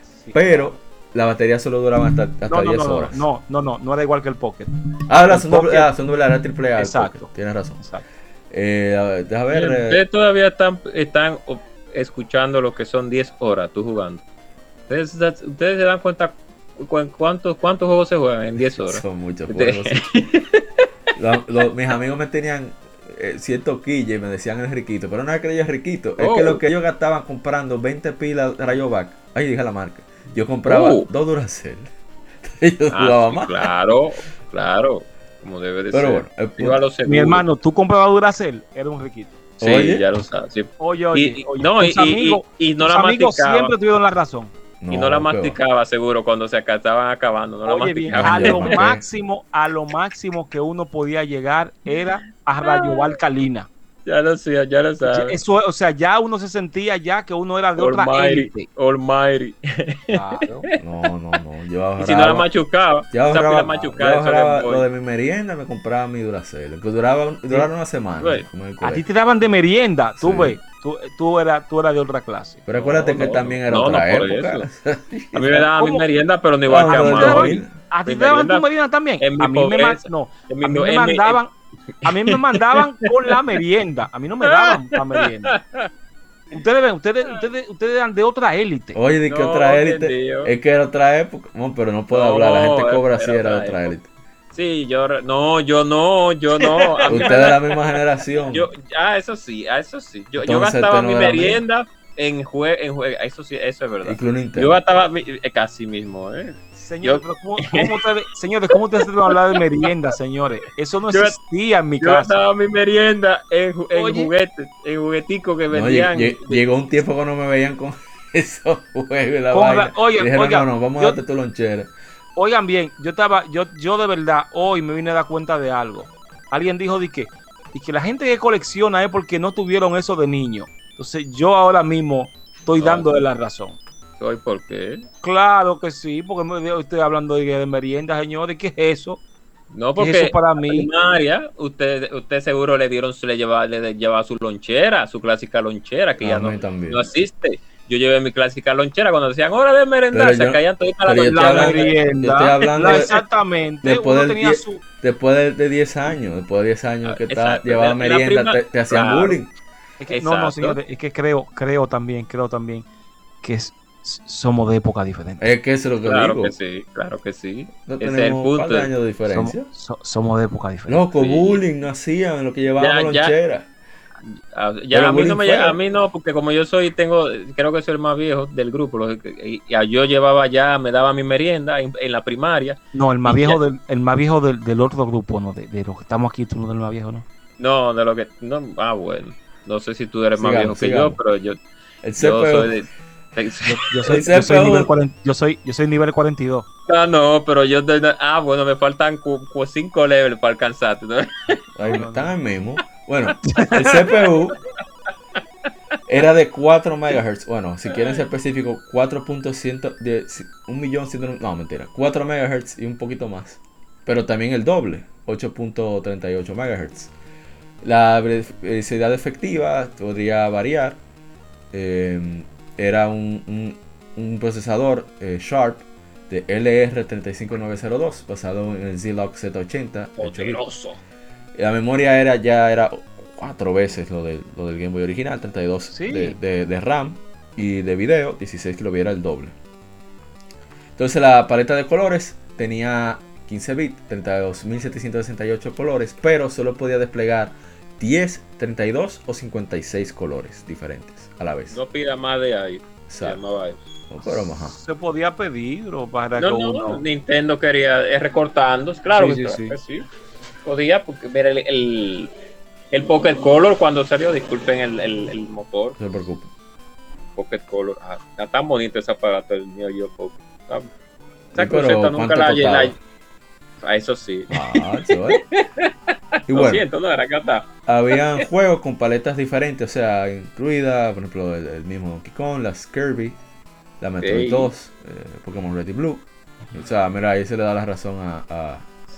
Pero la batería solo duraba hasta, hasta No, no, diez no, horas. no, no, no, no era igual que el Pocket. Ah, la el son doble, Pocket- ah, son doble A, era triple A. el Exacto. Pocket, tienes razón. Exacto. Eh, a ver, deja ver. Bien, eh, Ustedes todavía están, están o- escuchando lo que son diez horas tú jugando. Ustedes, ustedes se dan cuenta cu- cuántos, cuántos juegos se juegan en diez horas. Son muchos Ustedes- juegos. Lo- lo- mis amigos me tenían eh, cierto quille y me decían el riquito, pero no es que yo es riquito, es Oh. que lo que ellos gastaban comprando veinte pilas Rayovac, ahí dije la marca, yo compraba Oh. dos Duracell, ellos Ah, jugaban sí, más. Claro, claro. Como debe de Pero ser. bueno, el Viva punto- lo seguro. Mi hermano, tú comprabas Duracell, era un riquito. Sí, Oye. ya lo sabes. sí. Oye, oye, Y, y- oye, no, y, tus y- amigos, y- y no tus la amigos masticaba. siempre tuvieron la razón. y no la qué va. masticaba seguro cuando se aca- estaban acabando. No la Oye, bien, masticaba. a Ya, lo ¿para qué? máximo, a lo máximo que uno podía llegar era a Rayo Alcalina. Ya lo sé, ya lo sabes. Eso, o sea, ya uno se sentía ya que uno era de otra Almighty, élite. Almighty. Claro. No, no, no, yo ahorraba, Y si no la machucaba, yo esa ahorraba, pila yo machucada, eso ahorraba Game Boy. lo de mi merienda, me compraba mi Duracell, que duraba, duraba una semana. Güey, como en el A ti colegio. te daban de merienda, tú Sí. ves, tú, tú eras tú eras de otra clase. Pero acuérdate No, que no, también era no, otra no, por época. A mí me daban mi ¿Cómo? merienda, pero no igual Ah, que a pero Amado. no. ¿A ti Mi te daban merienda tu merienda también? en mi A mí me man- pobreza. no, En mi- a mí en me mi- mandaban, a mí me mandaban con la merienda, a mí no me daban la merienda. Ustedes ven, ustedes, ustedes, ustedes eran de otra élite. Oye, de que No, otra qué élite, lío. es que era otra época. No, pero no puedo No, hablar, la gente era cobra así, era de otra otra época. élite. Sí, yo re- no, yo no, yo no. A mí me Usted es de da- la misma generación. yo, ah, eso sí, ah, eso sí. Yo, yo Entonces, gastaba usted no mi era merienda en jue, en jue, eso sí, eso es verdad. Y Club Nintendo. Yo gastaba mi- eh, casi mismo, ¿eh? Señores, Yo- pero ¿cómo, cómo ustedes, señores, ¿cómo ustedes van a hablar de merienda, señores? Eso no Yo- existía en mi Yo casa. gastaba mi merienda en, ju- en Oye. juguetes, en jugueticos que No, vendían. lle- lle- llegó un tiempo que no me veían con esos juegos y la Con vaina. la- oye, Y dijeron, oiga, no, no, vamos a yo- darte tu lonchera. Oigan bien, yo estaba, yo, yo de verdad hoy me vine a dar cuenta de algo. Alguien dijo de que, de que la gente que colecciona es porque no tuvieron eso de niño. Entonces yo ahora mismo estoy No. dándole la razón. Soy por qué. Claro que sí, porque me- estoy hablando de, de merienda, señores. ¿Qué es eso? No, ¿Qué es porque eso para en mí? primaria, usted, usted seguro le dieron, le llevaba, le llevaba su lonchera, su clásica lonchera, que A ya mí no, también. no existe. Yo llevé mi clásica lonchera cuando decían hora de merendar, Pero se yo- caían todas pero las yo estoy La hablando- merienda. yo estoy hablando la- de- exactamente. después Uno del tenía die- su... Después de, de diez años, después de diez años que Ah, está, exacto, llevaba en la merienda, prima- te, te hacían claro. bullying. Es que- no, no, Exacto. señores, es que creo, creo también, creo también que es- somos de época diferente. Es que eso es lo que Claro digo. que sí, claro que sí. No Ese es el tenemos un par punto. de años de Somos, diferencia. so- somos de época diferente. Loco, Sí. bullying no hacían en lo que llevábamos Ya, ya. lonchera. Ah, ya Pero a mí no me bullying llega- fue. a mí no, porque como yo soy, tengo, creo que soy el más viejo del grupo, lo- y, y yo llevaba ya, me daba mi merienda en, en la primaria. No, el más Y viejo ya- del, el más viejo del, del otro grupo, no, de, de los que estamos aquí, tú no eres el más viejo, ¿no? No, de lo que, no, ah, bueno, no sé si tú eres más Sigamos, viejo que sigamos. yo, pero yo, El C yo P U. soy de, Yo soy, El yo soy C P U. nivel cuarenta, yo soy, yo soy nivel cuarenta y dos. ah, no, pero yo, de- ah, bueno, me faltan cu- cu- cinco levels para alcanzarte, ¿no? Ahí están el mismo. Bueno, el C P U era de cuatro megahertz. Bueno, si quieren ser específico, cuatro punto cien de un millón ciento, no, mentira, cuatro megahertz y un poquito más. Pero también el doble, ocho punto treinta y ocho megahertz. La velocidad efectiva podría variar eh, era un, un, un procesador eh, Sharp de L R treinta y cinco mil novecientos dos basado en el Zilog Z ochenta. Poderoso. La memoria era ya era cuatro veces lo, de, lo del Game Boy original, treinta y dos Sí. de, de, de RAM, y de video dieciséis que lo viera el doble. Entonces la paleta de colores tenía quince bits, treinta y dos mil setecientos sesenta y ocho colores, pero solo podía desplegar diez, treinta y dos o cincuenta y seis colores diferentes a la vez. No pida más de ahí. Se Exacto. llamaba eso. No, pero, ajá. Se podía pedir o para No, que no, uno... Nintendo quería eh, recortando. Claro Sí, que, sí, que sí. Podía, porque mira el, el, el Pocket Color cuando salió, disculpen el, el, el motor. No se preocupe. Pocket Color. Ah, está tan bonito ese aparato, el Neo Geo Pocket. Está- Esa Sí, pero cruceta nunca ¿cuánto la costaba? llené. Ah, eso sí. Ah, eso es. Y Lo bueno, siento, no, era que está. habían juegos con paletas diferentes, o sea, incluida, por ejemplo, el, el mismo Donkey Kong, las Kirby, la Metroid Ey. dos, eh, Pokémon Red y Blue. O sea, mira, ahí se le da la razón a, a,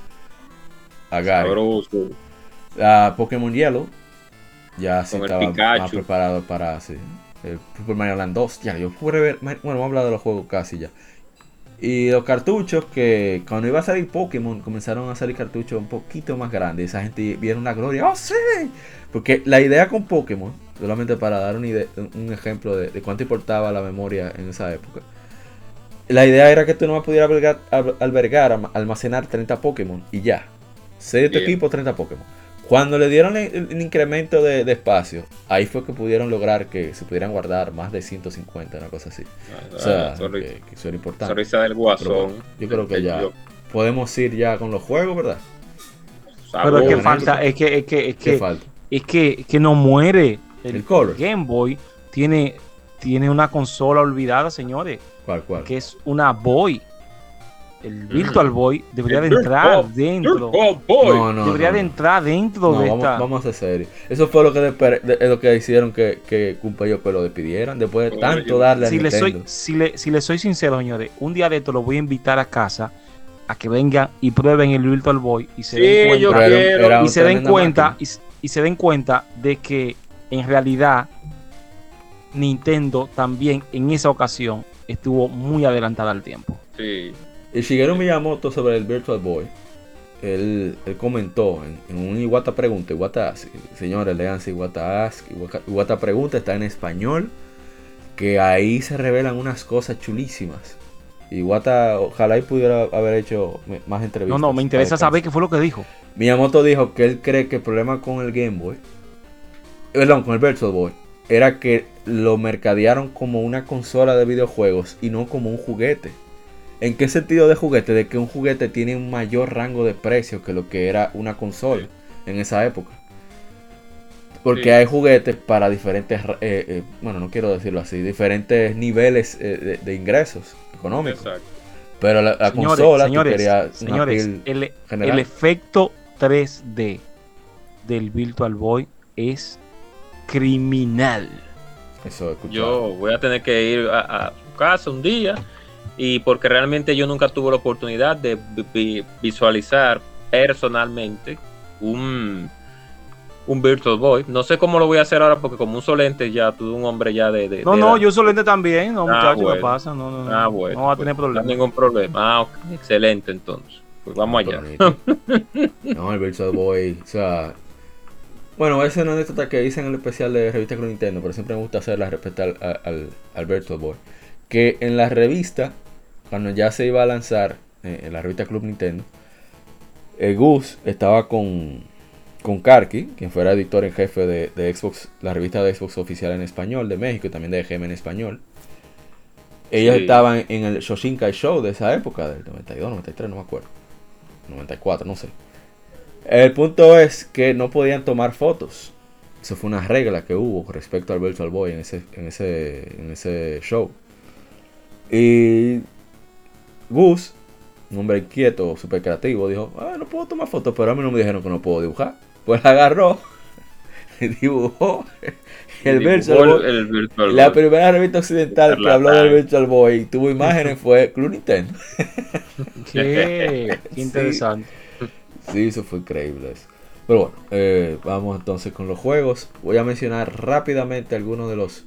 a Gary. Sabroso. La Pokémon Yellow ya sí Con el estaba Pikachu. más preparado para sí, el Super Mario Land dos. Ya, yo pude ver, bueno, vamos a hablar de los juegos casi ya. Y los cartuchos que cuando iba a salir Pokémon comenzaron a salir cartuchos un poquito más grandes. Esa gente vieron la gloria. ¡Oh, sí! Porque la idea con Pokémon, solamente para dar un, ide- un ejemplo de, de cuánto importaba la memoria en esa época. La idea era que tú no pudieras albergar, al- albergar, am- almacenar treinta Pokémon y ya. seis de tu Bien. equipo, treinta Pokémon. Cuando le dieron el, el- el incremento de, de espacio, ahí fue que pudieron lograr que se pudieran guardar más de ciento cincuenta, una cosa así. O sea, Ah, sonri- que, que eso era importante. sonrisa del Pero guasón. bueno, yo creo que ya Yo- podemos ir ya con los juegos, ¿verdad? Pero es que Sabor. falta, es que, es que, es ¿Qué que, falta? es que, es que no muere. El, El Color. Game Boy tiene, tiene una consola olvidada, señores, ¿Cuál, cuál? que es una Boy. El Virtual Boy debería de El entrar Virtual- dentro. Oh, boy. No, no, debería no, de no. entrar dentro No, de vamos, esta. vamos a ser serios. Eso fue lo que, despe- de- lo que hicieron que, que Koopa y Yope lo despidieran. Después de Oye, tanto darle a si le, Nintendo. soy, si, le, si le soy sincero, señores, un día de esto los voy a invitar a casa a que vengan y prueben el Virtual Boy y se Sí, den yo cuenta, Pero era- quiero. era y una se den tremenda cuenta máquina. y, s- y se den cuenta de que en realidad Nintendo también en esa ocasión estuvo muy adelantada al tiempo. Sí. Y Shigeru Miyamoto sobre el Virtual Boy, él, él comentó en, en un Iwata Pregunta, Iwata Ask, señores, léanse Iwata Ask, Iwata, Iwata Pregunta, está en español, que ahí se revelan unas cosas chulísimas. Iwata, ojalá y pudiera haber hecho me- más entrevistas. No, no, me interesa a saber descanso. qué fue lo que dijo. Miyamoto dijo que él cree que el problema con el Game Boy, perdón, con el Virtual Boy, era que lo mercadearon como una consola de videojuegos y no como un juguete. ¿En qué sentido de juguete? De que un juguete tiene un mayor rango de precio que lo que era una consola en esa época. Porque Sí. hay juguetes para diferentes, eh, eh, bueno, no quiero decirlo así, diferentes niveles eh, de, de ingresos económicos. Exacto. Pero la, la Señores, consola, tú señores, querías un señores, appeal el, general. el efecto tres D del Virtual Boy es criminal. Eso he escuchado. Yo voy a tener que ir a, a su casa un día y porque realmente yo nunca tuve la oportunidad de vi- vi- visualizar personalmente un, un Virtual Boy. No sé cómo lo voy a hacer ahora porque como un solente ya, tú un hombre ya de... de No, de no, edad. yo solamente también, no, Ah, muchachos, ¿qué bueno. pasa? No, no, no, Ah, bueno. no va a pues, tener problema. No hay ningún problema. Ah, ok, excelente entonces. Pues vamos allá. Bonito. No, el Virtual Boy, o sea... Bueno, esa es una anécdota que hice en el especial de Revista Club Nintendo, pero siempre me gusta hacerla respecto al, al, al Virtual Boy. Que en la revista, cuando ya se iba a lanzar, eh, en la revista Club Nintendo, eh, Gus estaba con, con Karki, quien fuera editor en jefe de, de Xbox, la revista de Xbox oficial en español de México y también de G M en español. Ellos Sí. estaban en el Shoshinkai Show de esa época, del noventa y dos, noventa y tres, no me acuerdo. noventa y cuatro, no sé. El punto es que no podían tomar fotos. Eso fue una regla que hubo respecto al Virtual Boy en ese, en ese, en ese show. Y Gus, un hombre inquieto, súper creativo, dijo, ah, no puedo tomar fotos, pero a mí no me dijeron que no puedo dibujar. Pues agarró y dibujó el Dibujó Virtual Boy. el Virtual La Boy. primera revista occidental que habló del Virtual Boy y tuvo imágenes fue Club Nintendo. Qué, qué Sí. interesante. Sí, eso fue increíble eso. Pero bueno, eh, vamos entonces con los juegos. Voy a mencionar rápidamente algunos de los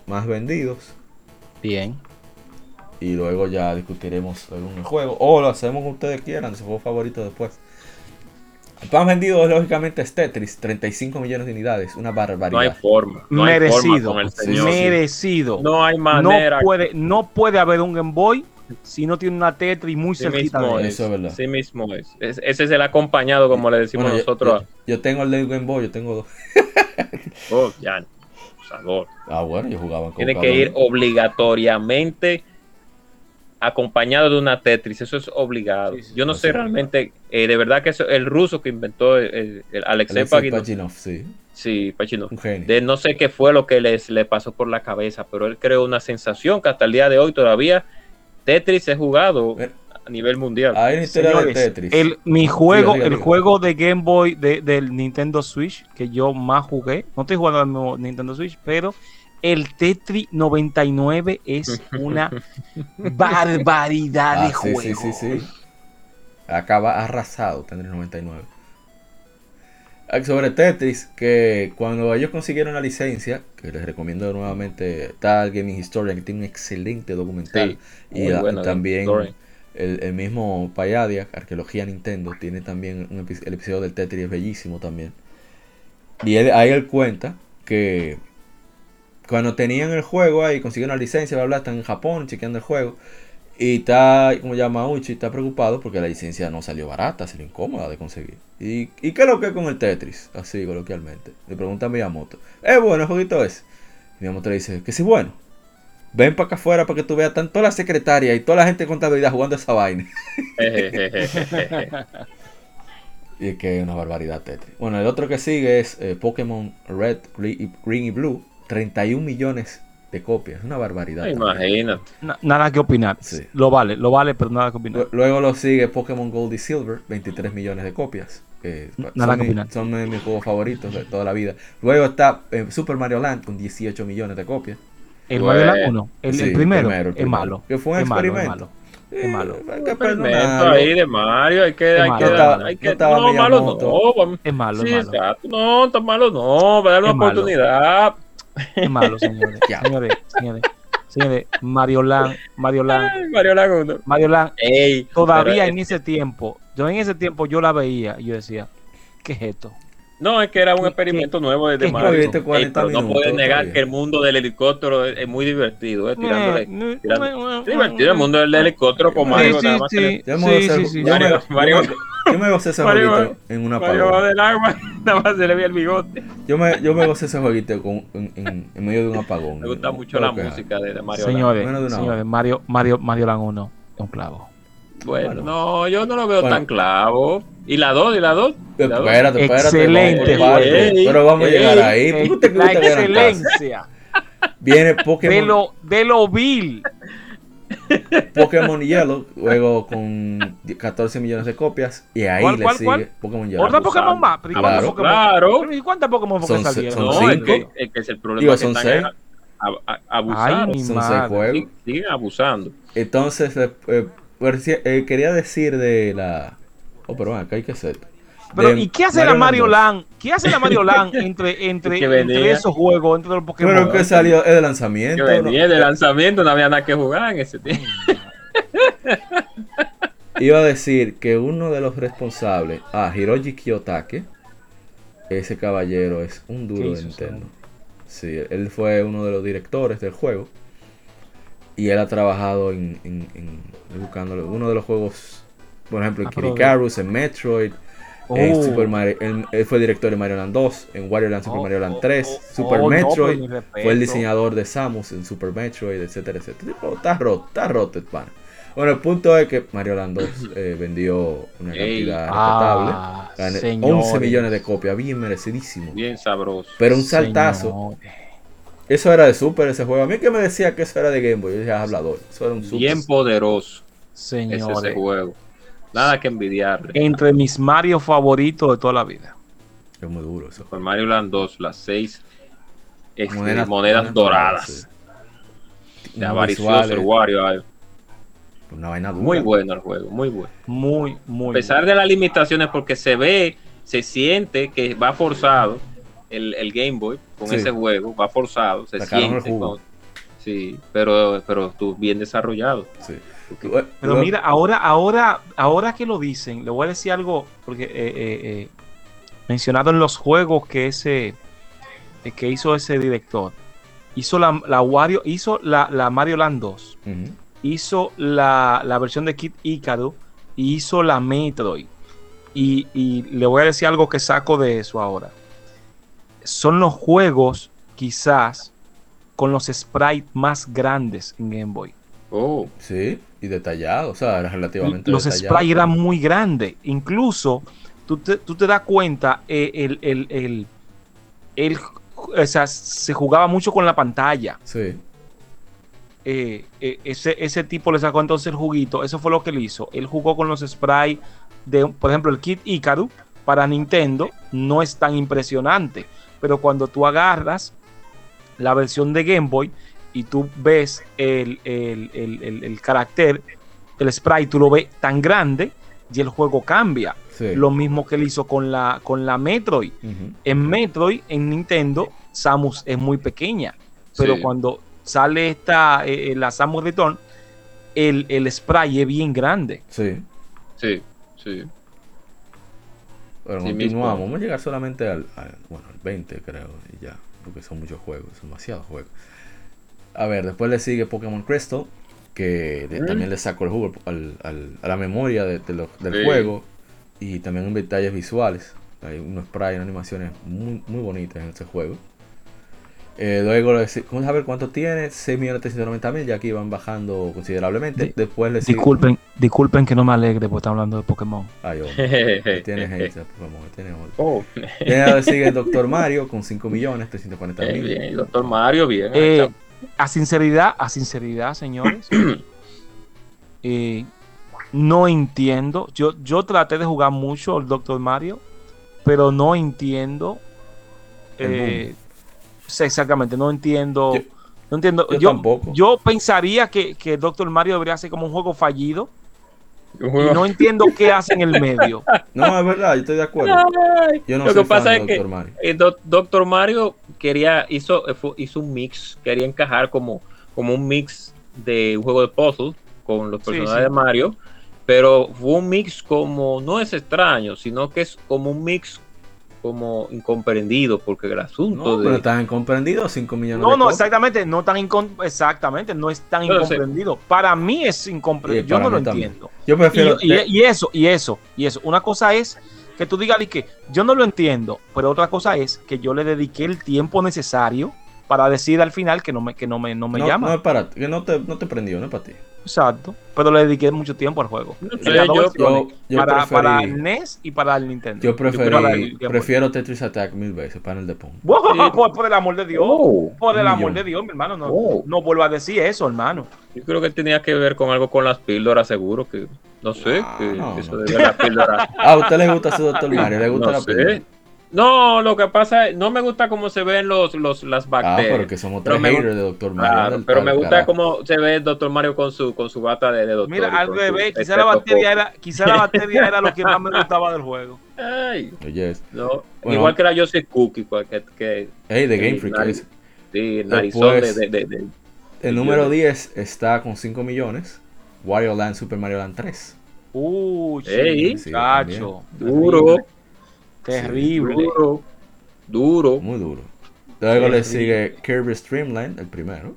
más vendidos. Bien. Y luego ya discutiremos algún juego. O lo hacemos como ustedes quieran, su juego favorito después. El más vendido, lógicamente, es Tetris, treinta y cinco millones de unidades, una barbaridad. No hay forma. No merecido. Hay forma con el señor. Merecido. No hay manera. No puede, no puede haber un Game Boy si no tiene una Tetris muy Sí cerquita mismo de él. es, Eso es verdad. Sí mismo es. es. Ese es el acompañado, como le decimos Bueno, yo- nosotros. Yo, yo tengo el de Game Boy, yo tengo dos. A... Oh, ya. Sabor. Ah, bueno, yo jugaba con Tiene que cabrón. ir obligatoriamente acompañado de una Tetris. Eso es obligado. Sí, sí, Yo no eso sé es realmente, eh, de verdad que eso, el ruso que inventó el, el, el Alexei Alexei Pajitnov. Pajitnov, sí, Sí, Pajitnov. un genio. De no sé qué fue lo que les, le pasó por la cabeza, pero él creó una sensación que hasta el día de hoy todavía Tetris es jugado Eh, a nivel mundial. Hay una historia de Señores, Tetris. el, mi juego, Diga, diga, el diga. juego de Game Boy de, del Nintendo Switch que yo más jugué, no estoy jugando al mismo Nintendo Switch, pero el Tetris noventa y nueve es una barbaridad Ah, de sí, juego. sí, sí, sí. Acaba arrasado Tetris noventa y nueve. Ah, sobre Tetris, que cuando ellos consiguieron la licencia, que les recomiendo nuevamente, está el Gaming Historian, que tiene un excelente documental. Sí, y muy ah, bueno, también Gaming el, el mismo Payadia, Arqueología Nintendo, tiene también un epi- el episodio del Tetris, es bellísimo también. Y él, ahí él cuenta que cuando tenían el juego ahí, consiguieron la licencia, bla, bla, están en Japón chequeando el juego. Y está, como Yamauchi, está preocupado porque la licencia no salió barata, salió incómoda de conseguir. ¿Y, y qué es lo que es con el Tetris? Así, coloquialmente. Le pregunta a Miyamoto. ¿Es bueno el jueguito ese? Y Miyamoto le dice que sí, bueno. Ven para acá afuera para que tú veas tanto la secretaria y toda la gente de contabilidad jugando esa vaina. Y es que es una barbaridad Tetris. Bueno, el otro que sigue es eh, Pokémon Red, Green y Blue. treinta y un millones de copias. Una barbaridad. también. Imagínate. Na- nada que opinar. Sí. Lo vale, lo vale, pero nada que opinar. Lu- Luego lo sigue Pokémon Gold y Silver, veintitrés millones de copias. Que Nada son, que mi- opinar. son uno de mis juegos favoritos de toda la vida. Luego está eh, Super Mario Land con dieciocho millones de copias. El Bueno. Mario Land uno, el, Sí, el el primero, primero, el es primero. malo. Que fue un es malo, es experimento. malo. Es malo. Eh, hay que Experimento perdonarlo. ahí de Mario, hay que, Es hay malo. que, No dar- estaba- hay que, no estaba no, malo Miyamoto. no, vamos. Es malo, Sí, es malo. exacto, no, tan malo no, va a dar una Es malo. oportunidad. Es malo, señores. Ya. señores, señores. Señores, Mario Land, Mario Land, Ay, Mario Laguno. Mario Land, Ey, todavía pero, en ese tiempo, yo en ese tiempo yo la veía y yo decía, ¿qué es esto? no, es que era un ¿Qué- experimento nuevo de, de qué- Mario. Oye, este Ey, cuarenta pero no minutos, puedes está negar bien. que el mundo del helicóptero es, es muy divertido, eh, tirándole. Eh, tirando- eh, es divertido el mundo del helicóptero con Sí, Mario. sí, nada más sí. que- Yo me voy a Sí, hacer- sí, sí. yo me- Mario- yo Mario- me- yo me gocé ese Mario- jueguito en una Mario apagón. va del agua, nada más se le ve el bigote. Yo me, yo me gocé ese jueguito con- en, en- en medio de un apagón. Me gusta No mucho puedo la quejar. música de, de Mario. Land. Señores, Menos de una señores, hora. Mario, Mario, Mario Land uno es un clavo. Bueno, Bueno. no, yo no lo veo Bueno. tan clavo. ¿Y la dos? ¿Y la dos? ¿Y la dos? Espérate, espérate. Excelente vamos por partes. juego. Pero vamos a Ey, llegar ahí. Eh, ¿Por qué usted la cree que te ganan caso? excelencia Viene de Pokémon, lo, de lo vil. Pokémon Yellow, luego con catorce millones de copias. Y ahí ¿Cuál, le cuál, sigue cuál? Pokémon Yellow. ¿Otra Pokémon más? ¿Pero y cuántos Claro. Pokémon? Claro. Pero ¿y cuántas Pokémon fue que Son- salieron? son No, es cinco. que, es que es el problema Digo, que son están seis. a- a- a- abusando. Ay, mi Son madre. seis juegos. Sig- siguen abusando. Entonces, eh, eh, pues, sí, eh, quería decir de la. Oh, pero bueno, acá hay que hacer. Pero, De ¿y qué hace la Mario dos. Land? ¿Qué hace la Mario Land entre, entre, Que venía. entre esos juegos, entre los Pokémon? Pero que salió es de Que lanzamiento. venía ¿no? de lanzamiento, no había nada que jugar en ese tiempo. Iba a decir que uno de los responsables, ah, Hiroji Kiyotake, ese caballero es un ¿Qué duro de hizo ese Nintendo. hombre? Sí, él fue uno de los directores del juego. Y él ha trabajado en, en, en buscándolo. Uno de los juegos, por ejemplo, en Ah, Kid pero- Icarus, en Metroid, en Oh. Super Mario. Él, él fue director de Mario Land dos, en Wario Land Super Oh, Mario Land oh, tres, oh, Super oh, no, Metroid. pero mi respeto. Fue el diseñador de Samus en Super Metroid, etcétera, etcétera. Tipo, está roto, está roto el pan. Bueno, el punto es que Mario Land dos eh, vendió una Ey. cantidad Ah, respetable. Gané señores. once millones de copias, bien merecidísimo. Bien sabroso. Pero un saltazo. Señores. Eso era de Super ese juego. A mí que me decía que eso era de Game Boy. Yo dije, "Ah, hablador. Eso era un Super. Bien poderoso es Señores. ese juego. Nada que envidiarle. Entre mis Mario favoritos de toda la vida. Es muy duro eso. Por Mario Land dos, las seis este, Monedas- monedas, monedas doradas. sí. De Unos avaricioso visuales, el Wario. ay, Una vaina dura. Muy bueno el juego, muy bueno. Muy, muy A pesar de las limitaciones, porque se ve, se siente que va forzado el, el Game Boy con Sí. ese juego, va forzado, se Sacaron el siente. jugo. Sí, pero, pero tú bien desarrollado. Sí. Pero Luego- mira, ahora, ahora, ahora que lo dicen, le voy a decir algo, porque eh, eh, eh, mencionado en los juegos que ese eh, que hizo ese director, hizo la, la Wario, hizo la, la Mario Land dos, Ujú. hizo la, la versión de Kid Icarus y hizo la Metroid. Y, y le voy a decir algo que saco de eso ahora. Son los juegos, quizás, con los sprites más grandes en Game Boy. Oh, Sí, y detallado, o sea, era relativamente Los detallado. sprites eran muy grandes. Incluso, tú te, tú te das cuenta, eh, el, el, el, el- o sea, se jugaba mucho con la pantalla. Sí, Eh, eh, ese, ese tipo le sacó entonces el juguito. Eso fue lo que él hizo. Él jugó con los sprites de, por ejemplo, el Kid Icarus para Nintendo no es tan impresionante. Pero cuando tú agarras la versión de Game Boy y tú ves el, el, el, el, el carácter, el sprite, tú lo ves tan grande y el juego cambia. sí. Lo mismo que él hizo con la, con la Metroid. Ujú. En Metroid, en Nintendo, Samus es muy pequeña. Pero sí. cuando sale esta, eh, la Samus Return, el, el sprite es bien grande. Sí. Sí, sí. Pero Sí continuamos. mismo. Vamos a llegar solamente al, al- bueno, al veinte, creo, y ya. Porque son muchos juegos, son demasiados juegos. A ver, después le sigue Pokémon Crystal, que de- Mm. también le sacó el juego al- al- a la memoria de- de lo- del Sí. juego. Y también en detalles visuales. Hay unos sprites, unas animaciones muy, muy bonitas en ese juego. Eh, luego, le si- vamos a ver cuánto tiene. seis millones trescientos noventa mil, ya aquí van bajando considerablemente. Di- Después le sigue... Disculpen, disculpen que no me alegre porque están hablando de Pokémon. Ay, hombre. Ahí tienes hate a Pokémon, ahí tienes odio. Oh, Ya le sigue el Doctor Mario con cinco millones trescientos cuarenta bien, mil. bien, doctor Mario, bien. Eh, ahí a sinceridad, a sinceridad, señores, eh, no entiendo. Yo, yo traté de jugar mucho el Doctor Mario, pero no entiendo. El eh, sí, exactamente, no entiendo. Yo- no entiendo. yo Yo, tampoco. yo pensaría que, que Doctor Mario debería ser como un juego fallido. está. Un Y juego- no entiendo qué hace en el medio. No, es verdad, yo estoy de acuerdo. Ay, Yo no lo soy que pasa fan es de que Doctor Mario. eh, Do- Doctor Mario quería, hizo, eh, fu- hizo un mix, quería encajar como, como un mix de un juego de puzzle con los Sí, personajes sí. de Mario, pero fue un mix como, no es extraño, sino que es como un mix como incomprendido, porque el asunto No, de... pero están incomprendidos cinco millones No, de no, copias. exactamente, no tan incom- exactamente, no es tan Yo lo sé. incomprendido. Para mí es Y incomprendido. Yo para no lo mí también. entiendo. Yo Y, prefiero... y- y eso, y eso, y eso. Una cosa es que tú digas que yo no lo entiendo, pero otra cosa es que yo le dediqué el tiempo necesario para decir al final que no me, que no me, no me no, llama. no es para ti, que no te, no te prendió, no es para ti. Exacto. Pero le dediqué mucho tiempo al juego. No Y sé, las dos yo- versiones, yo- yo para, preferí- para el N E S y para el Nintendo. Yo preferí, para el Game Boy. prefiero Tetris Attack mil veces, panel de Pong. Wow, Sí. por, por el amor de Dios. Oh, Por el un amor millón. de Dios, mi hermano. No, Oh. no vuelva a decir eso, hermano. yo creo que tenía que ver con algo con las píldoras, seguro, que no sé, Ah, que no, eso no. de ver las píldoras. Ah, ¿a usted le gusta su Doctor Mario? ¿Le gusta No la sé. peli? No, lo que pasa es, no me gusta cómo se ven los, los, las Ah, bacterias. pero que somos Pero tres me haters de Doctor Mario. Claro, del- pero al me gusta carajo. cómo se ve el doctor Mario con su con su bata de, de doctor. Mira, y al con su revés, quizá la bacteria estetoscopio. era, quizá la bacteria era lo que más me gustaba del juego. Ay, Oye, es- no. Bueno. Igual que la Yoshi Cookie, pues, que, que hey, de Game Sí, Freak. nadie- es- sí, narizón Después- de, de, de, de- El número diez está con cinco millones. Wario Land, Super Mario Land tres. Uy, Ey. Sí, chacho. duro, Terrible. duro, duro. Muy duro. Luego le Sí. sigue Kirby's Dream Land, el primero.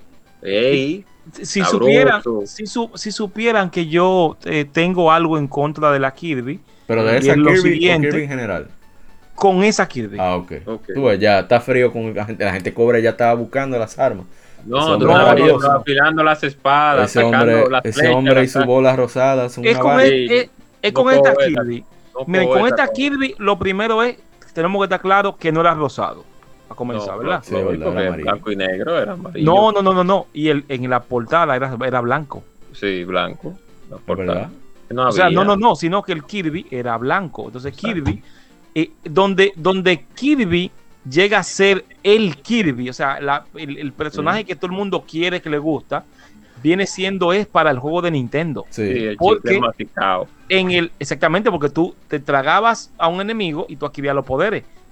Ey, Si, si Sabroso. supieran, si, su- si supieran que yo eh, tengo algo en contra de la Kirby, Pero de Y esa es lo Kirby o siguiente. Kirby en general. con esa Kirby. Ah, ok. Ok. Tú ves, ya está frío con la gente. La gente cobra ya estaba buscando las armas. no, Ese tú hombre estás maravilloso. viendo, afilando las espadas, Ese sacando hombre, las ese flechas, hombre y las- su bola rosada son es una con, bala. Sí. el- es- es No con esta poeta. Kirby. no Miren, con poeta, esta no. Kirby, lo primero es, tenemos que estar claro que no era rosado. A comenzar, No, ¿verdad? Sí, verdad, porque era amarillo. blanco y negro era amarillo. No, no, no, no, no. Y el, en la portada era, era blanco. Sí, blanco. La ¿Es portada. verdad? No O sea, había. no, no, no, sino que el Kirby era blanco. Entonces Exacto. Kirby, eh, donde, donde Kirby llega a ser el Kirby, o sea, la- el, el personaje Mm. que todo el mundo quiere, que le gusta, viene siendo es para el juego de Nintendo. Sí, Sí. el ¿Por chicle qué? masticado. En el, exactamente, porque tú te tragabas a un enemigo y tú adquirías los poderes.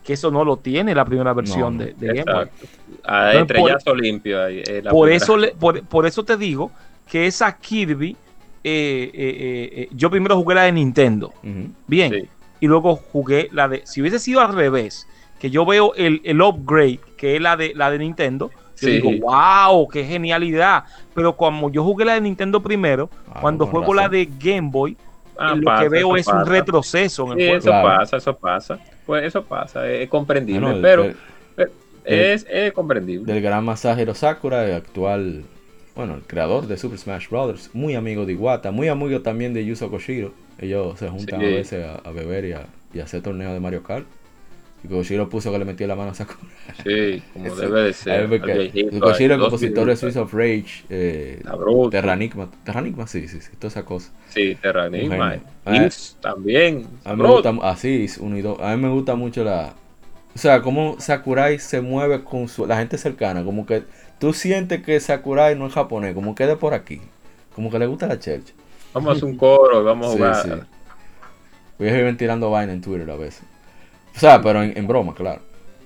que eso no lo tiene la primera versión No, de, de Game Boy. Exacto. A Entonces, estrellazo limpio ahí. eh, la Por primera. eso, le- por, por eso te digo que esa Kirby, eh, eh, eh, eh, yo primero jugué la de Nintendo, Ujú. bien, Sí. y luego jugué la de, si hubiese sido al revés, que yo veo el, el upgrade, que es la de, la de Nintendo, yo Sí. digo, wow, qué genialidad, pero como yo jugué la de Nintendo primero, Ah, cuando con juego la razón. de Game Boy, Ah, eh, lo pasa, que veo eso es un pasa. retroceso en el Sí, juego. eso Claro. pasa, eso pasa. Pues eso pasa, es, es comprendible, Bueno, pero del, pero el- es, es comprendible. del gran Masahiro Sakura, el actual, bueno, el creador de Super Smash Bros., muy amigo de Iwata, muy amigo también de Yuzo Koshiro. Ellos se juntan Sí. a veces a, a beber y a, y a hacer torneos de Mario Kart. Y Koshiro puso que le metió la mano a Sakura. Sí, como Eso- debe de a ser. mí me al cae. viejito, Koshiro, ahí, el dos compositor de minutos. Streets of Rage, eh, Sabroso. Terranigma, Terranigma, sí, sí, sí, toda esa cosa. Sí, Terranigma. Un genio. Is también. A mí me sabroso. gusta, así, uno y dos. A mí me gusta mucho la. O sea, cómo Sakurai se mueve con su, la gente cercana. Como que tú sientes que Sakurai no es japonés, como que es de por aquí. Como que le gusta la chercha. Vamos a hacer un coro y vamos a Sí, jugar. sí. Ellos viven tirando vaina en Twitter a veces. O sea, pero en, en broma, claro.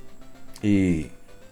Y.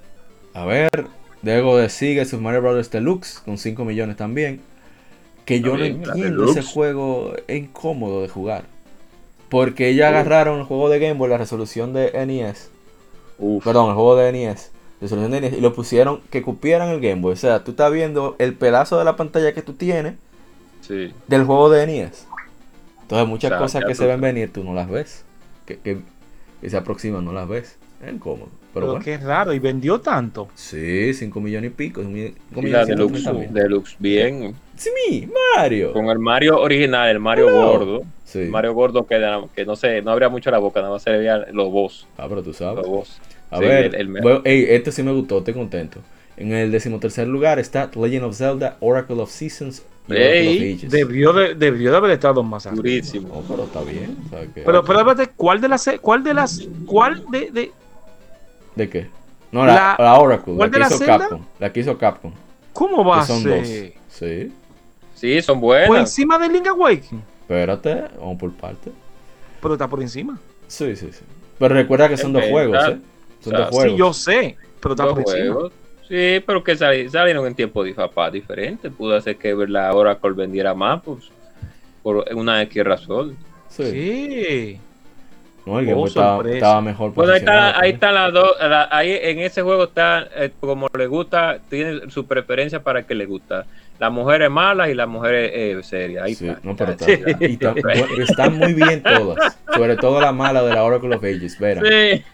A ver. Luego de sigue Super Mario Bros. Deluxe con cinco millones también. Que yo También, no la entiendo Deluxe. ese juego. Es incómodo de jugar. Porque ellos Uf. agarraron el juego de Game Boy, la resolución de N E S. Uf. Perdón, el juego de N E S. Resolución de N E S. Y lo pusieron que cupieran el Game Boy. O sea, tú estás viendo el pedazo de la pantalla que tú tienes Sí. del juego de N E S. Entonces muchas O sea, cosas ya que tú se ven sabes. venir tú no las ves. Que, que, que se aproximan no las ves. Es incómodo. Pero, Pero bueno. qué raro, y vendió tanto. Sí, cinco millones y pico. cinco Sí, millones la ciento Deluxe, treinta mil. Deluxe, bien. Sí, Mario. Con el Mario original, el Mario Hello. gordo. Sí. El Mario gordo que, que no sé, no abría mucho la boca, nada más se le veían los voz. Ah, pero tú Los sabes. voz. A Sí, ver, el- el- bueno, ey, este sí me gustó, estoy contento. En el decimotercer lugar está Legend of Zelda, Oracle of Seasons y Oracle Ey, of Ages. Debió de, debió de haber estado más arriba. durísimo. Oh, pero está bien. o sea, que- Pero, pero espérate, ¿cuál de las, cuál de las, cuál de, de, ¿De qué? No, la, La- la Oracle, la ¿cuál que de la hizo Zelda? Capcom. La que hizo Capcom. cómo va Que a son dos. ser? Sí. Sí, son Por buenas. encima de Link Awakening, Espérate, vamos por parte. pero está por encima. Sí, sí, sí. Pero recuerda que son dos Ok, juegos, ah, ¿eh? Son o sea, dos juegos. Sí, yo sé, pero está Dos por encima. juegos. Sí, pero que sali- salieron en tiempo dif- diferente. Pudo hacer que la Oracle vendiera más, pues, por una X razón. Sí. ¿Qué? No, el Game Oh, Boy estaba, sorpresa. estaba mejor Bueno, ahí posicionado. está, ahí también. están las dos. la- Ahí en ese juego está, eh, como le gusta, tiene su preferencia para que le gusta. Las mujeres malas y las mujeres eh, serias. Ahí Sí, está. no, pero está, Sí. y está- bu- están muy bien todas. Sobre todo la mala de la Oracle of Ages, verán. Sí.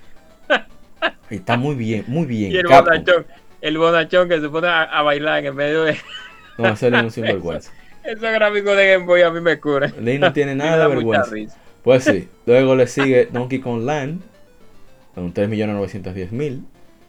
Está muy bien, muy bien. Y el Capcom. bonachón, el bonachón que se pone a, a bailar en el medio de No va a ser un sinvergüenza. esos gráficos de Game Boy, a mí me curan. Ley no tiene Me nada da de mucha vergüenza. risa. Pues sí. Luego le sigue Donkey Kong Land con tres millones novecientos diez mil.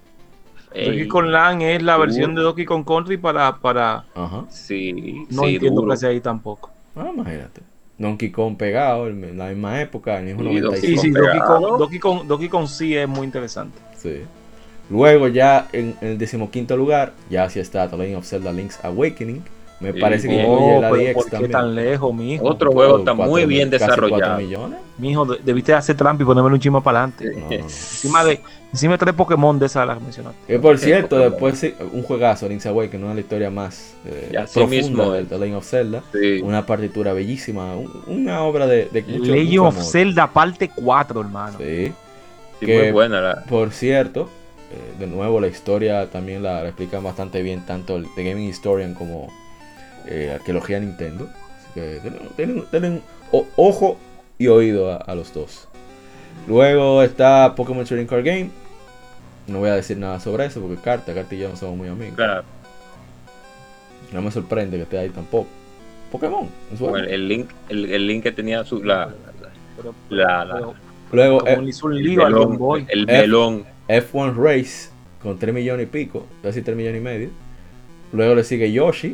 Donkey Ey, Kong Land es la duro. versión de Donkey Kong Country para, para... Ajá. Sí, No sí, entiendo duro. qué sea ahí tampoco. Ah, imagínate. Donkey Kong pegado en la misma época, en el mismo Sí, noventa y Sí, cinco. sí, Kong Donkey pegado. Kong, Donkey Kong, Donkey Kong sí es muy interesante. Sí. Luego ya en, en el decimoquinto lugar, ya sí está The Legend of Zelda Link's Awakening. Me Sí. parece que Oh, incluye la pero D X ¿por qué también. tan lejos, mijo? Otro juego Oh, está cuatro muy mil- bien casi cuatro desarrollado. millones. Mijo, de- debiste hacer trampa y ponerme un chisme para adelante. No, no, no. Encima de, encima de tres Pokémon de esas las que mencionaste. Que por Sí, cierto, Pokémon. después sí, un juegazo, Link's Awakening, una de la historia más eh, Y así profunda mismo de es. The Legend of Zelda. Sí. Una partitura bellísima, un- una obra de, de mucho, Legend mucho of amor. Zelda parte cuatro, hermano. Sí. Sí, que- muy buena la. Por cierto, eh, de nuevo la historia también la, la explican bastante bien tanto el The Gaming Historian como eh, Arqueología Nintendo. Así que tienen, tienen- tienen o- ojo y oído a, a los dos. Luego está Pokémon Trading Card Game. No voy a decir nada sobre eso porque Carta, Carta y yo no somos muy amigos. Claro, No me sorprende que esté ahí tampoco. Pokémon. en su con el, época. el link, el, el link que tenía su la, Pero, La- la- pero Luego como eh, le hizo un el lío al Game melón, Boy. el F- melón. F uno Race con tres millones y pico, casi tres millones y medio. Luego le sigue Yoshi.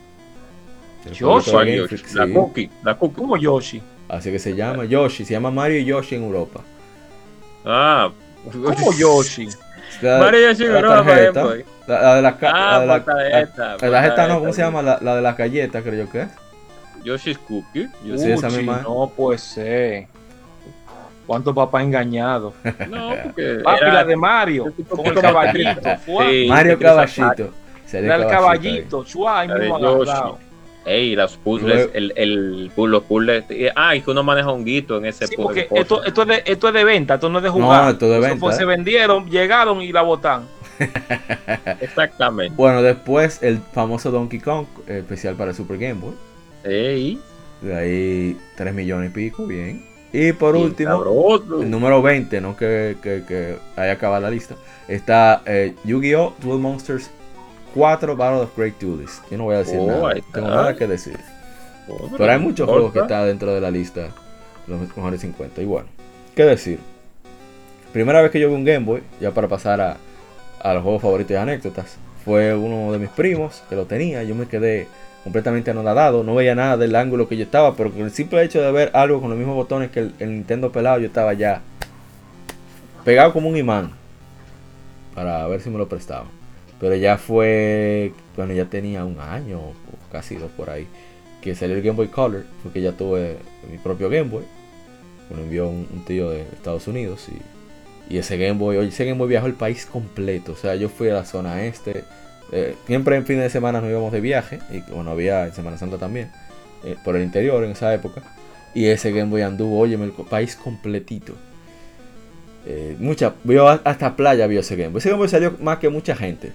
El Yoshi. jueguito de ¿Cuál Game Yoshi? Freak, La sí. cookie, la cookie. Como Yoshi. Así que se llama Yoshi, se llama Mario y Yoshi en Europa. Ah, Como Yoshi. La, Mario Yoshi en la Europa, tarjeta, Game Boy. la, la de la, ca- Ah, la de la, por tarjeta, la- por la tarjeta no, ¿cómo tarjeta, se llama? La, la de las galletas, creo yo que es. Yoshi's Cookie. Yo Sí, sé. esa Uchi, misma. no puede ser. ¿Cuánto papá engañado? No, porque Papi, era- la de Mario, con el caballito. fue. Sí, Mario que quería Caballito. Salió Era el Caballito ahí. caballito, chua, ahí La de mismo Yoshi. agarrado. Ey, los puzzles, Luego- el, el, los puzzles. eh, Ah, y que uno maneja un guito en ese Sí, pu- porque pozo. esto, esto, es de, esto es de venta, esto no es de jugar. No, esto es de Eso venta, fue, ¿eh? Se vendieron, llegaron y la botan. Exactamente. Bueno, después el famoso Donkey Kong, eh, especial para Super Game Boy. Ey, De ahí tres millones y pico, bien. Y por bien último, sabroso. el número veinte, no que, que, que haya acabado la lista, está eh, Yu-Gi-Oh! Duel Monsters cuatro Battle of Great Duelists. Yo no voy a decir Oh, nada, ahí no tengo está. nada que decir. Oh, Pero hay muchos no juegos que importa. están dentro de la lista, los mejores cincuenta. Y bueno, ¿qué decir? Primera vez que yo vi un Game Boy, ya para pasar a, a los juegos favoritos y anécdotas, fue uno de mis primos que lo tenía. Yo me quedé completamente anonadado, no veía nada del ángulo que yo estaba, pero con el simple hecho de ver algo con los mismos botones que el, el Nintendo pelado, yo estaba ya pegado como un imán para ver si me lo prestaba. Pero ya fue, bueno, ya tenía un año o casi dos por ahí que salió el Game Boy Color, porque ya tuve mi propio Game Boy. Me lo envió un, un tío de Estados Unidos y, y ese Game Boy, oye, ese Game Boy viajó el país completo. O sea, yo fui a la zona este. Eh, siempre en fines de semana nos íbamos de viaje, y bueno, había en Semana Santa también, eh, por el interior en esa época. Y ese Game Boy anduvo, oye, el país completito. Eh, mucha, vio hasta playa, vio ese Game Boy. Ese Game Boy salió más que mucha gente,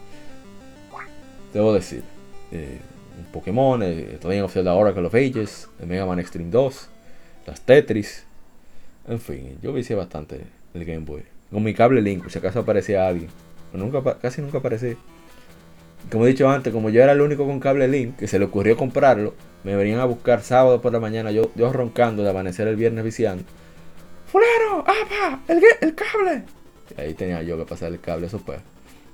debo decir. Eh, un Pokémon, eh, todavía of Zelda Oracle of Ages, el Mega Man Extreme dos, las Tetris. En fin, yo vicié bastante el Game Boy. Con mi cable Link, por si acaso aparecía alguien. Pero nunca, casi nunca aparecí. Como he dicho antes, como yo era el único con cable Link que se le ocurrió comprarlo, me venían a buscar sábado por la mañana, yo, yo roncando de amanecer el viernes viciando. ¡Fulano! ¡Apa! ¡El, el cable! Y ahí tenía yo que pasar el cable a esos perros.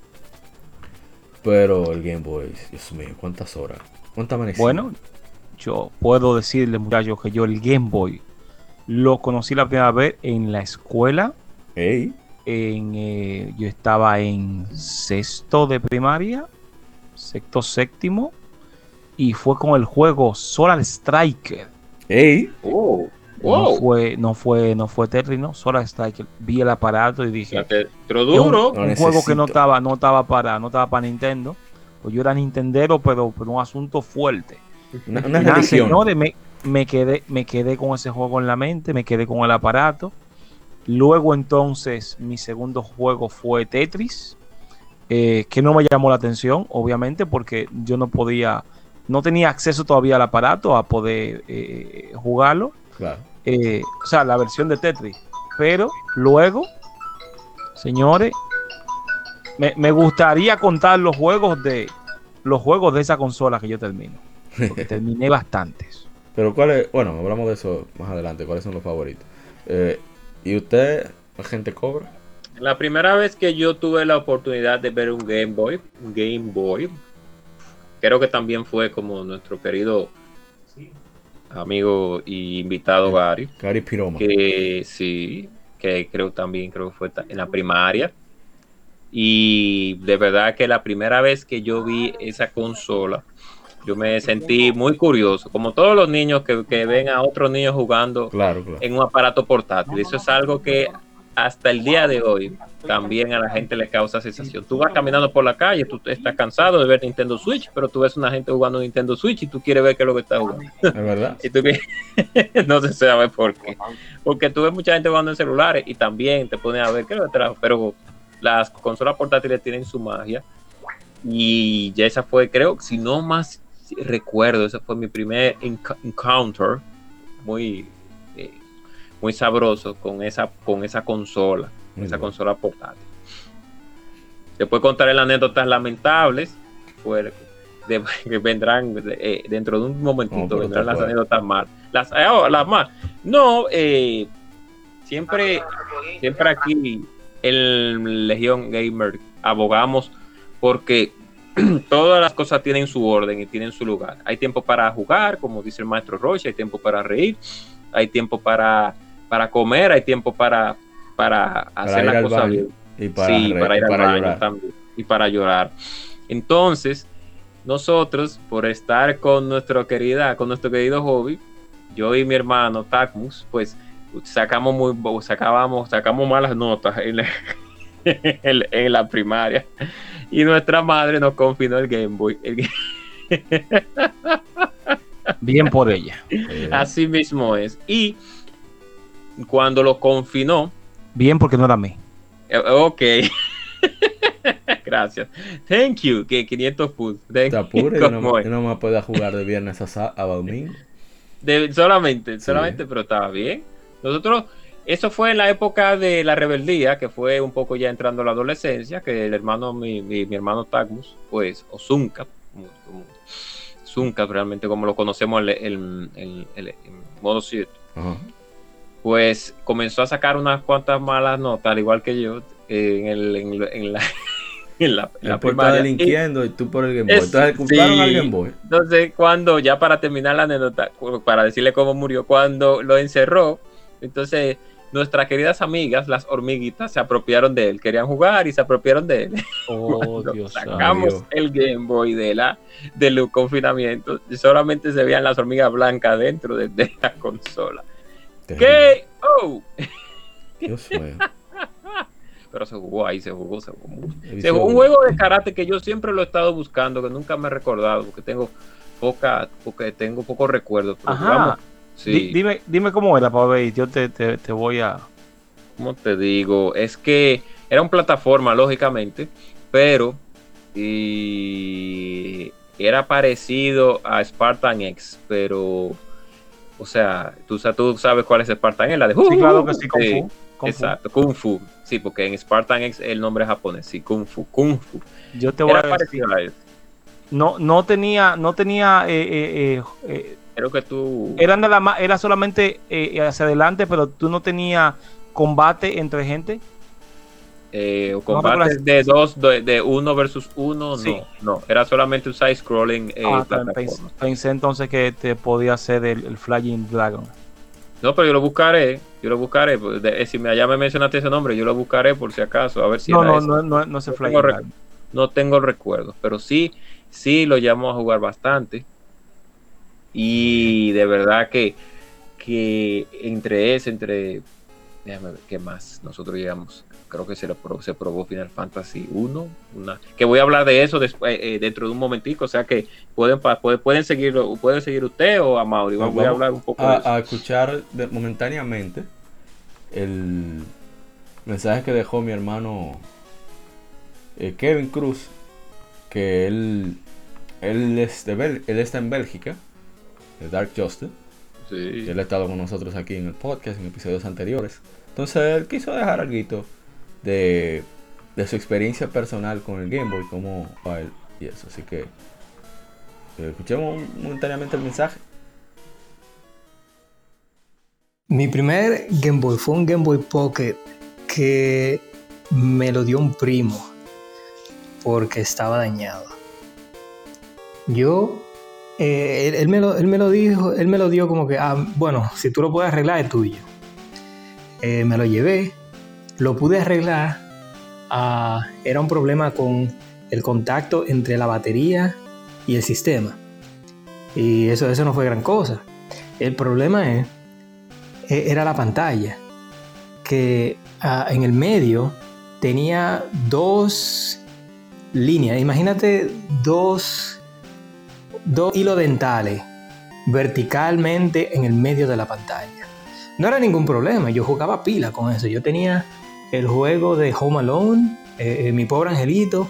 Pero el Game Boy, Dios mío, ¿cuántas horas? ¿Cuántas amanecidas? Bueno, yo puedo decirle, muchachos, que yo el Game Boy lo conocí la primera vez en la escuela. Ey. En, eh, yo estaba en sexto de primaria, sexto, séptimo, y fue con el juego Solar Striker. Ey. Oh, No wow. fue, no fue, no fue Tetris, no, Solar Striker. Vi el aparato y dije, Ya te- Pero es un, duro. No un juego que no necesito. estaba, no estaba para, no estaba para Nintendo. Pues yo era Nintendero, pero, pero un asunto fuerte. Una, una Y nada, religión. señores, me, me quedé, me quedé con ese juego en la mente, me quedé con el aparato. Luego entonces mi segundo juego fue Tetris, eh, que no me llamó la atención, obviamente, porque yo no podía, no tenía acceso todavía al aparato a poder eh, jugarlo. Claro. Eh, o sea, la versión de Tetris. Pero luego, señores, me, me gustaría contar los juegos de los juegos de esa consola que yo termino, porque terminé bastantes. Pero cuál es, bueno, hablamos de eso más adelante, cuáles son los favoritos. Eh, ¿Y usted, agente Cobra? La primera vez que yo tuve la oportunidad de ver un Game Boy, un Game Boy, creo que también fue como nuestro querido amigo y invitado Gary, Gary Piroma. que sí, que creo también creo que fue ta- en la primaria. Y de verdad que la primera vez que yo vi esa consola, yo me sentí muy curioso, como todos los niños que, que ven a otros niños jugando Claro, claro. en un aparato portátil. Eso es algo que hasta el día de hoy también a la gente le causa sensación. Tú vas caminando por la calle, tú estás cansado de ver Nintendo Switch, pero tú ves una gente jugando Nintendo Switch y tú quieres ver qué es lo que está jugando. Es verdad. Y tú quieres- no se sabe por qué. Porque tú ves mucha gente jugando en celulares y también te pones a ver qué es lo que trajo. Pero las consolas portátiles tienen su magia. Y ya esa fue, creo, si no más recuerdo, ese fue mi primer enc- encounter muy, eh, muy sabroso con esa, con esa consola, Muy esa bueno. consola portátil. Después contaré las anécdotas lamentables, pues, de- que vendrán eh, dentro de un momentito, No, pero vendrán te las puedo. anécdotas mal. Las, eh, oh, las más. No, eh, siempre, siempre aquí en Legión Gamer abogamos porque todas las cosas tienen su orden y tienen su lugar. Hay tiempo para jugar, como dice el maestro Roche, hay tiempo para reír, hay tiempo para, para comer, hay tiempo para, para hacer ir la al cosa baño bien. y para, Sí, re- para ir y al para baño llorar. también y para llorar. Entonces, nosotros, por estar con nuestro querida, con nuestro querido hobby, yo y mi hermano Tacmus, pues sacamos muy, sacábamos, sacamos malas notas en la, en, en la primaria y nuestra madre nos confinó el Game Boy. El Game... Bien por ella. Así mismo es. Y cuando lo confinó, bien porque no era mí. Ok. Gracias. Thank you. Que quinientos puntos. Te apures, yo no, yo no me puedo jugar de viernes a, a domingo. De, solamente, sí. solamente, pero estaba bien. Nosotros, eso fue en la época de la rebeldía, que fue un poco ya entrando a la adolescencia, que el hermano, mi, mi, mi hermano Tagmus, pues, o Zunca, como, como, Zunca, realmente como lo conocemos en el, el, el, el modo siete, uh-huh. Pues comenzó a sacar unas cuantas malas notas, al igual que yo, en, el, en, en la... En la, en la primaria. Delinquiendo y tú por el Game Boy. Entonces culparon sí. al Game Boy. Entonces, cuando, ya para terminar la anécdota, para decirle cómo murió, cuando lo encerró, entonces nuestras queridas amigas, las hormiguitas, se apropiaron de él. Querían jugar y se apropiaron de él. Oh, Dios. Sacamos Dios. el Game Boy de la, del confinamiento y solamente se veían las hormigas blancas dentro de, de la consola. ¿Qué? ¡Oh! Dios mío. Pero se jugó ahí, se jugó, se jugó. Se jugó un juego de karate que yo siempre lo he estado buscando, que nunca me he recordado, porque tengo poca, porque tengo pocos recuerdos. Pero Ajá. Digamos, sí. D- dime, dime cómo era, para ver, yo te, te, te voy a... ¿Cómo te digo? Es que era una plataforma, lógicamente, pero y era parecido a Spartan X, pero, o sea, tú, tú sabes cuál es Spartan X, la de... Sí, claro que sí, Kung Fu. Kung Exacto, Fu. Kung Fu. Sí, porque en Spartan X el nombre es japonés, sí, Kung Fu, Kung Fu. Yo te voy Era a decir, a eso. No, no tenía, no tenía, eh, eh, eh, creo que tú... Eran de la, era solamente eh, hacia adelante, pero tú no tenías combate entre gente. Eh, o combates no de dos, de, de uno versus uno, sí. no, no, era solamente un side-scrolling eh, ah, pensé, pensé entonces que te podía hacer el, el Flying Dragon. No, pero yo lo buscaré, yo lo buscaré, de, si me, ya me mencionaste ese nombre, yo lo buscaré por si acaso, a ver si no, era no, ese. no, no, no, se no, Flying tengo Dragon. no tengo recuerdos, pero sí, sí lo llamo a jugar bastante, y de verdad que, que entre ese, entre, déjame ver, ¿qué más? Nosotros llegamos, creo que se, lo probó, se probó Final Fantasy uno, una, que voy a hablar de eso después, eh, dentro de un momentico, o sea que pueden, pueden, pueden seguirlo, pueden seguir usted o a Mauri, Bueno, voy a hablar un poco a, de eso. A escuchar de, momentáneamente el mensaje que dejó mi hermano eh, Kevin Cruz, que él, él, es de Bel, él está en Bélgica, de Dark Justice. Sí. Él ha estado con nosotros aquí en el podcast en episodios anteriores. Entonces él quiso dejar algo de, de su experiencia personal con el Game Boy, cómo va él y eso. Así que eh, escuchemos momentáneamente el mensaje. Mi primer Game Boy fue un Game Boy Pocket que me lo dio un primo porque estaba dañado. Yo, eh, él, él, me lo, él me lo dijo, él me lo dio como que, ah, bueno, si tú lo puedes arreglar es tuyo. Eh, me lo llevé, lo pude arreglar. Uh, era un problema con el contacto entre la batería y el sistema. Y eso, eso no fue gran cosa. El problema es, era la pantalla, que uh, en el medio tenía dos líneas. Imagínate dos, dos hilos dentales verticalmente en el medio de la pantalla. No era ningún problema, yo jugaba pila con eso. Yo tenía el juego de Home Alone, eh, eh, mi pobre angelito,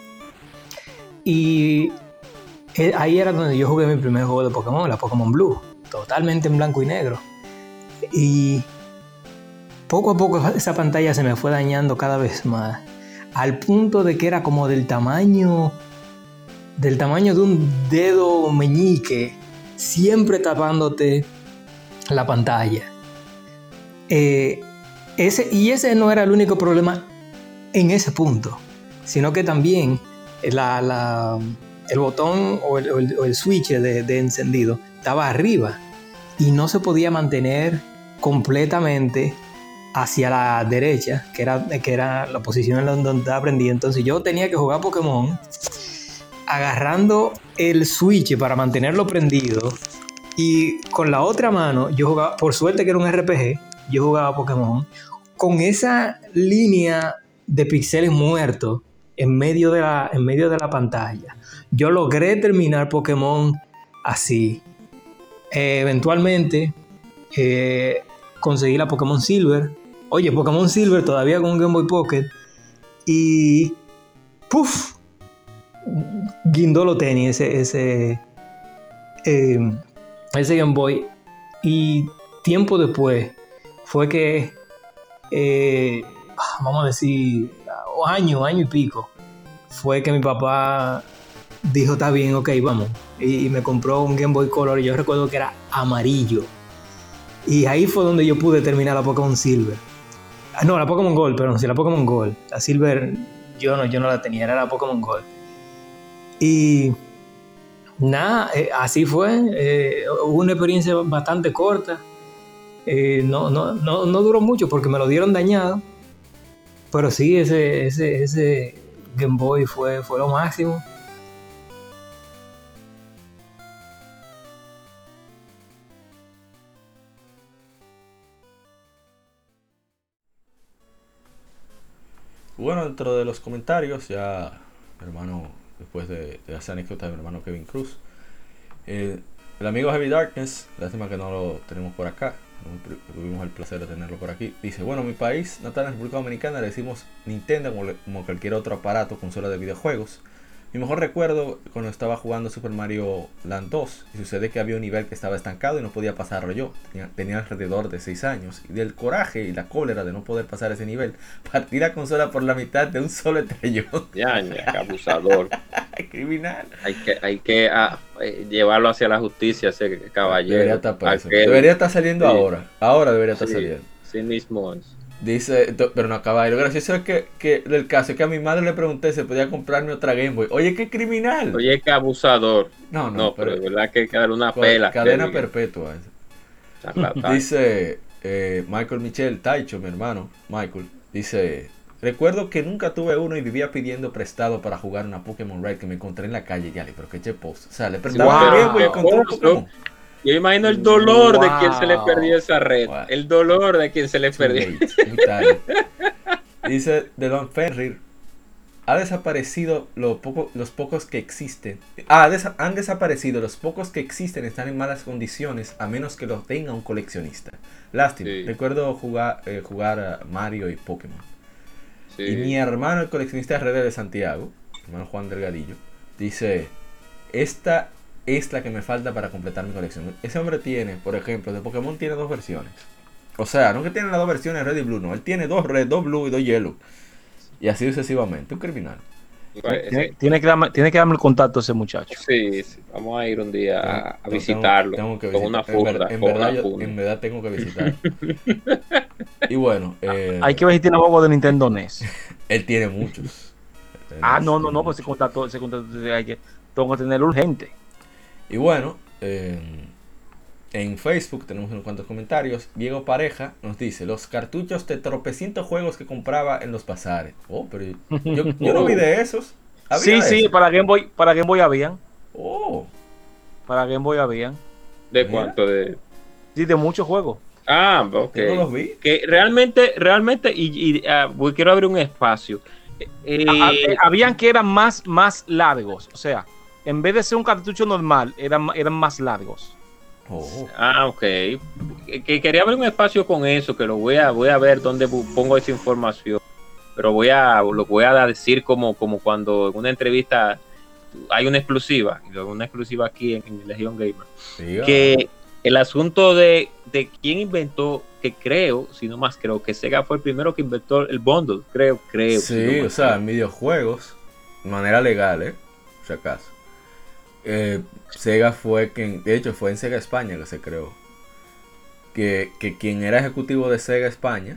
y eh, ahí era donde yo jugué mi primer juego de Pokémon, la Pokémon Blue, totalmente en blanco y negro. Y poco a poco esa pantalla se me fue dañando cada vez más, al punto de que era como del tamaño del tamaño de un dedo meñique, siempre tapándote la pantalla. Eh, ese, y ese no era el único problema en ese punto, sino que también la, la, el botón o el, o el, o el switch de, de encendido estaba arriba y no se podía mantener completamente hacia la derecha, que era, que era la posición en donde estaba prendido. Entonces yo tenía que jugar Pokémon agarrando el switch para mantenerlo prendido, y con la otra mano yo jugaba, por suerte que era un R P G, yo jugaba Pokémon con esa línea de píxeles muertos en medio de la, en medio de la pantalla. Yo logré terminar Pokémon así. Eh, eventualmente eh, conseguí la Pokémon Silver. Oye, Pokémon Silver todavía con un Game Boy Pocket. Y ¡puf! Guindó lo tenía ese, ese, eh, ese Game Boy. Y tiempo después fue que eh, vamos a decir año, año y pico, fue que mi papá dijo, está bien, ok, vamos, y, y me compró un Game Boy Color, y yo recuerdo que era amarillo, y ahí fue donde yo pude terminar la Pokémon Silver. Ah, no, la Pokémon Gold, perdón, sí, la Pokémon Gold. La Silver yo no, yo no la tenía, era la Pokémon Gold. Y nada, eh, así fue, eh, hubo una experiencia bastante corta. Eh, no, no, no, no duró mucho porque me lo dieron dañado, pero sí, ese, ese, ese Game Boy fue, fue lo máximo. Bueno, dentro de los comentarios, ya mi hermano, después de, de esa anécdota de mi hermano Kevin Cruz, eh, el amigo Heavy Darkness, lástima que no lo tenemos por acá, tuvimos el placer de tenerlo por aquí, dice, bueno, en mi país, natal en República Dominicana, le decimos Nintendo como, como cualquier otro aparato, consola de videojuegos. Mi mejor recuerdo cuando estaba jugando Super Mario Land dos, y sucede que había un nivel que estaba estancado y no podía pasarlo yo. Tenía, tenía alrededor de seis años, y del coraje y la cólera de no poder pasar ese nivel, partí la consola por la mitad de un solo estrellón. Ya, ya, qué abusador. Criminal. Hay que, hay que ah, eh, llevarlo hacia la justicia, ese caballero. Debería estar preso. Aquel, debería estar saliendo sí. ahora. Ahora debería estar Sí, saliendo. sí mismo es. Dice, pero no acaba. Lo gracioso es que, que del caso es que a mi madre le pregunté si podía comprarme otra Game Boy. Oye, qué criminal. Oye, qué abusador. No, no, No, pero, pero de verdad que hay que darle una ca- pela. cadena Kevin. perpetua. Charlatán. Dice eh, Michael Michel Taicho, mi hermano Michael, dice, recuerdo que nunca tuve uno y vivía pidiendo prestado para jugar una Pokémon Red que me encontré en la calle. Ya, pero qué chepost. O sea, le prestaba Wow. a Game Boy y encontré un Pokémon. Yo imagino el dolor Wow. de quien se le perdió esa red. Wow. El dolor de quien se le Too perdió. late, muy tarde. Dice de Don Fenrir, ha desaparecido lo poco, los pocos que existen. Ah, desa- han desaparecido los pocos que existen, están en malas condiciones, a menos que los tenga un coleccionista. Lástima, Sí. recuerdo jugar, eh, jugar a Mario y Pokémon. Sí. Y mi hermano, el coleccionista de redes de Santiago, mi hermano Juan Delgadillo, dice, esta es la que me falta para completar mi colección. Ese hombre tiene, por ejemplo, de Pokémon tiene dos versiones. O sea, no que tiene las dos versiones Red y Blue, no. Él tiene dos Red, dos Blue y dos Yellow. Y así sucesivamente. Un criminal. Tiene, tiene que darme, tiene que darme el contacto a ese muchacho. Sí, sí, vamos a ir un día a, a Tengo- visitarlo. tengo que con una visitar- en ver- funda. En, con verdad, una yo- funda. en verdad tengo que visitar. Y bueno, eh, Hay que ver si tiene juego de Nintendo N E S. él tiene muchos. Ah, no, no, Tiene no, pues ese muchos. contacto, ese contacto hay que, tengo que tenerlo urgente. Y bueno, eh, en Facebook tenemos unos cuantos comentarios. Diego Pareja nos dice, los cartuchos de tropecientos juegos que compraba en los bazares. Oh, pero yo, yo no vi de esos. ¿Había Sí, de sí, esos? para Game Boy, para Game Boy habían, Oh, para Game Boy habían. ¿De Mira. cuánto? De... Sí, de muchos juegos. Ah, ok. yo no los vi. Que realmente, realmente, y, y ah, voy- quiero abrir un espacio. Eh, Ah, ah, eh, habían que eran más, más largos, o sea, en vez de ser un cartucho normal, eran, eran más largos. Oh, Ah, ok. Que, que quería abrir un espacio con eso, que lo voy a, voy a ver dónde bu- pongo esa información. Pero voy a, lo voy a decir como, como cuando en una entrevista hay una exclusiva, y luego una exclusiva aquí en, en Legion Gamer. diga. Que el asunto de, de quién inventó, que creo, si no más creo, que Sega fue el primero que inventó el bundle, creo, creo. si no Sí, me o sea, en equivoco. videojuegos, de manera legal, ¿eh? Si acaso. Eh, Sega fue quien, de hecho fue en Sega España que se creó. Que, que quien era ejecutivo de Sega España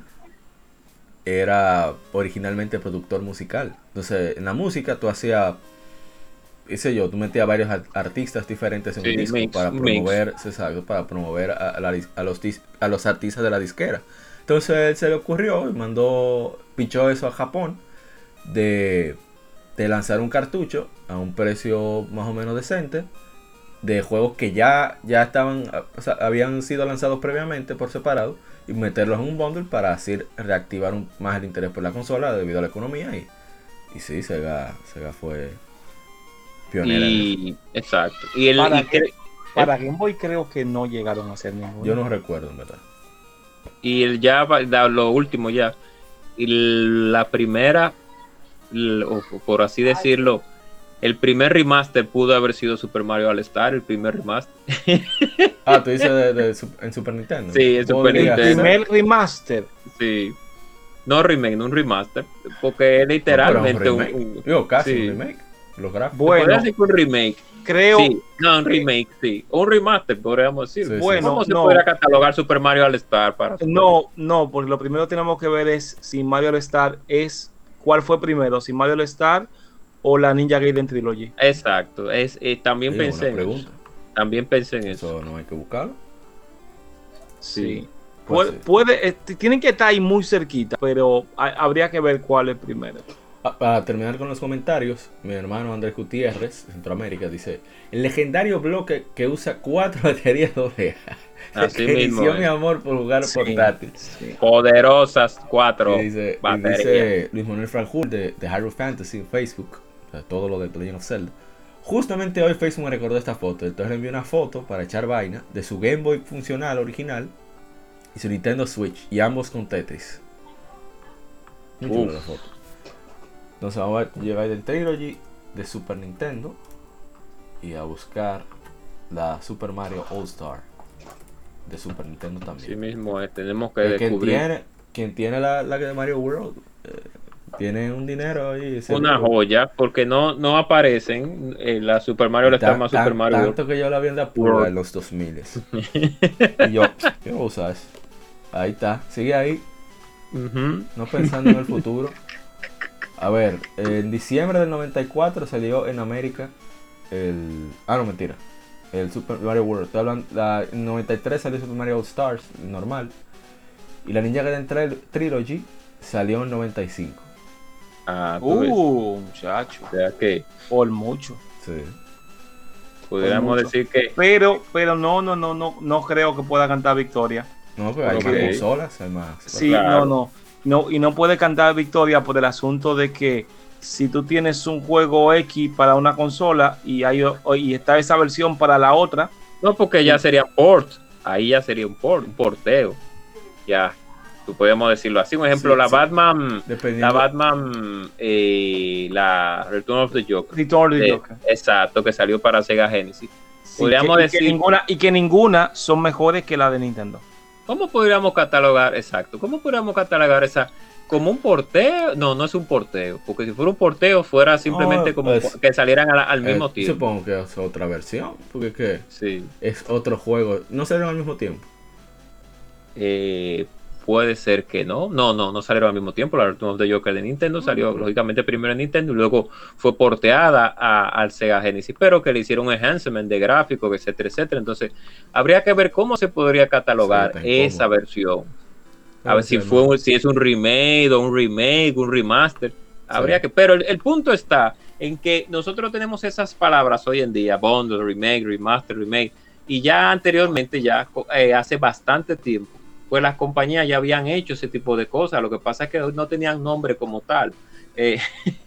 era originalmente productor musical. Entonces, en la música tú hacías, qué sé yo, tú metías varios ar- artistas diferentes en Sí, un disco mix, para mix. promover, sí, exacto, para promover a, a la dis- a los, dis- a los artistas de la disquera. Entonces él se le ocurrió y mandó, pichó eso a Japón de, de lanzar un cartucho a un precio más o menos decente de juegos que ya, ya estaban, o sea, habían sido lanzados previamente por separado y meterlos en un bundle para así reactivar un, más el interés por la consola debido a la economía. Y, y sí, Sega, Sega fue pionera. Y, exacto. Y el, Para, y que- para Game Boy creo que no llegaron a hacer ninguno. Yo no recuerdo, en verdad. Y el ya va- da- lo último ya. Y la primera, l- o por así decirlo, el primer remaster pudo haber sido Super Mario All Star, el primer remaster. Ah, tú dices de, de Sup- en Super Nintendo. Sí, en Super Podría El Nintendo. ser. primer remaster. Sí. No remake, no un remaster. Porque es literalmente No, un, pero un remake. un- Digo, casi sí. un remake. Los gráficos. Bueno, podría decir que un remake. creo Sí, no, un remake, sí. O un remaster, podríamos decir. Sí, sí. Bueno, ¿Cómo se no. podría catalogar Super Mario All Star para Super No, no, porque lo primero que tenemos que ver es si Mario All Star es cuál fue primero, si Mario All Star o la Ninja Gaiden Trilogy. Exacto, es, eh, también Sí, pensé una en pregunta. eso. También pensé en eso. Eso no hay que buscarlo. Sí. Pues Puede, sí. puede- eh, tienen que estar ahí muy cerquita, pero ha- habría que ver cuál es primero. Ah, Para terminar con los comentarios, mi hermano Andrés Gutiérrez, de Centroamérica, dice: el legendario bloque que usa cuatro baterías doble A. Así Que mismo inició es. mi amor por jugar Sí, portátil. sí. Poderosas cuatro Y dice, y baterías. dice Luis Manuel Franjul de, de Hyrule Fantasy en Facebook, o sea, todo lo de The Legend of Zelda. Justamente hoy Facebook me recordó esta foto, entonces le envió una foto para echar vaina de su Game Boy funcional original y su Nintendo Switch, y ambos con Tetris. Muy chula Uf. la foto. Entonces vamos a llegar del Trilogy de Super Nintendo y a buscar la Super Mario All Star de Super Nintendo también. Así mismo es, tenemos que El quien descubrir tiene, quien tiene la, la de Mario World eh, tiene un dinero ahí. una seguro. joya, porque no, no aparecen en la Super Mario All Tan- Star más tan- Super Mario World. Tanto que yo la vi en la purga World. en los dos mil. Y yo, ¿qué voy a usar eso? Ahí está, sigue ahí, Ujú. no pensando en el futuro. A ver, en diciembre del noventa y cuatro salió en América el... Ah, no, mentira. El Super Mario World. Estoy hablando- la- en noventa y tres salió Super Mario All Stars, el normal. Y la Ninja Gaiden Tri- Trilogy salió en noventa y cinco. Ah, tú ves. Uh, muchacho, O sea que por mucho. Sí. pudiéramos mucho. decir que Pero, pero no, no, no, no, no creo que pueda cantar Victoria. No, pero hay Ok. más consolas, hay más. Sí, Claro. no, no, no, y no puede cantar Victoria por el asunto de que si tú tienes un juego X para una consola y hay o- y está esa versión para la otra, no, porque ya sería port, ahí ya sería un port, un porteo. Ya, tú podemos decirlo así. Un ejemplo, Sí, la sí. Batman, Dependiendo. la Batman, eh, la Return of the Joker. Return of the Eh, Joker. Exacto, que salió para Sega Genesis. Sí, podríamos que- y decir- que ninguna y que ninguna son mejores que la de Nintendo. ¿Cómo podríamos catalogar, exacto, cómo podríamos catalogar esa como un porteo? No, no es un porteo, porque si fuera un porteo fuera simplemente No, como pues, que salieran a la- al Eh, mismo tiempo. Supongo que es otra versión, porque es que Sí, es otro juego. No salieron al mismo tiempo. eh, puede ser que no, no, no, no salieron al mismo tiempo. La Return of the Joker de Nintendo salió lógicamente primero en Nintendo y luego fue porteada a- al Sega Genesis, pero que le hicieron un enhancement de gráficos, etcétera, etcétera. Entonces, habría que ver cómo se podría catalogar Sí, está incómodo. esa versión. A Puede ver si ser, fue ¿no? un- si es un remake o un remake, un remaster. Habría que, pero el, el punto está en que nosotros tenemos esas palabras hoy en día, bundle, remake, remaster, remake, y ya anteriormente, ya eh, hace bastante tiempo, pues las compañías ya habían hecho ese tipo de cosas. Lo que pasa es que no tenían nombre como tal. Eh,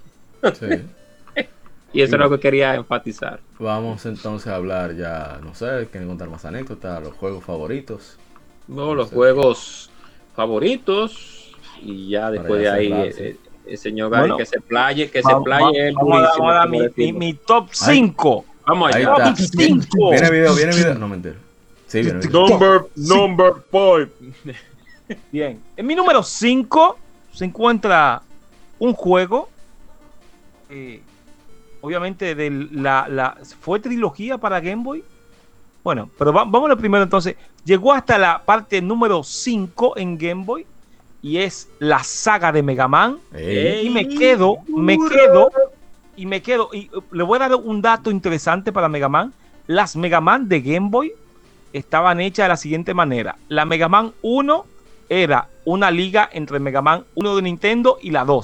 Sí. y eso es lo que quería enfatizar. Vamos entonces a hablar ya, no sé, quieren contar más anécdotas, los juegos favoritos. No, los juegos favoritos, y ya después de ya ahí, cerrar, eh, sí. eh, el señor Gary, Bueno, que se playe, que se Vamos, playe él vamos a dar- durísimo, vamos a dar como mi, mi, decimos. mi top cinco. Vamos Ahí allá. está. Top cinco. Viene video, viene video. No, mentira. Sí, viene video. Number, number five. Bien. En mi número cinco se encuentra un juego. eh, obviamente de la, la. ¿Fue trilogía para Game Boy? Bueno, pero va- vámonos primero entonces. Llegó hasta la parte número cinco en Game Boy. Y es la saga de Mega Man. Ey. Y me quedo, me quedo. Y me quedo. Y uh, le voy a dar un dato interesante para Mega Man. Las Mega Man de Game Boy estaban hechas de la siguiente manera. La Mega Man uno era una liga entre Mega Man uno de Nintendo y la dos.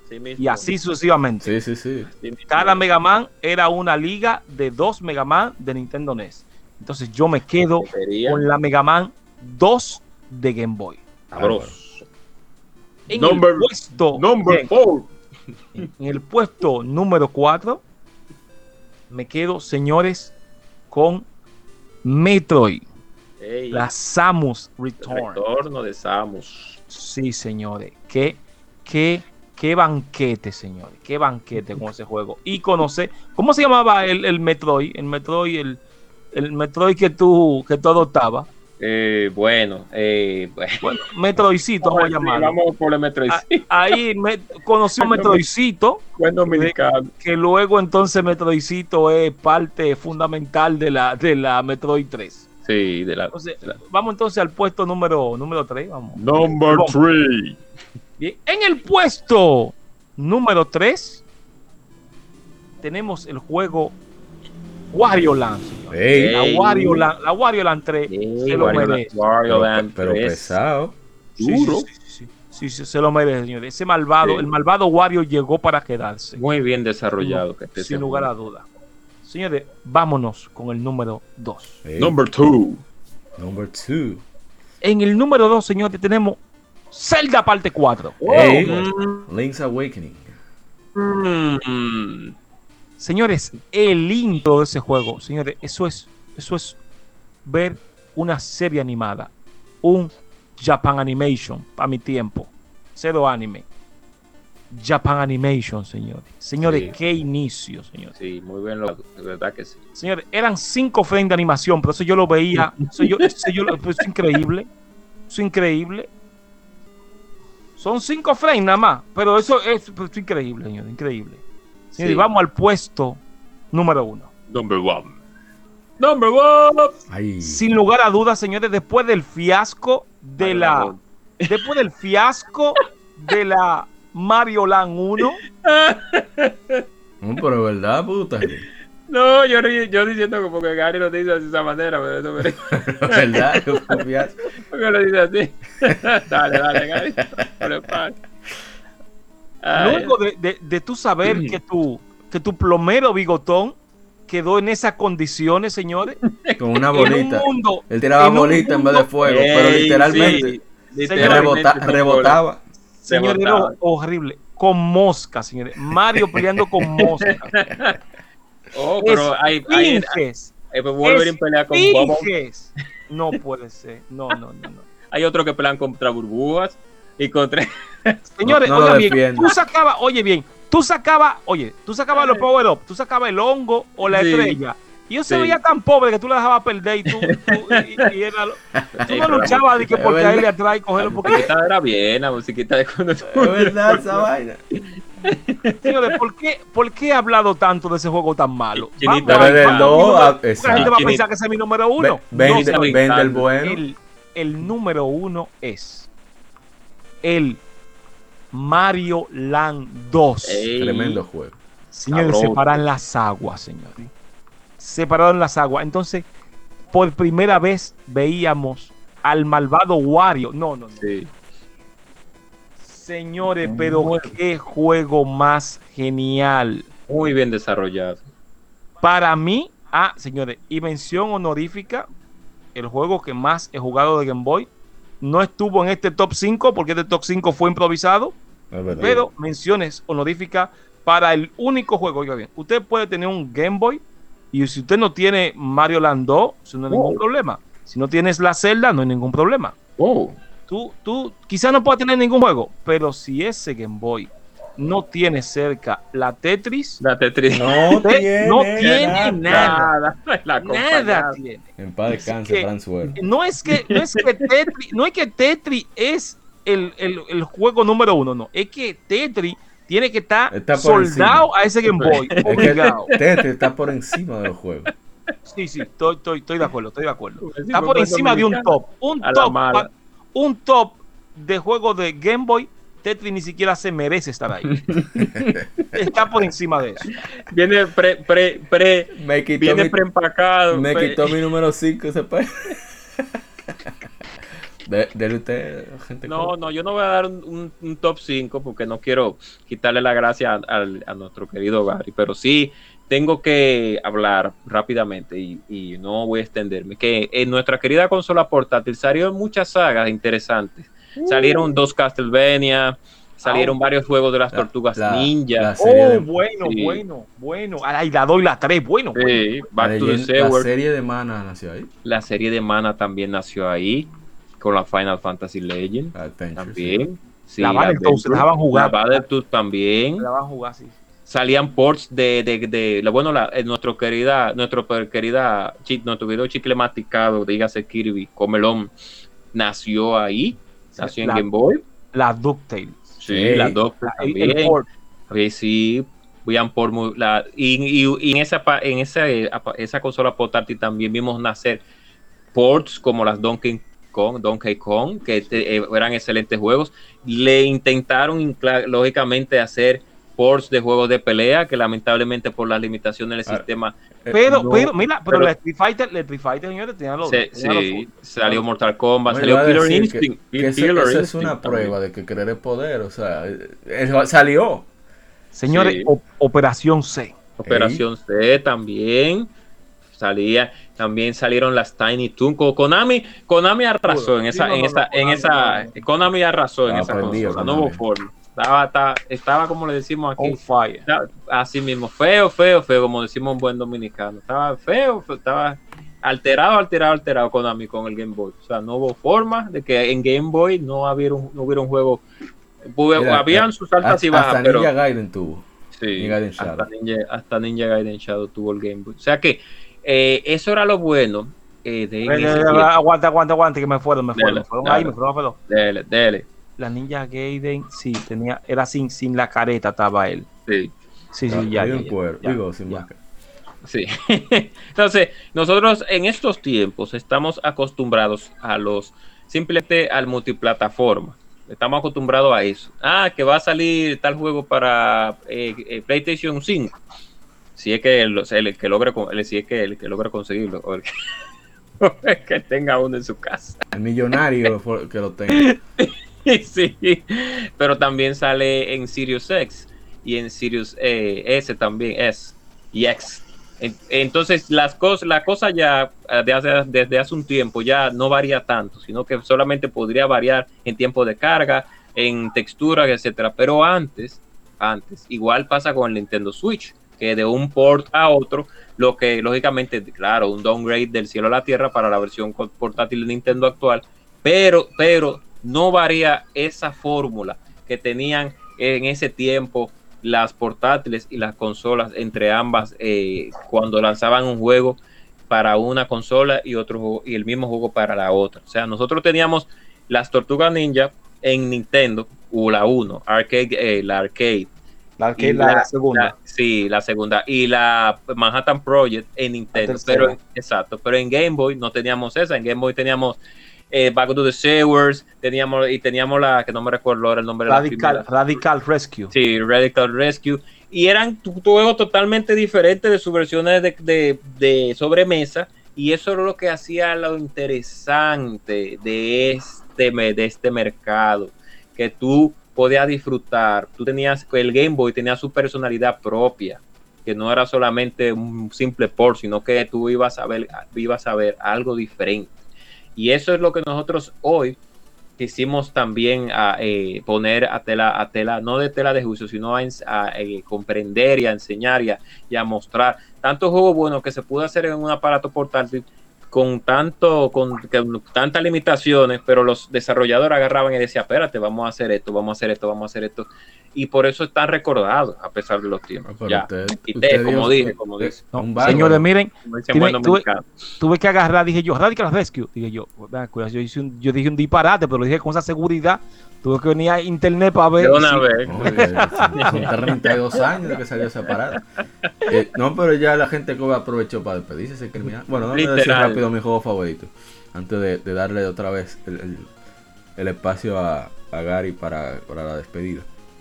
Sí mismo. Y así sucesivamente. Sí, sí, sí. Sí mismo. Cada Mega Man era una liga de dos Mega Man de Nintendo N E S. Entonces yo me quedo Sería con la Mega Man dos de Game Boy. sabroso. En Number- el puesto Number bien, four. en el puesto número cuatro me quedo, señores, con Metroid, Ey, la Samus el Return. retorno de Samus. Sí, señores, qué, qué, qué banquete, señores, qué banquete con ese juego. Y conocer, ¿cómo se llamaba el, el Metroid? El Metroid, el, el Metroid que tú, que tú adoptabas. Eh, bueno, eh, bueno. Bueno, Metroidcito, vamos a Sí, llamarlo. vamos por el Metroid. Ah, Ahí me, conocí un Metroidcito, Buen dominicano. que luego entonces Metroidcito es parte fundamental de la, de la Metroid tres. Sí, de la. Entonces, de la- vamos entonces al puesto número, número tres. Vamos. Number Vamos. three. Bien, en el puesto número tres tenemos el juego Wario Land, señor. Ey, La Ey. Wario Land, la Wario Land tres Sí, se lo Wario, merece. Wario pero, Land pero tres. pesado. Sí, Duro. sí, sí, sí, sí, sí, sí, se lo merece, señores. Ese malvado, Sí. el malvado Wario llegó para quedarse. Muy bien desarrollado. Que esté Sin ese lugar a juego. duda. Señores, vámonos con el número dos. Ey, Number two. number two. En el número dos, señores, tenemos Zelda parte cuatro. Ey, Mm, Link's Awakening. mm, Señores, el intro de ese juego, señores, eso es, eso es ver una serie animada, un Japan Animation, para mi tiempo, cero anime. Japan Animation, señores. Señores, Sí. qué inicio, señores. Sí, muy bien, lo, de verdad que sí. Señores, eran cinco frames de animación, pero eso yo lo veía, eso yo, eso yo lo- pues, es increíble, eso es increíble. Son cinco frames nada más, pero eso es, pues, es increíble, señores, increíble. Señores, Sí. y vamos al puesto número uno. Number one. Number one. Ay, Sin lugar a dudas, señores, después del fiasco de Mario la, Land. después del fiasco de la Mario Land uno, no, pero es verdad, puta. Es No, yo, ri- yo diciendo como que Gary lo dice de esa manera, pero eso me- verdad, que fue un fiasco. ¿por qué lo dice así? Dale, dale, Gary. No le pares. Ay, luego de, de, de tú saber que tu, que tu plomero bigotón quedó en esas condiciones, señores, Con una en bolita. un mundo, Él tiraba en un bolita en vez de mundo- fuego, ey, pero literalmente sí, que literalmente rebota- son rebotaba. señores, era rebotaba. horrible, con moscas, señores, Mario peleando con moscas, Oh, pero hay, hay, esfinges, hay Wolverine pelea con Bobo. esfinges. No puede ser, no, no, no, no. Hay otro que pelean contra burbujas y contra. Señores, No- no lo oigan bien, defienda. tú sacabas, oye bien, tú sacabas, oye, tú sacabas los power up, tú sacabas el hongo o la Sí. estrella. Y yo se Sí. veía tan pobre que tú le dejabas perder y tú, tú- y, y era lo- tú Ey, no pero luchabas de que es por verdad. caerle atrás y La cogerlo porque, musiquita era bien, la musiquita de cuando tú. Es verdad esa vaina. señores, ¿por qué, ¿por qué he hablado tanto de ese juego tan malo? Chinita, Vamos, pero del vamos, dos, vamos, ah, porque la exacto. gente va a Chinita. pensar que ese es mi número uno. Ve- No, Vende, se me vende el encanta. bueno. el, el número uno es el Mario Land dos. Ey, Tremendo juego. Señores, Sabroso. separan las aguas, señores. Separaron las aguas. Entonces, por primera vez veíamos al malvado Wario. No, no, no. Sí. Señores, pero qué juego más genial. Muy bien desarrollado. Para mí, ah, señores, y mención honorífica, el juego que más he jugado de Game Boy. No estuvo en este top cinco porque este top cinco fue improvisado. Es verdad. Pero menciones honoríficas para el único juego. Oiga bien, usted puede tener un Game Boy y si usted no tiene Mario Land dos, eso no hay ningún Wow. problema. Si no tienes la Zelda, no hay ningún problema. Wow. Tú, tú quizás no puedas tener ningún juego, pero si ese Game Boy no tiene cerca la Tetris, La Tetris. No usted tiene, no tiene nada. nada. La Nada acompañada. tiene. En paz descanse, que- François. No es que, no es que Tetris, no es que Tetris es el, el, el juego número uno, no. Es que Tetris tiene que estar Está por soldado encima. a ese Game Boy. Es Obligado. que Tetris está por encima de los juegos. Sí, sí, estoy, estoy, estoy de acuerdo, estoy de acuerdo. Sí, Está por porque encima de un dominicano. top. Un A la top, mala. pa- un top de juego de Game Boy. Tetris ni siquiera se merece estar ahí. Está por encima de eso. Viene pre, pre, pre. Me quitó, Viene mi, preempacado. me pre- quitó mi número cinco, se puede. De, de usted, gente. No, como- no, yo no voy a dar un, un- un top cinco porque no quiero quitarle la gracia a, al- a nuestro querido Gary, pero sí tengo que hablar rápidamente y, y no voy a extenderme. Que en nuestra querida consola portátil salieron muchas sagas interesantes. Salieron dos Castlevania, salieron Au. varios juegos de las La- tortugas la- ninja. la serie Oh, de- bueno, Sí. bueno, bueno. Ay, la dos y la tres, bueno, bueno. Sí, La, Back to the leyenda- la Sewer. serie de Mana nació ahí. La serie de Mana también nació ahí, con la Final Fantasy Legend. Adventure, sí. También. Sí, La Battletoads, Adventure. la dejaban jugar. La Battletoads también. La van a jugar así. Salían ports de, de, de, la- bueno, la, eh, nuestro querida, nuestro per- querida, chi- nuestro querido chicle masticado, dígase Kirby, Comelón, nació ahí, nació en La- Game Boy. La DuckTales. Sí, Sí. las dos La- el- también. el port. Sí, sí, veían por mu- la, y, y- y en esa pa- en esa, eh, apa- esa consola portátil también vimos nacer ports como las Donkey Kong, Donkey Kong, que te- eh, eran excelentes juegos. Le intentaron incla- lógicamente hacer ports de juegos de pelea que lamentablemente por las limitaciones del Ah, sistema Eh, Pero, no, pero, mira, pero, pero- la Street Fighter, la Street Fighter, señores, tenía los. se- tenía los sí, full. salió Mortal Kombat, no, salió iba a Killer decir Instinct, que- que ese- Killer esa es Instinct una también. prueba de que querer es poder, o sea, eh, eh, salió. Señores, Sí. o- Operación C. Operación C también salía, también salieron las Tiny Toon. Co- Konami, Konami arrasó en esa, Sí, no, en no, esa, no, en Konami, esa, no, no. Konami arrasó en Ah, esa aprendido, consola, no hubo Konami. forma. Estaba, estaba, estaba como le decimos aquí, On fire. estaba así mismo, feo, feo, feo, como decimos un buen dominicano. Estaba feo, feo, estaba alterado, alterado, alterado Konami con el Game Boy. O sea, no hubo forma de que en Game Boy no hubiera un, no hubiera un juego. Hubo- Mira, habían eh, sus altas y hasta bajas, pero Ninja Gaiden tuvo. sí, Ninja Gaiden hasta, Shadow. Ninja, hasta Ninja Gaiden Shadow tuvo el Game Boy. O sea que eh, eso era lo bueno eh, de en Eh, ese eh, tiempo. Aguanta, aguanta, aguanta, que me fueron, me fueron, Dale, me fueron dale. ahí, me fueron, me fueron. Dele, dele. La Ninja Gaiden, sí, tenía, era sin, sin la careta, estaba él. Sí, Sí, Ah, sí, ya. había ya, un ya, cuero, ya, digo, sin ya. máscara. sí. Entonces, nosotros en estos tiempos estamos acostumbrados a los, simplemente al multiplataforma. Estamos acostumbrados a eso. Ah, que va a salir tal juego para eh, eh, PlayStation cinco. Si es que el, el que logre, con- el- si es que el que logra conseguirlo, o el que, o el que tenga uno en su casa. El millonario fue- que lo tenga. Sí, pero también sale en Sirius X y en Sirius eh, S también, S y X. En- Entonces, las cosas, la cosa ya eh, de hace- desde hace un tiempo ya no varía tanto, sino que solamente podría variar en tiempo de carga, en texturas, etcétera. Pero antes, antes, igual pasa con el Nintendo Switch, que de un port a otro, lo que lógicamente, claro, un downgrade del cielo a la tierra para la versión portátil de Nintendo actual, pero, pero no varía esa fórmula que tenían en ese tiempo las portátiles y las consolas entre ambas eh, cuando lanzaban un juego para una consola y otro juego, y el mismo juego para la otra. O sea, nosotros teníamos las Tortugas Ninja en Nintendo, o la uno, arcade, eh, la arcade. La, que Y la, la segunda. la- sí, la segunda. Y la Manhattan Project en Nintendo. tercera. Pero, exacto. Pero en Game Boy no teníamos esa. En Game Boy teníamos eh, Back to the Sewers. Teníamos, y teníamos la que no me recuerdo ahora el nombre de la Radical, primera. Radical Rescue. Sí, Radical Rescue. Y eran tu- tu juegos totalmente diferentes de sus versiones de, de, de sobremesa. Y eso era lo que hacía lo interesante de este, me- de este mercado. Que tú podías disfrutar. Tú tenías, el Game Boy tenía su personalidad propia. Que no era solamente un simple port, sino que tú ibas a ver, ibas a ver algo diferente. Y eso es lo que nosotros hoy quisimos también a, eh, poner a tela, a tela, no de tela de juicio, sino a, ens- a, eh, comprender y a enseñar y a, y a mostrar tantos juegos buenos que se pudo hacer en un aparato portátil con tanto, con, con tantas limitaciones, pero los desarrolladores agarraban y decían, espérate, vamos a hacer esto, vamos a hacer esto, vamos a hacer esto. Y por eso están recordados a pesar de los tiempos. Ah, pero Ya, usted- y usted te, como dio- dije, como dice, No, un bárbaro. señores, miren, como dice tiene- buen tuve- dominicano. tuve que agarrar, dije yo, Radical Rescue. Dije yo, "Ven, cuidado, yo, hice un- yo dije un disparate, pero lo dije con esa seguridad. Tuve que venir a internet para ver. De una si- vez. Oye, son son treinta y dos años de que salió ese aparato. Eh, no, pero ya la gente que aprovechó para despedirse ese criminal. Bueno, vamos a decir Literal. rápido mi juego favorito. Antes de, de darle otra vez el, el- el espacio a, a Gary para, para la despedida.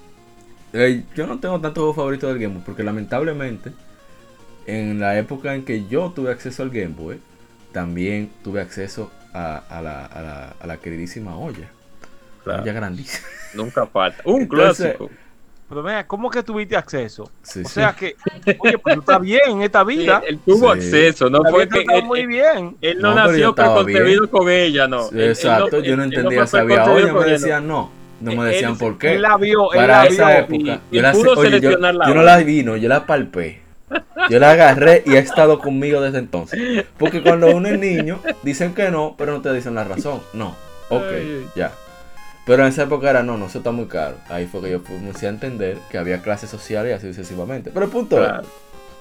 Eh, yo no tengo tanto juego favorito del Game Boy porque lamentablemente en la época en que yo tuve acceso al Game Boy, también tuve acceso a, a, la, a, la, a la queridísima olla. Claro. Olla grandísima. Nunca falta. Un Entonces, clásico. Pero mira, ¿cómo que tuviste acceso? Sí, o sí. sea que, oye, pues tú estás bien en esta vida. Sí, él tuvo Sí. acceso, no La fue vida que está él, muy él- bien. él no, No, pero yo nació estaba preconcebido bien. con ella, no. Sí, Él- él exacto, no- yo no él- él entendía fue si había preconcebido olla, me con ella, decían no. No me Él- decían él- por qué. Él la vio, él Para la esa vio. época, y- yo y la pudo oye, yo, seleccionar la yo no olla. la vino, yo la palpé. Yo la agarré y ha estado conmigo desde entonces. Porque cuando uno es niño, dicen que no, pero no te dicen la razón. No, ok, Ay. ya. Pero en esa época era, no, no, eso está muy caro. Ahí fue que yo comencé a entender que había clases sociales y así sucesivamente. Pero el punto Claro. es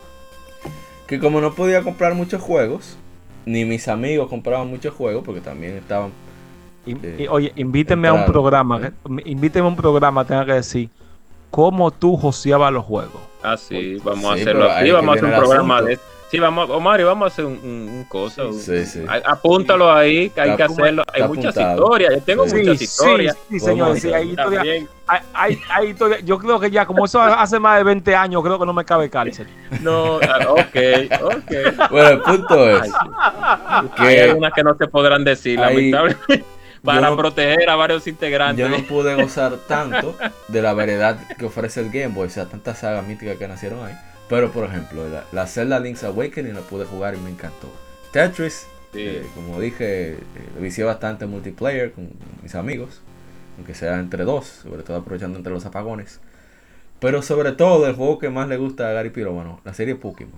que como no podía comprar muchos juegos, ni mis amigos compraban muchos juegos, porque también estaban... Y- eh, y, oye, invítenme a un entrado, programa. ¿eh? que- Invítenme a un programa, tenga que decir cómo tú joseabas los juegos. Ah, sí, vamos Sí, a hacerlo pero aquí, ahí vamos a que hacer un viene el programa asunto. de... Sí, vamos, Omar, vamos a hacer un, un, un cosa. un- Sí, sí. a- Apúntalo ahí, que hay Está que hacerlo. Hay está muchas apuntado. historias, yo tengo Sí. muchas Sí, historias. sí, sí, señores, sí, hay historias. También. Hay, hay, hay historias. Yo creo que ya, como eso hace más de veinte años, creo que no me cabe cárcel. No, ah, ok, ok. Bueno, el punto es Hay que algunas que no se podrán decir, Ahí- lamentablemente, para no- proteger a varios integrantes. yo no pude gozar tanto de la variedad que ofrece el Game Boy, o sea, tantas sagas míticas que nacieron ahí. Pero, por ejemplo, la, la Zelda Link's Awakening la pude jugar y me encantó. Tetris, Sí. eh, como dije, eh, lo vicié bastante en multiplayer con mis amigos, aunque sea entre dos, sobre todo aprovechando entre los apagones. Pero sobre todo, el juego que más le gusta a Gary Pirómano, la serie Pokémon.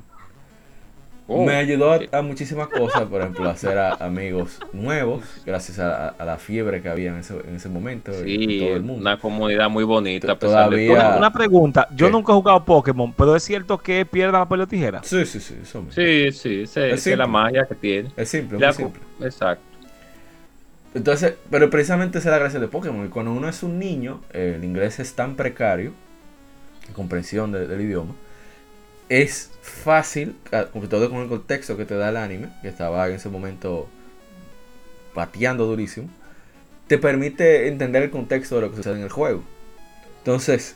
Oh, Me ayudó a, sí. a muchísimas cosas, por ejemplo, a hacer a- amigos nuevos, gracias a, a la fiebre que había en ese, en ese momento en Sí, todo el mundo. una comunidad muy bonita. a pesar de Todavía- todo. Una, una pregunta. Yo ¿Qué? nunca he jugado Pokémon, pero es cierto que es piedra, papel o tijera. Sí, sí, sí, eso mismo. Sí, sí, ese- Es esa es la simple. magia que tiene. Es simple, La muy co- simple. Exacto. Entonces, pero precisamente esa es la gracia de Pokémon. Y cuando uno es un niño, eh, el inglés es tan precario, la comprensión de- del idioma, es fácil, ah, sobre todo con el contexto que te da el anime, que estaba en ese momento pateando durísimo, te permite entender el contexto de lo que sucede en el juego. Entonces,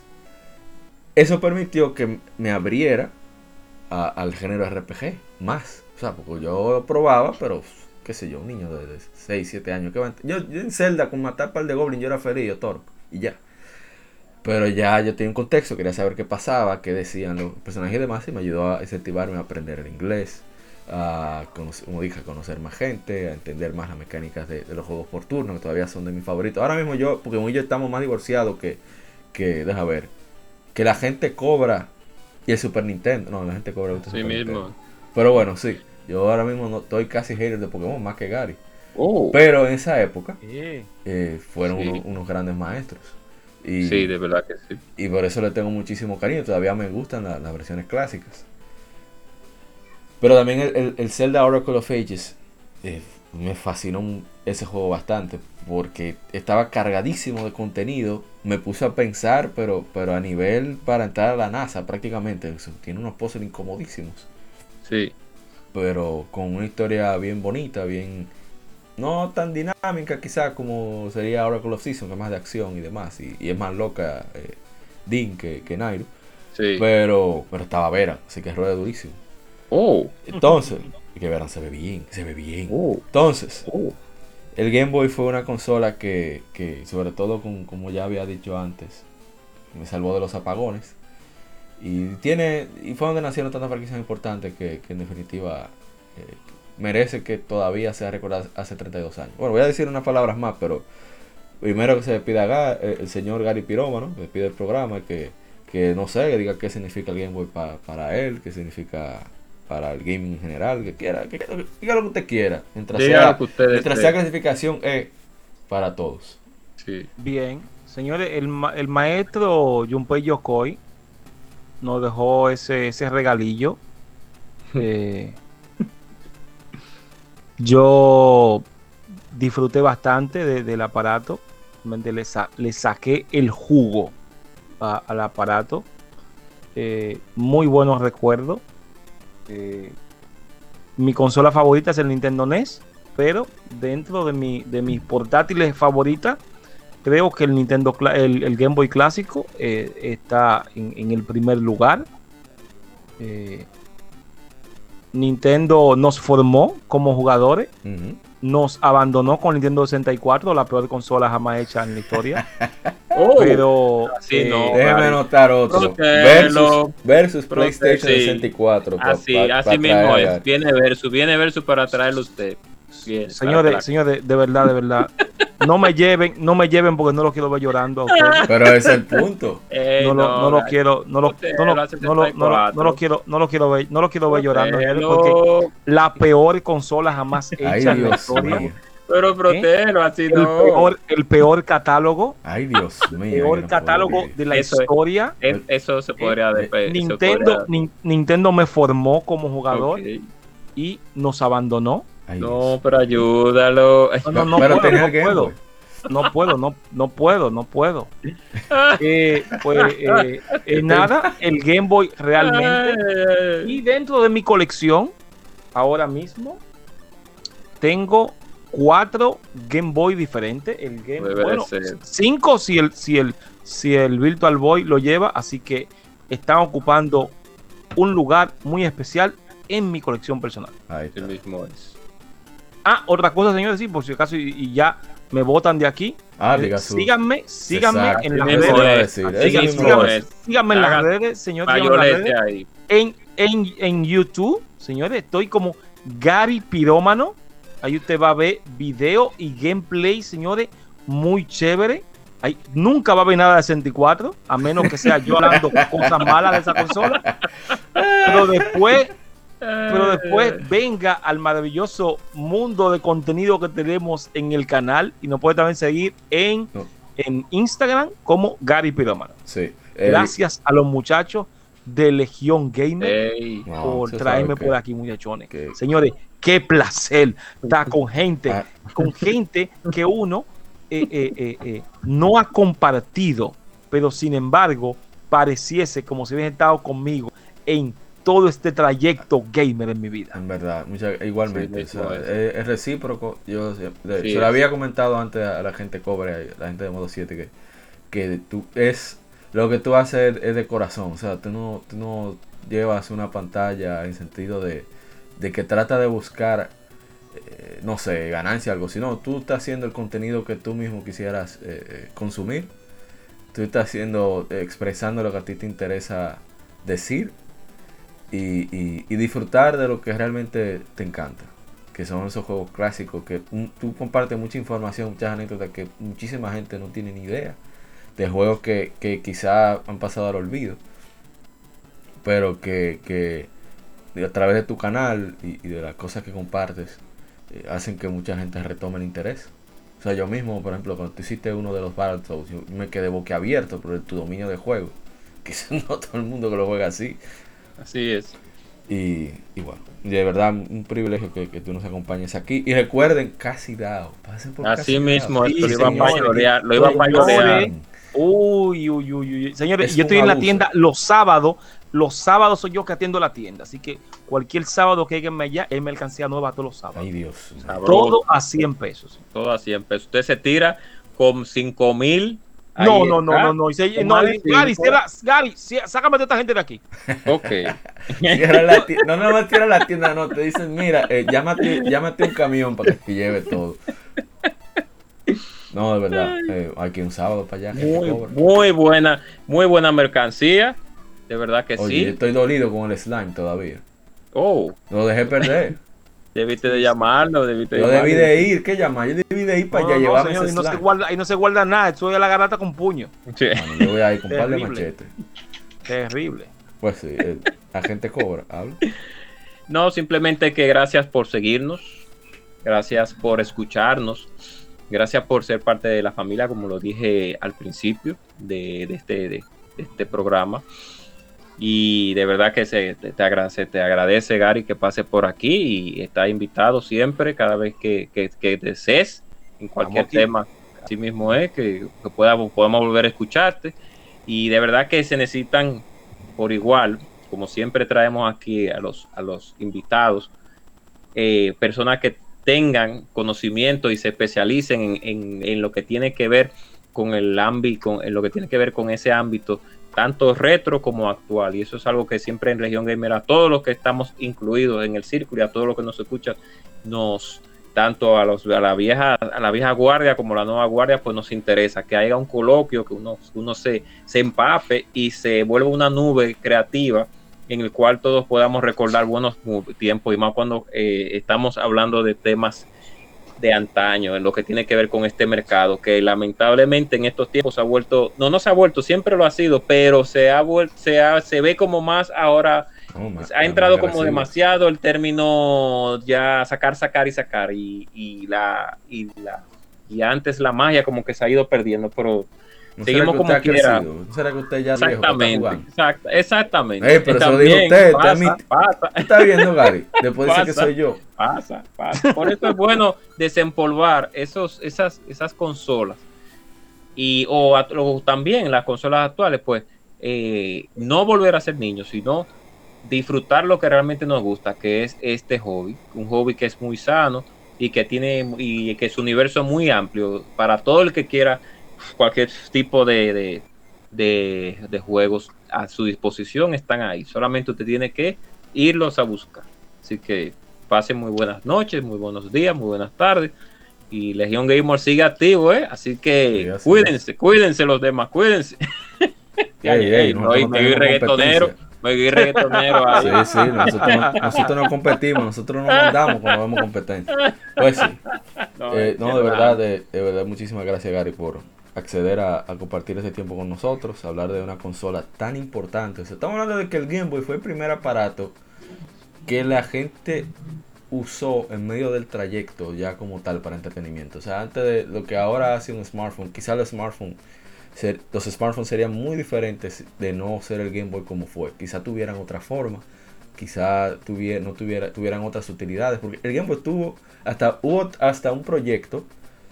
eso permitió que me abriera a- al género R P G más. O sea, porque yo lo probaba, pero qué sé yo, un niño de, de seis, siete años. Que va a ent- yo, yo en Zelda con matar un par de goblins yo era feliz, yo torco, y ya. Pero ya yo tenía un contexto, quería saber qué pasaba, qué decían los personajes y demás, y me ayudó a incentivarme a aprender el inglés, a conocer, como dije, a conocer más gente, a entender más las mecánicas de, de los juegos por turno, que todavía son de mis favoritos. Ahora mismo yo, porque y yo estamos más divorciados que, que, deja ver, que la gente cobra, y el Super Nintendo, no, la gente cobra el Sí Super mismo. Nintendo. Pero bueno, sí, yo ahora mismo no estoy casi hater de Pokémon, más que Gary. Oh, Pero en esa época Sí. eh, fueron Sí. unos, unos grandes maestros. Y, sí, de verdad que sí. y por eso le tengo muchísimo cariño. Todavía me gustan la- las versiones clásicas. Pero también el, el- el Zelda Oracle of Ages eh, me fascinó ese juego bastante. Porque estaba cargadísimo de contenido. Me puse a pensar, pero, pero a nivel para entrar a la NASA prácticamente. Eso, tiene unos puzzles incomodísimos. Sí. Pero con una historia bien bonita, bien... No tan dinámica quizás como sería Oracle of Season, que es más de acción y demás. Y, y es más loca eh, Dean que, que Nairo. Sí. Pero, pero estaba Vera, así que rueda durísimo. Oh, Entonces, y que Vera se ve bien, se ve bien. oh, Entonces, oh. el Game Boy fue una consola que, que sobre todo con, como ya había dicho antes, me salvó de los apagones. Y tiene y fue donde nacieron tantas franquicias importantes que, que en definitiva eh, merece que todavía sea recordada hace treinta y dos años. Bueno, voy a decir unas palabras más, pero primero que se despida a Ga- eh, el señor Gary Pirómano, que despide el programa, que, que no sé, que diga qué significa el Game Boy pa- para él, qué significa para el gaming en general, que quiera, que, que- diga lo que usted quiera, mientras Diga sea, lo que usted mientras desee. sea clasificación E para todos. Sí. Bien. Señores, el, ma- el maestro Junpei Yokoi nos dejó ese, ese regalillo. Eh, yo disfruté bastante de- del aparato. Realmente Le, sa- le saqué el jugo a- al aparato. Eh, muy buenos recuerdos. Eh, mi consola favorita es el Nintendo N E S, pero dentro de, mi, de mis portátiles favoritas, creo que el Nintendo Cla- el, el Game Boy clásico eh, está en, en el primer lugar. Eh, Nintendo nos formó como jugadores, Ujú. nos abandonó con Nintendo sesenta y cuatro, la peor consola jamás hecha en la historia. Oh, Pero así eh, no. Déjeme Gary. anotar otro. Protégelo. Versus, versus Prote- PlayStation sí. sesenta y cuatro. pa- Así, pa- así pa mismo traer a es. Gary. Viene Versus, viene Versus para traerlo usted. Viene, para señores, traer. señores, de verdad, de verdad, no me lleven, no me lleven porque no lo quiero ver llorando a ustedes. Pero ese es el punto. Ey, No, lo, no lo Gary. quiero, no lo, Usted no lo, lo hace no lo, no lo, no lo sesenta y cuatro. quiero, no lo quiero ver, no lo quiero ver llorando, señores, porque Protégelo. la peor consola jamás Ay, hecha en la Dios historia, mío. Pero protégelo, así el no. peor, el peor catálogo, Ay, Dios mío. el yo peor no puedo catálogo creer. de la Eso es. historia. Es- eso se podría Eh, después. se Nintendo, podría- Nin- Nintendo me formó como jugador Ok. y nos abandonó. Ay, No, Dios. pero ayúdalo. No, no, no Pero puedo, tenía no el Game puedo. Boy. No puedo, no, no puedo, no puedo. Eh, pues eh, eh, nada, el Game Boy realmente. Y dentro de mi colección, ahora mismo, tengo cuatro Game Boy diferentes. El Game Debe bueno, ser. cinco si el, si el, si el Virtual Boy lo lleva, así que están ocupando un lugar muy especial en mi colección personal. Ahí El está. mismo es. Ah, otra cosa, señores, sí, por si acaso y, y ya me botan de aquí. Ah, Eh, diga su. síganme, síganme Exacto. en las Mismo Eso iba a redes. decir, Así eso Sigan- mismo mismo síganme, es. síganme en las Haga redes, señores. síganme en las redes. Payolete ahí. En, en, en YouTube, señores, estoy como Gary Pirómano. Ahí usted va a ver video y gameplay, señores, muy chévere. Ahí, nunca va a ver nada de sesenta y cuatro, a menos que sea yo hablando cosas malas de esa consola. Pero después, pero después venga al maravilloso mundo de contenido que tenemos en el canal y nos puede también seguir en, No. en Instagram como Gary Pirómano. Sí. El- Gracias a los muchachos de Legión Gamer Ey. No, por se traerme sabe que- por aquí, muchachones. que- Señores, qué placer estar con gente, Ah. con gente que uno eh, eh, eh, eh, no ha compartido, pero sin embargo pareciese como si hubiesen estado conmigo en todo este trayecto gamer en mi vida. En verdad, mucha- igualmente. Sí, o sea, mismo es. es, es recíproco. Yo se, de- Sí, se es. lo había comentado antes a la gente Cobra, a la gente de Modo siete, que, que tú es lo que tú haces es de corazón. O sea, tú no, tú no llevas una pantalla en sentido de, de que trata de buscar, eh, no sé, ganancia o algo. Sino tú estás haciendo el contenido que tú mismo quisieras eh, eh, consumir. Tú estás haciendo, eh, expresando lo que a ti te interesa decir. Y, y, y disfrutar de lo que realmente te encanta, que son esos juegos clásicos que un- tú compartes mucha información, muchas anécdotas que muchísima gente no tiene ni idea, de juegos que, que quizá han pasado al olvido, pero que, que a través de tu canal y, y de las cosas que compartes eh, hacen que mucha gente retome el interés. O sea, yo mismo, por ejemplo, cuando tú hiciste uno de los Battletoads, yo me quedé boquiabierto por tu dominio de juego. Quizás no todo el mundo que lo juega así. Así es. Y, y bueno, de verdad un privilegio que, que tú nos acompañes aquí. Y recuerden, Casi Dao. Pasen por Así Casi Dao. mismo, Sí, esto lo iba a señores. payorear. Lo iba a Señores. payorear. Uy, uy, uy, uy. Señores, Es yo un estoy en la abuso. tienda los sábados. Los sábados soy yo que atiendo la tienda. Así que cualquier sábado que lleguenme allá, es mercancía nueva todos los sábados. Ay, Dios. Sabroso. Todo a cien pesos. Todo a cien pesos. Usted se tira con cinco mil. No, no, no, no, no. Y se- Con no, más de Gary, cinco. cierra- Gary, cie- sácame de esta gente de aquí. Ok. Cierra la tienda. No, no, no cierra la tienda, no. Te dicen, mira, eh, llámate, llámate un camión para que te lleve todo. No, de verdad. Eh, hay que ir un sábado para allá. Que te Muy, cobra. muy buena, muy buena mercancía. De verdad que Oye, sí. estoy dolido con el slime todavía. Oh, Lo dejé perder. debiste de llamarlo, debiste de Yo debí llamarlo. de ir. ¿Qué llamar? Yo debí de ir para No, allá no, llevarme señor, ese y no se slime. guarda, ahí no se guarda nada. Eso es la garata con puño. Sí. Bueno, yo voy a ir con un par de Terrible. machetes. Terrible. Pues sí, eh, la gente cobra. Habla. No, simplemente que gracias por seguirnos, gracias por escucharnos, gracias por ser parte de la familia, como lo dije al principio de, de este, de, de este programa. Y de verdad que se te, te agradece, te agradece, Gary, que pase por aquí y está invitado siempre, cada vez que, que, que desees, en cualquier Vamos aquí. tema. Así mismo es, que, que podamos, podamos volver a escucharte. Y de verdad que se necesitan por igual, como siempre traemos aquí a los, a los invitados, eh, personas que tengan conocimiento y se especialicen en, en, en lo que tiene que ver con el ámbito, con, en lo que tiene que ver con ese ámbito tanto retro como actual, y eso es algo que siempre en Legión Gamer, a todos los que estamos incluidos en el círculo y a todos los que nos escuchan, nos tanto a los a la vieja a la vieja guardia como a la nueva guardia, pues nos interesa que haya un coloquio, que uno, uno se, se empape y se vuelva una nube creativa en el cual todos podamos recordar buenos tiempos, y más cuando eh, estamos hablando de temas de antaño, en lo que tiene que ver con este mercado, que lamentablemente en estos tiempos se ha vuelto, no, no se ha vuelto, siempre lo ha sido, pero se ha vuelto, se, ha, se ve como más ahora. Oh, man, ha entrado como agresivo. Demasiado el término ya sacar, sacar y sacar, y, y la y la y antes la magia como que se ha ido perdiendo, pero ¿no seguimos como quiera. ¿No será que usted ya exactamente, viejo, exact, exactamente. Hey, pero eso lo dijo usted, pasa, usted mi... pasa. Está viendo, Gary, después pasa, dice que soy yo. Pasa, pasa. Por eso es bueno desempolvar esos esas esas consolas, y o, o también las consolas actuales, pues eh, no volver a ser niños, sino disfrutar lo que realmente nos gusta, que es este hobby, un hobby que es muy sano y que tiene y que su universo es muy amplio para todo el que quiera cualquier tipo de, de, de, de juegos a su disposición, están ahí, solamente usted tiene que irlos a buscar. Así que pasen muy buenas noches, muy buenos días, muy buenas tardes, y Legión Gamer sigue activo, ¿eh? Así que sí, cuídense, cuídense los demás, cuídense. Ey, ey, ey, no, no, no reggaetonero. Me vi reggaetonero ahí. Sí, sí, nosotros, nosotros no competimos, nosotros no mandamos cuando vemos competencia. Pues sí. No, eh, no de verdad, de, de verdad, muchísimas gracias, Gary, por acceder a, a compartir ese tiempo con nosotros, hablar de una consola tan importante. O sea, estamos hablando de que el Game Boy fue el primer aparato que la gente usó en medio del trayecto ya como tal para entretenimiento. O sea, antes de lo que ahora hace un smartphone, quizá el smartphone... Ser, los smartphones serían muy diferentes de no ser el Game Boy como fue. Quizá tuvieran otra forma, quizá tuviera, no tuviera, tuvieran otras utilidades, porque el Game Boy tuvo hasta, hubo hasta un proyecto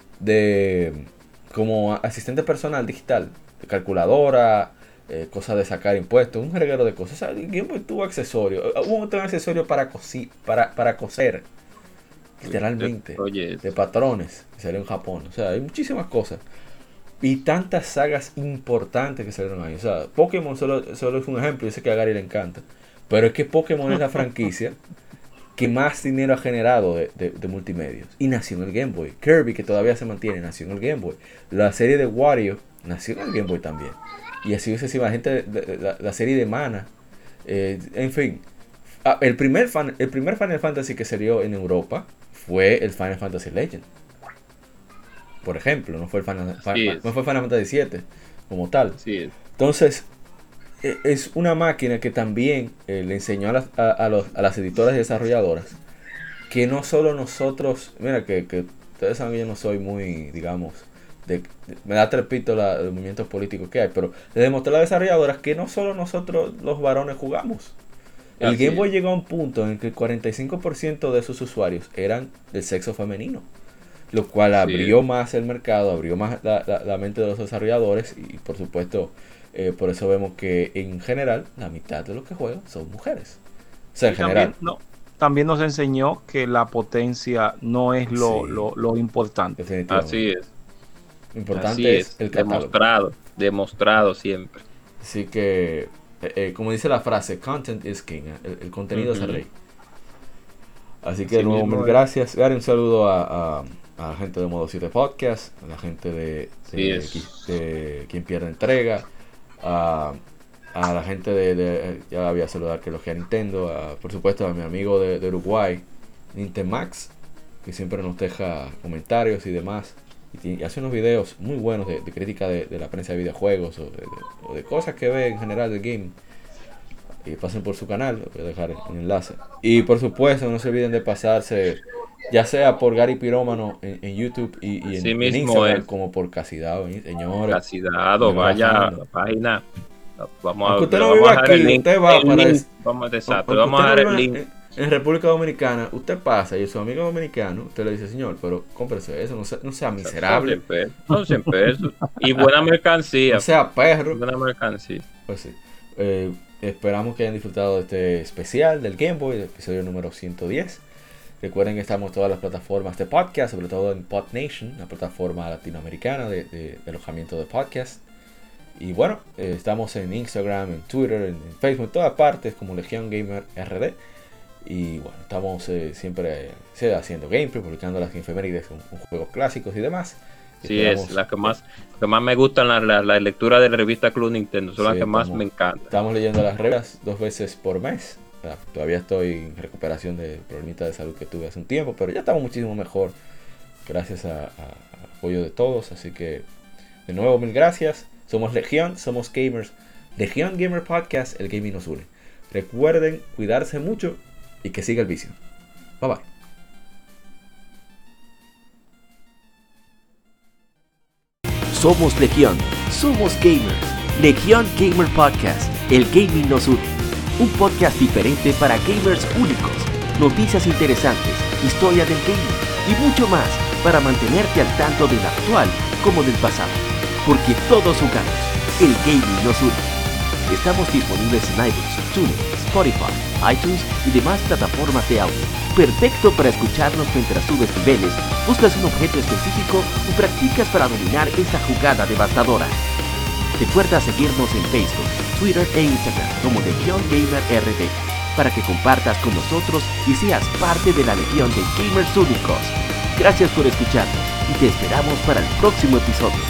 de como asistente personal digital, de calculadora, eh, cosas de sacar impuestos, un reguero de cosas. O sea, el Game Boy tuvo accesorios, hubo un accesorio para, cosi, para, para coser, literalmente, Oye, de patrones, que salió en Japón. O sea, hay muchísimas cosas. Y tantas sagas importantes que salieron ahí. O sea, Pokémon solo, solo es un ejemplo. Yo sé que a Gary le encanta. Pero es que Pokémon es la franquicia que más dinero ha generado de, de, de multimedios. Y nació en el Game Boy. Kirby, que todavía se mantiene, nació en el Game Boy. La serie de Wario nació en el Game Boy también. Y así sucesivamente la, la serie de Mana. Eh, en fin. Ah, el, primer fan, el primer Final Fantasy que salió en Europa fue el Final Fantasy Legend. Por ejemplo, no fue el Final, Final, no fue Final Fantasy siete como tal. Sí. Entonces, es una máquina que también eh, le enseñó a las, a, a, los, a las editoras y desarrolladoras que no solo nosotros, mira que, que ustedes saben que yo no soy muy, digamos, de, de, me da trepito la, los movimientos políticos que hay, pero le demostró a las desarrolladoras que no solo nosotros los varones jugamos. El Así Game Boy es. llegó a un punto en que el cuarenta y cinco por ciento de sus usuarios eran del sexo femenino. Lo cual abrió sí. más el mercado, abrió más la, la, la mente de los desarrolladores y por supuesto eh, por eso vemos que en general la mitad de los que juegan son mujeres. O sea, en y general. También, no, también nos enseñó que la potencia no es lo, sí. lo, lo importante. Así es. Lo importante Así es, es el catálogo. Demostrado, demostrado siempre. Así que, eh, eh, como dice la frase, content is king, el, el contenido uh-huh. es el rey. Así que de nuevo, mil gracias. Gary, un saludo a... a a la gente de Modo siete Podcast, a la gente de, de, sí de, de Quien Pierde Entrega, a, a la gente de, de ya voy a saludar que elogia a Nintendo, a, por supuesto a mi amigo de, de Uruguay, Nintemax, que siempre nos deja comentarios y demás, y, y hace unos videos muy buenos de, de crítica de, de la prensa de videojuegos o de, de, o de cosas que ve en general del game. Y pasen por su canal, voy a dejar el enlace. Y por supuesto no se olviden de pasarse ya sea por Gary Pirómano en, en YouTube y, y en, sí en Instagram es. como por Casidado, señores. Casidado, vaya a la página. Vamos Aunque a, usted no vive aquí, link, usted va para link, eso. Vamos, exacto, vamos a dar el link. En, en República Dominicana, usted pasa y su amigo dominicano, usted le dice, señor, pero cómprese eso, no sea, no sea miserable. Son cien pesos. Y buena mercancía. No sea perro. Buena mercancía. Pues sí. Eh, esperamos que hayan disfrutado de este especial del Game Boy, el episodio número ciento diez. Recuerden que estamos en todas las plataformas de podcast, sobre todo en PodNation, la plataforma latinoamericana de, de, de alojamiento de podcast. Y bueno, eh, estamos en Instagram, en Twitter, en, en Facebook, en todas partes como Legion Gamer R D. Y bueno, estamos eh, siempre eh, haciendo gameplay, publicando las efemérides con, con juegos clásicos y demás. Sí, es la que más, que más me gustan, la, la, la lectura de la revista Club Nintendo, son sí, las que más estamos, me encantan. Estamos leyendo las reglas dos veces por mes. O sea, todavía estoy en recuperación de problemitas de salud que tuve hace un tiempo, pero ya estamos muchísimo mejor gracias al apoyo de todos. Así que, de nuevo, mil gracias. Somos Legión, somos gamers. Legion Gamer Podcast, el gaming nos une. Recuerden cuidarse mucho y que siga el vicio. Bye bye. Somos Legión, somos gamers. Legion Gamer Podcast, el gaming nos une. Un podcast diferente para gamers únicos, noticias interesantes, historia del gaming y mucho más para mantenerte al tanto del actual como del pasado. Porque todos jugamos, el gaming nos une. Estamos disponibles en iBooks, TuneIn, Spotify, iTunes y demás plataformas de audio. Perfecto para escucharnos mientras subes niveles, buscas un objeto específico o practicas para dominar esa jugada devastadora. Recuerda seguirnos en Facebook, Twitter e Instagram como Legion Gamer R D para que compartas con nosotros y seas parte de la legión de gamers únicos. Gracias por escucharnos y te esperamos para el próximo episodio.